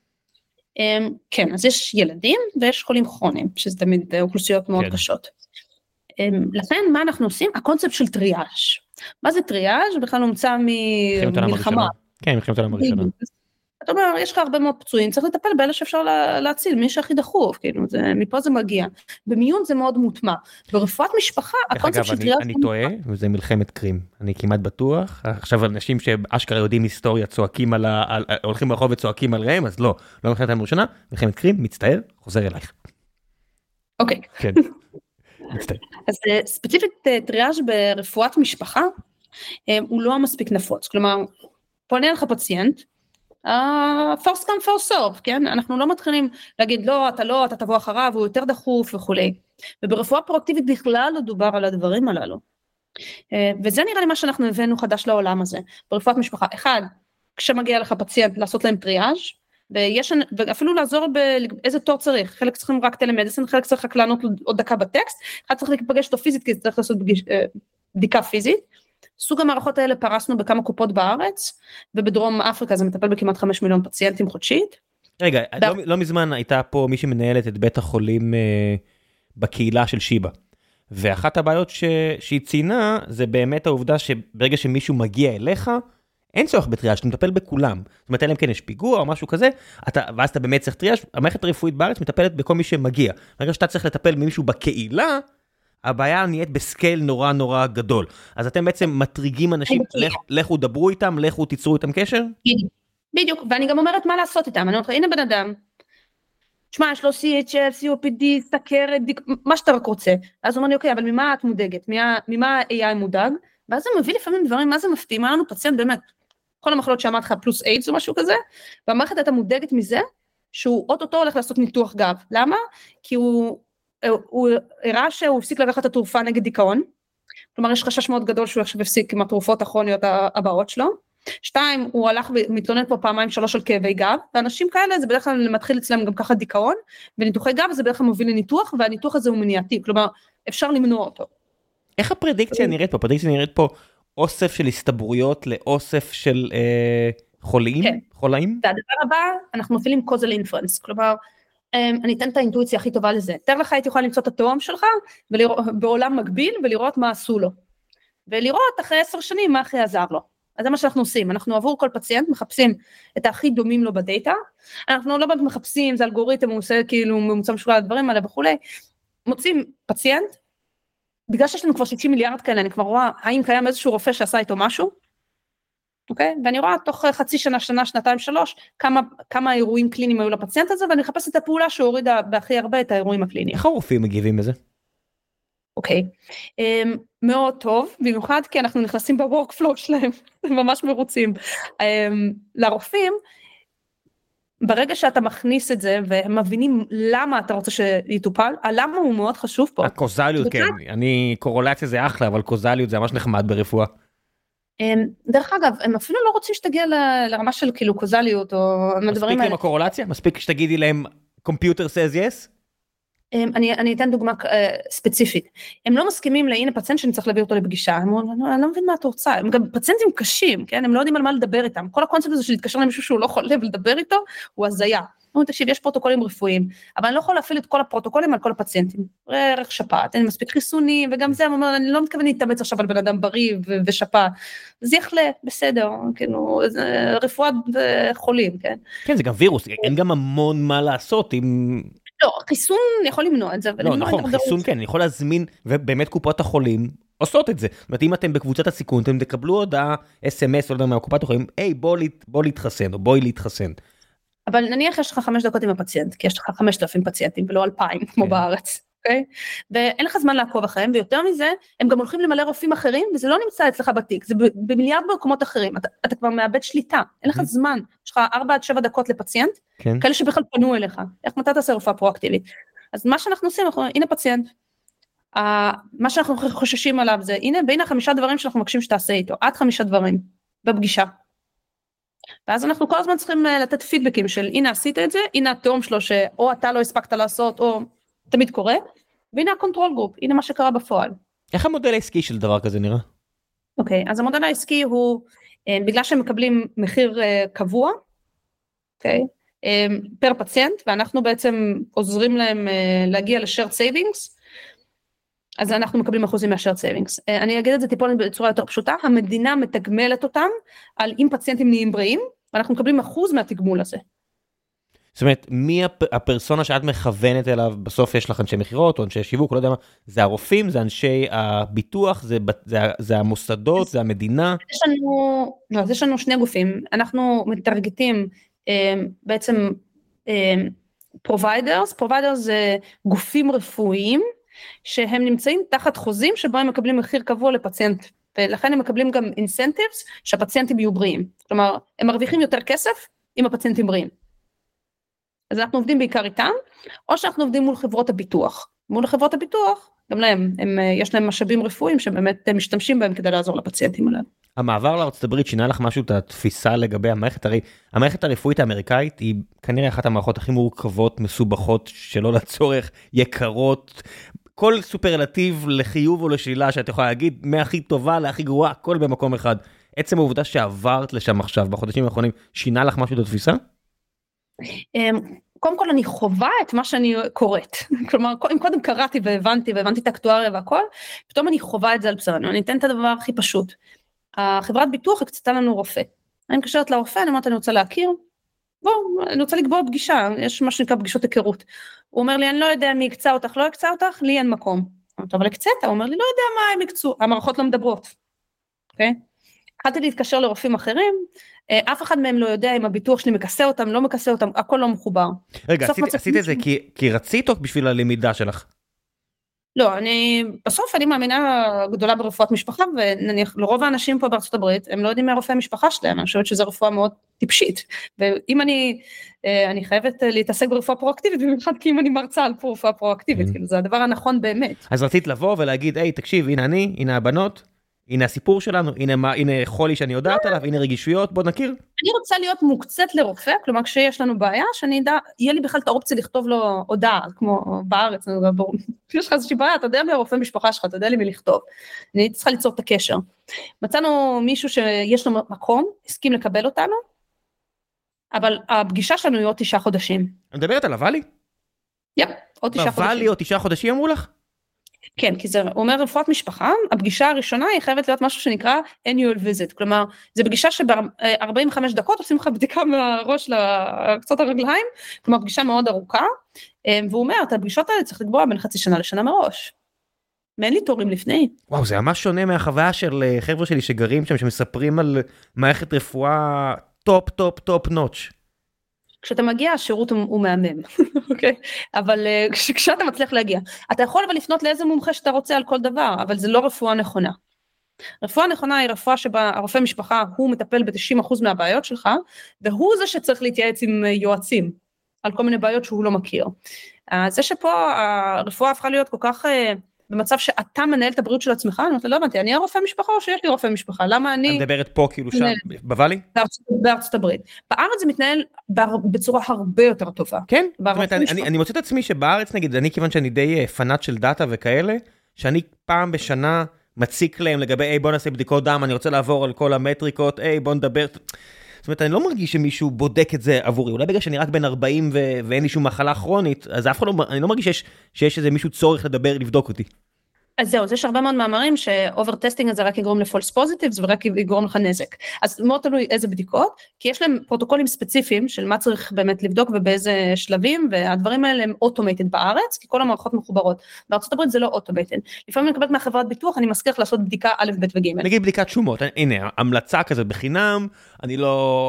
כן, אז יש ילדים ויש חולים כרוניים, שזה תמיד אוכלוסיות מאוד קשות. לכן, מה אנחנו עושים? הקונספט של טריאז'. מה זה טריאז'? בכלל הומצא ממלחמה. כן, מלחמת העולם הראשונה. אתה אומר, יש לך הרבה מאוד פצועים, צריך לטפל באלה שאפשר להציל, מי שהכי דחוף, כאילו, מפה זה מגיע. במיון זה מאוד מוטמע. ברפואת משפחה, הקונספט של טריאז'... אני טועה, וזה מלחמת קרים. אני כמעט בטוח. עכשיו, אנשים שאשכרה יודעים היסטוריה, צועקים הולכים ברחוב וצועקים על רעים, אז לא מלחמת העולם הראשונה, מלחמת קרים, מצטער, חוזר אלייך. אוקיי. כן, מצטער. אז ספציפית טריאז' ברפואת משפחה, הוא לא מספיק נפוץ, כלומר, פונה לך פציינט, first come first serve, כן? אנחנו לא מתחילים להגיד לא, אתה תבוא אחריו, הוא יותר דחוף וכולי. וברפואה פרואקטיבית בכלל לא דובר על הדברים הללו. וזה נראה לי מה שאנחנו הבאנו חדש לעולם הזה. ברפואת משפחה, אחד, כשמגיע לך פציינט לעשות להם טריאז' ואפילו לעזור באיזה תור צריך, חלק צריכים רק טלמדיסין, חלק צריך רק לענות עוד דקה בטקסט, אחד צריך להיפגש אותו פיזית, כי צריך לעשות בדיקה פיזית. סוג המערכות האלה פרסנו בכמה קופות בארץ, ובדרום אפריקה זה מטפל בכמעט 5 מיליון פציינטים חודשית. רגע, לא מזמן הייתה פה מי שמנהלת את בית החולים בקהילה של שיבא, ואחת הבעיות שהיא ציינה, זה באמת העובדה שברגע שמישהו מגיע אליך, אין צורך בטריאז', אתה מטפל בכולם. זאת אומרת, אלא כן יש פיגוע או משהו כזה, ואז אתה באמת צריך טריאז', המערכת הרפואית בארץ מטפלת בכל מי שמגיע. ברגע שאתה צריך לטפל במישהו בקהילה, הבעיה נהיית בסקייל נורא נורא גדול. אז אתם בעצם מטריגים אנשים, לכו דברו איתם, לכו תיצרו איתם קשר? בדיוק, ואני גם אומרת מה לעשות איתם. אני אומרת, הנה בן אדם, תשמע, יש לו CHF, COPD, סכרת, מה שאתה רק רוצה. אז הוא אומר לי, אוקיי, אבל ממה את מודאגת? ממה AI מודאג? ואז זה מביא לפעמים דברים, מה זה מפתיע? מה לנו פציינט באמת? כל המחלות שאמרת לך פלוס איידס או משהו כזה, והמערכת הייתה מודאגת מזה, שהוא אוטוטו הולך לעשות ניתוח גב. למה? כי הוא הראה שהוא הפסיק לקחת את התרופה נגד דיכאון, כלומר יש חשש מאוד גדול שהוא עכשיו הפסיק עם התרופות הכרוניות הבאות שלו. 2, הוא הלך ומתלונן פה 2-3 על כאבי גב, ואנשים כאלה זה בדרך כלל מתחיל אצלם גם ככה דיכאון, וניתוחי גב זה בדרך כלל מוביל לניתוח, והניתוח הזה הוא מניעתי, כלומר אפשר למנוע אותו. איך הפרדיקציה נראית פה? הפרדיקציה נראית פה אוסף של הסתברויות לאוסף של חולאים? כן. חולאים? והדבר הבא, אנחנו מפעילים causal inference, כלומר, אני אתן את האינטואיציה הכי טובה לזה. תאר לך הייתי יכולה למצוא את התאום שלך, בעולם מקביל, ולראות מה עשו לו. ולראות אחרי 10 שנים מה הכי עזר לו. אז זה מה שאנחנו עושים, אנחנו עבור כל פציינט, מחפשים את הכי דומים לו בדאטה, אנחנו לא באמת מחפשים, זה אלגוריתם, הוא עושה כאילו ממוצע משולש הדברים האלה וכולי, מוצאים פציינט, בגלל שיש לנו כבר 60 מיליארד כאלה, אני כבר רואה, האם קיים איזשהו רופא שעשה איתו משהו, אוקיי? ואני רואה תוך חצי שנה, שנתיים, 3, כמה אירועים קליניים היו לפציינט הזה, ואני מחפשת את הפעולה שהורידה בהכי הרבה את האירועים הקליניים. איך הרופאים מגיבים לזה? אוקיי, מאוד טוב, במיוחד כי אנחנו נכנסים בוורקפלואו שלהם, ממש מרוצים. לרופאים, ברגע שאתה מכניס את זה, והם מבינים למה אתה רוצה שיטופל, הלמה הוא מאוד חשוב פה. הקוזליות, כן, קורולציה זה אחלה, אבל קוזליות זה ממש נחמד ברפואה. דרך אגב, הם אפילו לא רוצים שתגיע לרמה של כאילו קוזליות, או הדברים האלה. מספיק עם הקורולציה? מספיק שתגידי להם, computer says yes? אני אתן דוגמה ספציפית, הם לא מסכימים להנה פציינט שאני צריך להביא אותו לפגישה, אני לא מבין מה אתה רוצה, הם גם פציינטים קשים, כן? הם לא יודעים על מה לדבר איתם, כל הקונספט הזה של להתקשר למישהו שהוא לא חולה ולדבר איתו, הוא הזיה, תקשיב, יש פרוטוקולים רפואיים, אבל אני לא יכול להפעיל את כל הפרוטוקולים על כל הפציינטים, ערך שפעת, אין מספיק חיסונים, וגם זה, אני לא מתכוון להתאמץ עכשיו על בן אדם בריא ושפעת, זה יחלה, בסדר, כאילו, רפואת חולים, כן? כן, זה גם וירוס, אין גם המון מה לעשות עם... לא, חיסון יכול למנוע את זה. לא, נכון, חיסון כן, אני יכול להזמין, ובאמת קופות החולים עושות את זה. זאת אומרת, אם אתם בקבוצת הסיכון, אתם תקבלו הודעה, SMS, לא יודע מה, קופת החולים, היי, בוא להתחסן, או בואי להתחסן. אבל נניח יש לך 5 דקות עם הפציינט, כי יש לך 5,000 פציינטים, ולא 2,000, כמו בארץ. אוקיי? ואין לך זמן לעקוב אחריהם, ויותר מזה, הם גם הולכים למלא רופאים אחרים, וזה לא נמצא אצלך בתיק, זה במיליארד במקומות אחרים, אתה כבר מאבד שליטה, אין לך זמן, יש לך 4-7 דקות לפציינט, כאלה שבכלל פנו אליך, איך מתי תעשה רופאה פרואקטיבית? אז מה שאנחנו עושים, הנה פציינט, מה שאנחנו חוששים עליו זה, הנה 5 דברים שאנחנו מבקשים שתעשה איתו, עד 5 דברים, בפגישה. ואז אנחנו כל הזמן צריכים לתת פידבקים של, הנה עשית את זה, הנה התאום שלו, שאו אתה לא הספקת לעשות, או תמיד קורה, והנה הקונטרול גרופ, הנה מה שקרה בפועל. איך המודל העסקי של דבר כזה נראה? אוקיי, אז המודל העסקי הוא, בגלל שהם מקבלים מחיר קבוע, אוקיי, פר פציינט, ואנחנו בעצם עוזרים להם להגיע ל-shared savings, אז אנחנו מקבלים אחוזים מה-shared savings. אני אגיד את זה טיפול בצורה יותר פשוטה, המדינה מתגמלת אותם, על אם פציינטים נהיים בריאים, ואנחנו מקבלים אחוז מהתגמול הזה. זאת אומרת, מי הפרסונה שאת מכוונת אליו, בסוף יש לך אנשי מחירות, או אנשי שיווק, לא יודע מה, זה הרופאים, זה אנשי הביטוח, זה המוסדות, זה המדינה? יש לנו 2 גופים, אנחנו מטרגטים בעצם providers זה גופים רפואיים, שהם נמצאים תחת חוזים שבו הם מקבלים מחיר קבוע לפציינט, ולכן הם מקבלים גם אינסנטיבס שהפציינטים יהיו בריאים, כלומר הם מרוויחים יותר כסף אם הפציינטים בריאים. אז אנחנו עובדים בעיקר איתם, או שאנחנו עובדים מול חברות הביטוח. מול חברות הביטוח, גם להם, יש להם משאבים רפואיים שבאמת משתמשים בהם כדי לעזור לפציינטים עליהם. המעבר לארצות הברית שינה לך משהו את התפיסה לגבי המערכת, הרי המערכת הרפואית האמריקאית היא כנראה אחת המערכות הכי מורכבות, מסובכות, שלא לצורך, יקרות, כל סופרלטיב לחיוב או לשלילה שאת יכולה להגיד, מהכי טובה להכי גרועה, הכל במקום אחד. עצם העובדה שעברת לשם עכשיו, בחודשים האחרונים, שינה לך משהו את התפיסה? קודם כל אני חובה את מה שאני קוראת, כלומר אם קודם קראתי והבנתי את האקטואריה והכל, פתאום אני חובה את זה על בשרנו, אני אתן את הדבר הכי פשוט, החברת ביטוח הקצתה לנו רופא, אני מקשרת לרופא, אני אומרת אני רוצה להכיר, אני רוצה לקבוע פגישה, יש מה שנקרא פגישות היכרות, הוא אומר לי אני לא יודע מי יקצה אותך, לא יקצה אותך, לי אין מקום, אבל הקצת, הוא אומר לי לא יודע מה הם יקצו, המערכות לא מדברות, אוקיי? התחלתי להתקשר לרופאים אחרים, אף אחד מהם לא יודע אם הביטוח שלי מכסה אותם, לא מכסה אותם, הכל לא מחובר. רגע, עשית את זה כי רצית או בשביל הלמידה שלך? לא, בסוף אני מאמינה גדולה ברפואת משפחה, ונניח לרוב האנשים פה בארצות הברית, הם לא יודעים מהרופא המשפחה שלהם, אני חושבת שזו רפואה מאוד טיפשית, ואם אני חייבת להתעסק ברפואה פרואקטיבית, במיוחד כי אם אני מרצה על רפואה פרואקטיבית, כאילו זה הדבר הנכון באמת. אז רצית לבוא ולהגיד, היי, תקשיב, הנה אני, הנה הבנות, הנה הסיפור שלנו, הנה חולי שאני יודעת עליו, הנה רגישויות, בוא נכיר. אני רוצה להיות מוקצת לרופא, כלומר כשיש לנו בעיה, שאני ידע, יהיה לי בכלל את האופציה לכתוב לו הודעה, כמו בארץ, יש לך איזושהי בעיה, אתה יודע מי הרופא משפחה שלך, אתה יודע לי מי לכתוב, אני צריכה ליצור את הקשר. מצאנו מישהו שיש לו מקום, הסכים לקבל אותנו, אבל הפגישה שלנו היא עוד 9 חודשים. אני מדברת על הוואלי? יפ, עוד 9 חודשים. בוואלי עוד 9 חודשים אמרו לך? כן, כי זה אומר רפואת משפחה, הפגישה הראשונה היא חייבת להיות משהו שנקרא annual visit, כלומר, זה פגישה שב-45 דקות עושים לך בדיקה מהראש לקצות הרגליים, כלומר, פגישה מאוד ארוכה, והוא אומר, את הפגישות האלה צריך לקבוע בין חצי שנה לשנה מראש. ואין לי תורים לפני. וואו, זה ממש שונה מהחוויה של חבר'ה שלי שגרים שם, שמספרים על מערכת רפואה טופ נוטש. כשאתה מגיע, השירות הוא מהמם, אוקיי? אבל כשאתה מצליח להגיע, אתה יכול אבל לפנות לאיזה מומחה שאתה רוצה על כל דבר, אבל זה לא רפואה נכונה. רפואה נכונה היא רפואה שבה הרופא משפחה, הוא מטפל ב-90% מהבעיות שלך, והוא זה שצריך להתייעץ עם יועצים, על כל מיני בעיות שהוא לא מכיר. זה שפה הרפואה הפכה להיות כל כך במצב שאתה מנהל את הבריאות של עצמך, אני לא הבנתי, אני הרופא משפחה או שיש לי רופא משפחה? למה אני... את מדברת פה כאילו שם, בוואלי? בארצות הברית. בארץ זה מתנהל בצורה הרבה יותר טובה. כן? זאת אומרת, אני מוצא את עצמי שבארץ, נגיד, אני כיוון שאני די פנאט של דאטה וכאלה, שאני פעם בשנה מציק להם לגבי, היי בוא נעשה בדיקות דם, אני רוצה לעבור על כל המטריקות, היי בוא נדבר... זאת אומרת, אני לא מרגיש שמישהו בודק את זה עבורי, אולי בגלל שאני רק בן 40 ואין לי שום מחלה כרונית, אז אף אחד לא, אני לא מרגיש שיש איזה מישהו צורך לדבר, לבדוק אותי. אז זהו, יש הרבה מאוד מאמרים שאובר טסטינג הזה רק יגרום לפולס פוזיטיבס ורק יגרום לך נזק. אז מאוד תלוי איזה בדיקות, כי יש להם פרוטוקולים ספציפיים של מה צריך באמת לבדוק ובאיזה שלבים, והדברים האלה הם אוטומטד בארץ, כי כל המערכות מחוברות. בארצות הברית זה לא אוטומטד. לפעמים אני מקבלת מהחברת ביטוח, אני מזכיר לעשות בדיקה א', ב' וג'. נגיד בדיקת שומות, הנה, המלצה כזאת בחינם, אני לא,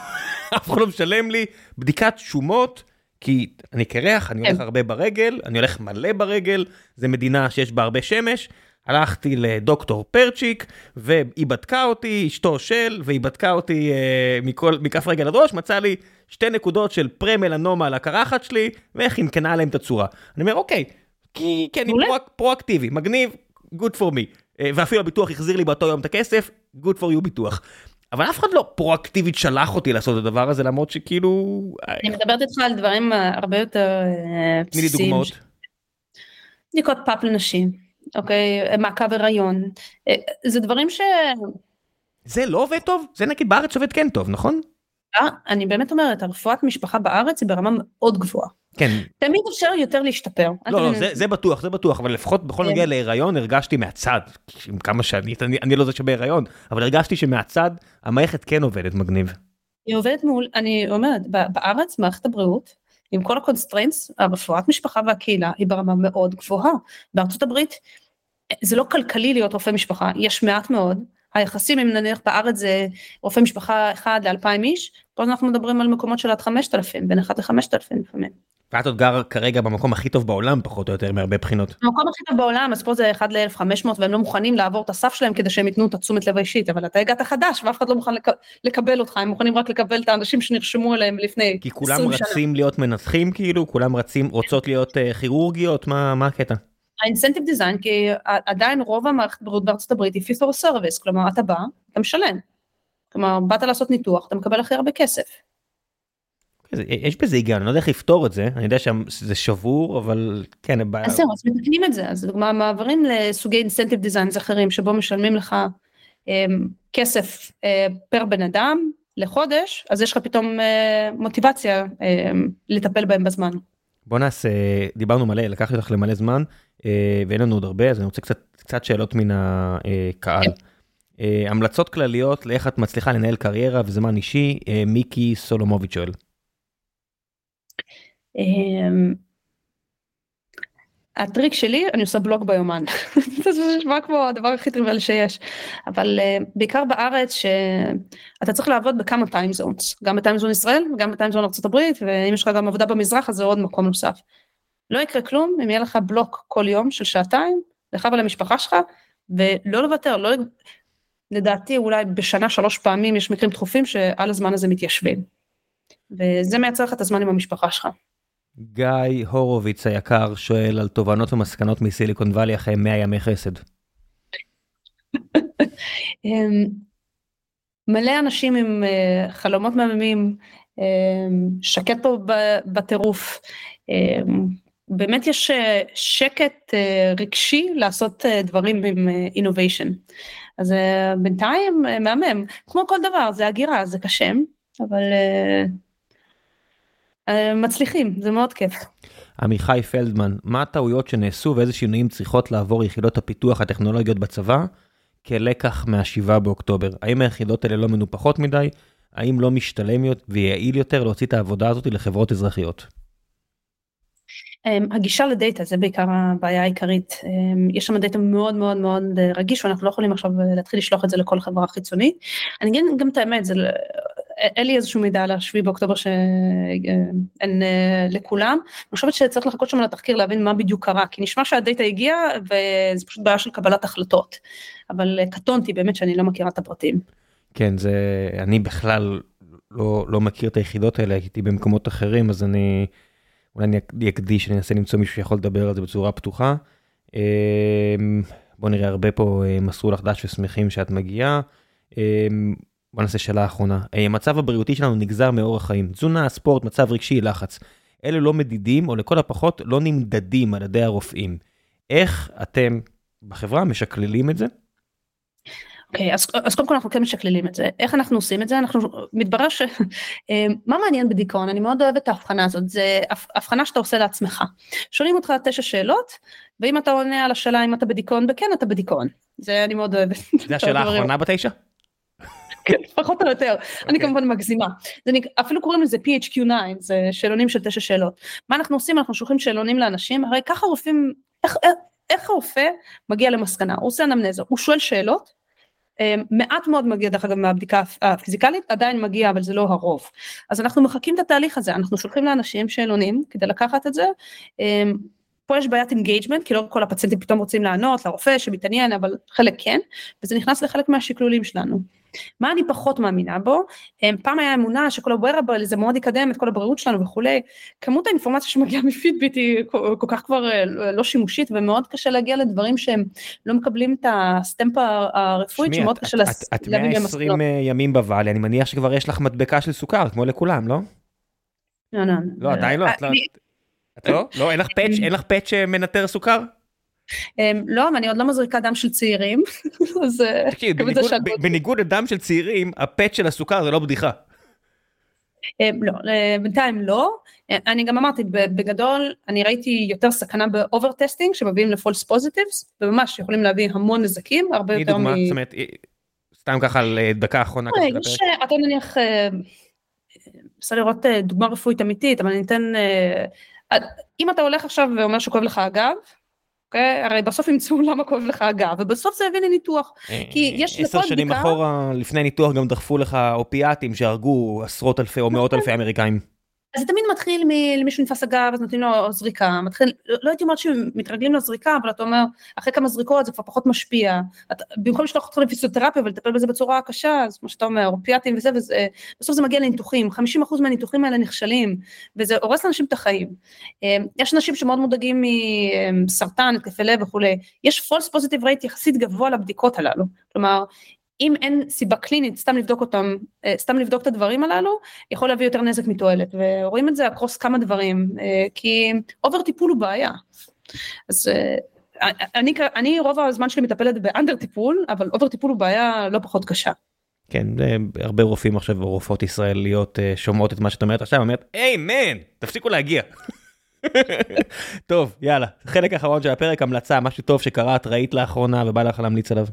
אף אחד לא משלם לי, בדיקת שומות, כי אני קרח, אני הולך הרבה ברגל, אני הולך מלא ברגל, זה מדינה שיש בה הרבה שמש, הלכתי לדוקטור פרצ'יק, והיא בדקה אותי, אשתו של, והיא בדקה אותי מכף רגל עד ראש, מצא לי 2 נקודות של פרמלנומה על הקרחת שלי, ואיך היא מקנה עליהם את הצורה. אני אומר, אוקיי, כי אני פרואקטיבי, מגניב, good for me, ואפילו הביטוח החזיר לי באותו יום את הכסף, good for you ביטוח. אבל אף אחד לא פרואקטיבית שלח אותי לעשות את הדבר הזה, למרות שכאילו... אני מדברת איתך על דברים הרבה יותר בסיסיים. תני לי דוגמאות. בדיקות פאפ לנשים, אוקיי, מעקב הריון, זה דברים ש... זה לא עובד טוב? זה נגיד בארץ עובד כן טוב, נכון? אני באמת אומרת, הרפואת משפחה בארץ היא ברמה מאוד גבוהה. כן. תמיד אפשר יותר להשתפר. לא, זה בטוח, אבל לפחות בכל נגיע להיריון הרגשתי מהצד, עם כמה שאני, אני לא זה שבהיריון, אבל הרגשתי שמהצד המערכת כן עובדת מגניב. היא עובדת מול, אני אומרת, בארץ מערכת הבריאות, עם כל הקונסטרנס, הרפואת משפחה והקהילה היא ברמה מאוד גבוהה. בארצות הברית, זה לא כלכלי להיות רופא משפחה, יש מעט מאוד, היחסים אם נניח בארץ זה רופא משפחה 1 ל-2,000 איש, פה אנחנו מדברים על מקומות של עד 5,000, בין 1 ל-5,000 לפעמים. את עוד גר כרגע במקום הכי טוב בעולם, פחות או יותר, מהרבה בחינות. המקום הכי טוב בעולם, אז פה זה 1 ל-1500, והם לא מוכנים לעבור את הסף שלהם, כדי שהם ייתנו את התשומת לב האישית, אבל אתה הגעת חדש, ואף אחד לא מוכן לקבל אותך, הם מוכנים רק לקבל את האנשים שנרשמו אליהם לפני 20 שנה. כי כולם רצים להיות מנתחים, כאילו, כולם רוצות להיות כירורגיות, מה הקטע? האינסנטיב דיזיין, כי עדיין רוב המערכת בריאות בארצות הברית היא fee for service, כלומר, אתה בא, אתה משלם. כלומר, באת לעשות ניתוח, אתה מקבל הכי הרבה כסף. יש בזה היגיון, אני לא יודע איך לפתור את זה, אני יודע שזה שבור, אבל כן, אז זהו, אז מתקנים את זה, אז דוגמה, מעברים לסוגי אינסנטיב דיזיינס אחרים, שבו משלמים לך כסף פר בן אדם לחודש, אז יש לך פתאום מוטיבציה לטפל בהם בזמן. בוא נעשה, דיברנו מלא, לקחתי אותך למלא זמן, ואין לנו עוד הרבה, אז אני רוצה קצת שאלות מן הקהל. המלצות כלליות לאיך את מצליחה לנהל קריירה וזמן אישי, מיקי סולומוביץ' שואל. הטריק שלי, אני עושה בלוג ביומן. זה נשמע כמו הדבר הכי טריוויאלי שיש. אבל בעיקר בארץ שאתה צריך לעבוד בכמה טיים זונס. גם בטיים זון ישראל, גם בטיים זון ארצות הברית, ואם יש לך גם עבודה במזרח, אז זה עוד מקום נוסף. לא יקרה כלום אם יהיה לך בלוק כל יום של 2 שעתיים, לך ולמשפחה שלך, ולא לוותר, לדעתי אולי בשנה 3 פעמים יש מקרים דחופים שעל הזמן הזה מתיישבים. וזה מייצר לך את הזמן עם המשפחה שלך. גיא הורוביץ היקר שואל על תובנות ומסקנות מסיליקון ואלי אחרי 100 ימי חסד. מלא אנשים עם חלומות מהממים, שקט פה בטירוף, באמת יש שקט רגשי לעשות דברים עם innovation. אז בינתיים מהמם, כמו כל דבר, זה הגירה, זה קשה, אבל מצליחים, זה מאוד כיף. עמיחי פלדמן, מה הטעויות שנעשו ואיזה שינויים צריכות לעבור יחידות הפיתוח הטכנולוגיות בצבא כלקח מה-7 באוקטובר? האם היחידות האלה לא מנופחות מדי? האם לא משתלם ויעיל יותר להוציא את העבודה הזאת לחברות אזרחיות? הגישה לדאטה זה בעיקר הבעיה העיקרית, יש שם דאטה מאוד מאוד מאוד רגיש ואנחנו לא יכולים עכשיו להתחיל לשלוח את זה לכל חברה חיצונית. אני אגיד גם את האמת, אין לי איזשהו מידע על 7 באוקטובר שאין לכולם, אני חושבת שצריך לחכות שם לתחקיר להבין מה בדיוק קרה, כי נשמע שהדאטה הגיע וזה פשוט בעיה של קבלת החלטות, אבל קטונתי באמת שאני לא מכירה את הפרטים. כן, אני בכלל לא מכיר את היחידות האלה, הייתי במקומות אחרים, אז אולי אני אקדיש, אני אנסה למצוא מישהו שיכול לדבר על זה בצורה פתוחה. בוא נראה, הרבה פה מסרו לך דש ושמחים שאת מגיעה. בוא נעשה שאלה האחרונה. המצב הבריאותי שלנו נגזר מאורח חיים. תזונה, ספורט, מצב רגשי, לחץ. אלו לא מדידים, או לכל הפחות לא נמדדים על ידי הרופאים. איך אתם בחברה משקללים את זה? אוקיי, אז קודם כל אנחנו כן משקללים את זה. איך אנחנו עושים את זה? מתברר מה מעניין בדיכאון? אני מאוד אוהבת את ההבחנה הזאת. זה הבחנה שאתה עושה לעצמך. שואלים אותך 9 שאלות, ואם אתה עונה על השאלה אם אתה בדיכאון, בכן אתה בדיכאון. זה אני מאוד אוהבת. זה השאלה האחרונה ב9? כן, פחות או יותר. אני כמובן מגזימה. אפילו קוראים לזה PHQ-9, זה שאלונים של 9 שאלות. מה אנחנו עושים? אנחנו שולחים שאלונים לאנשים, הרי ככה רופאים, איך הרופא מגיע למסקנה? הוא עושה אנמנזה, הוא שואל שאלות, מעט מאוד מגיע דרך אגב מהבדיקה הפיזיקלית, עדיין מגיע אבל זה לא הרוב, אז אנחנו מחכים את התהליך הזה, אנחנו שולחים לאנשים שאלונים כדי לקחת את זה, פה יש בעיית אינגייג'מנט, כי לא כל הפציינטים פתאום רוצים לענות לרופא שמתעניין, אבל חלק כן, וזה נכנס לחלק מהשקלולים שלנו. מה אני פחות מאמינה בו? פעם היה אמונה שכל ה-wearable זה מאוד יקדם את כל הבריאות שלנו וכולי, כמות האינפורמציה שמגיעה מפידביט היא כל כך כבר לא שימושית, ומאוד קשה להגיע לדברים שהם לא מקבלים את הסטמפ הרפואית, שמאוד קשה להביא במסקנות. את 120 ימים בוואלי, אני מניח שכבר יש לך מדבקה של סוכר, כמו לכולם, לא? לא, עדיין לא, לא, אין לך פאץ' שמנטר סוכר? לא, אבל אני עוד לא מזריקה דם של צעירים. בניגוד לדם של צעירים, הפאץ' של הסוכר זה לא בדיחה. לא, בינתיים לא. אני גם אמרתי, בגדול, אני ראיתי יותר סכנה באוברטסטינג, שמביאים לפולס פוזיטיבס, וממש יכולים להביא המון נזקים, הרבה יותר דוגמה, זאת אומרת, סתם ככה על דקה האחרונה. אתה נניח, אפשר לראות דוגמה רפואית אמיתית, אבל אני אתן, אם אתה הולך עכשיו ואומר שכואב לך הגב, הרי בסוף ימצאו למה כואב לך הגב, ובסוף זה הביא לי ניתוח, כי יש 10 שנים אחורה, לפני ניתוח גם דחפו לך אופיאטים שהרגו עשרות אלפי או מאות אלפי אמריקאים. אז זה תמיד מתחיל ממישהו נתפס אגב, אז נותנים לו זריקה, מתחיל, לא הייתי אומרת שמתרגלים לזריקה, אבל אתה אומר, אחרי כמה זריקות זה כבר פחות משפיע, במקום לשלוח אותך לפיזיותרפיה ולטפל בזה בצורה קשה, אז כמו שאתה אומר, אופיאטים וזה, בסוף זה מגיע לניתוחים, 50% מהניתוחים האלה נכשלים, וזה הורס לאנשים את החיים. יש אנשים שמאוד מודאגים מסרטן, התקפי לב וכו', יש false positive rate יחסית גבוה לבדיקות הללו, כלומר, אם אין סיבה קלינית, סתם לבדוק אותם, סתם לבדוק את הדברים הללו, יכול להביא יותר נזק מתועלת, ורואים את זה אקרוס כמה דברים, כי אובר טיפול הוא בעיה. אז אני רוב הזמן שלי מטפלת באנדר טיפול, אבל אובר טיפול הוא בעיה לא פחות קשה. כן, הרבה רופאים עכשיו, רופאות ישראליות שומעות את מה שאת אומרת עכשיו, אומרת, היי מן, תפסיקו להגיע. טוב, יאללה, חלק האחרון של הפרק, המלצה, משהו טוב שקראת, ראית לאחרונה ובא לך להמליץ עליו.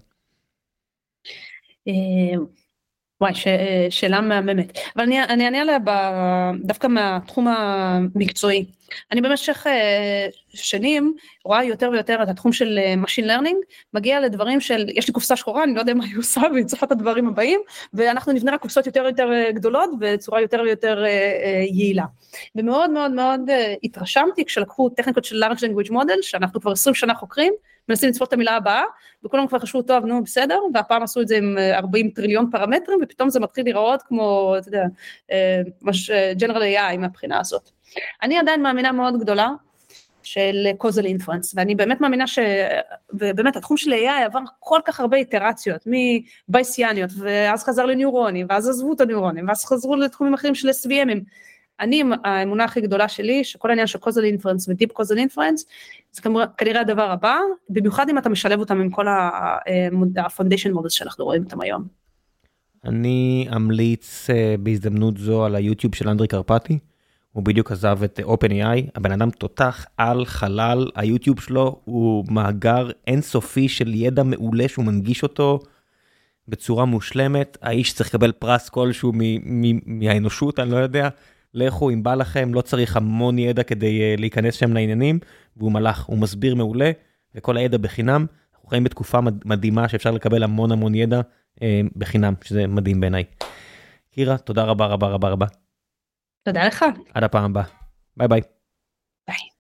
וואי, שאלה מהממת, אבל אני אענה עליה דווקא מהתחום המקצועי. אני במשך שנים רואה יותר ויותר את התחום של Machine Learning, מגיע לדברים של, יש לי קופסה שחורה, אני לא יודע מה היא עושה, והיא צופה את הדברים הבאים, ואנחנו נבנה רק קופסות יותר ויותר גדולות, בצורה יותר ויותר יעילה. ומאוד מאוד מאוד התרשמתי, כשלקחו טכניקות של Large Language Model, שאנחנו כבר 20 שנה חוקרים, מנסים לצפות את המילה הבאה, וכולם כבר חשבו טוב, נו בסדר, והפעם עשו את זה עם 40 טריליון פרמטרים, ופתאום זה מתחיל להיראות כמו, אתה יודע, General AI מהבחינה הזאת. אני עדיין מאמינה מאוד גדולה של causal inference, ואני באמת מאמינה ובאמת התחום של AI עבר כל כך הרבה איטרציות, מבייסיאניות, ואז חזר לניורונים, ואז עזבו את הניורונים, ואז חזרו לתחומים אחרים של SVM'ים. האמונה הכי גדולה שלי, שכל העניין של causal inference ו-deep causal inference, זה כנראה הדבר הבא, במיוחד אם אתה משלב אותם עם כל ה-foundation models שאנחנו רואים אותם היום. אני אמליץ בהזדמנות זו על היוטיוב של אנדרי קרפטי, הוא בדיוק עזב את OpenAI, הבן אדם תותח על חלל, היוטיוב שלו הוא מאגר אינסופי של ידע מעולה שהוא מנגיש אותו בצורה מושלמת, האיש צריך לקבל פרס כלשהו מהאנושות, אני לא יודע, לכו אם בא לכם, לא צריך המון ידע כדי להיכנס שם לעניינים, והוא מלאך, הוא מסביר מעולה, וכל הידע בחינם, אנחנו חיים בתקופה מדהימה שאפשר לקבל המון ידע בחינם, שזה מדהים בעיניי. קירה, תודה רבה רבה רבה רבה. תודה לך. עד הפעם הבאה. ביי ביי. ביי.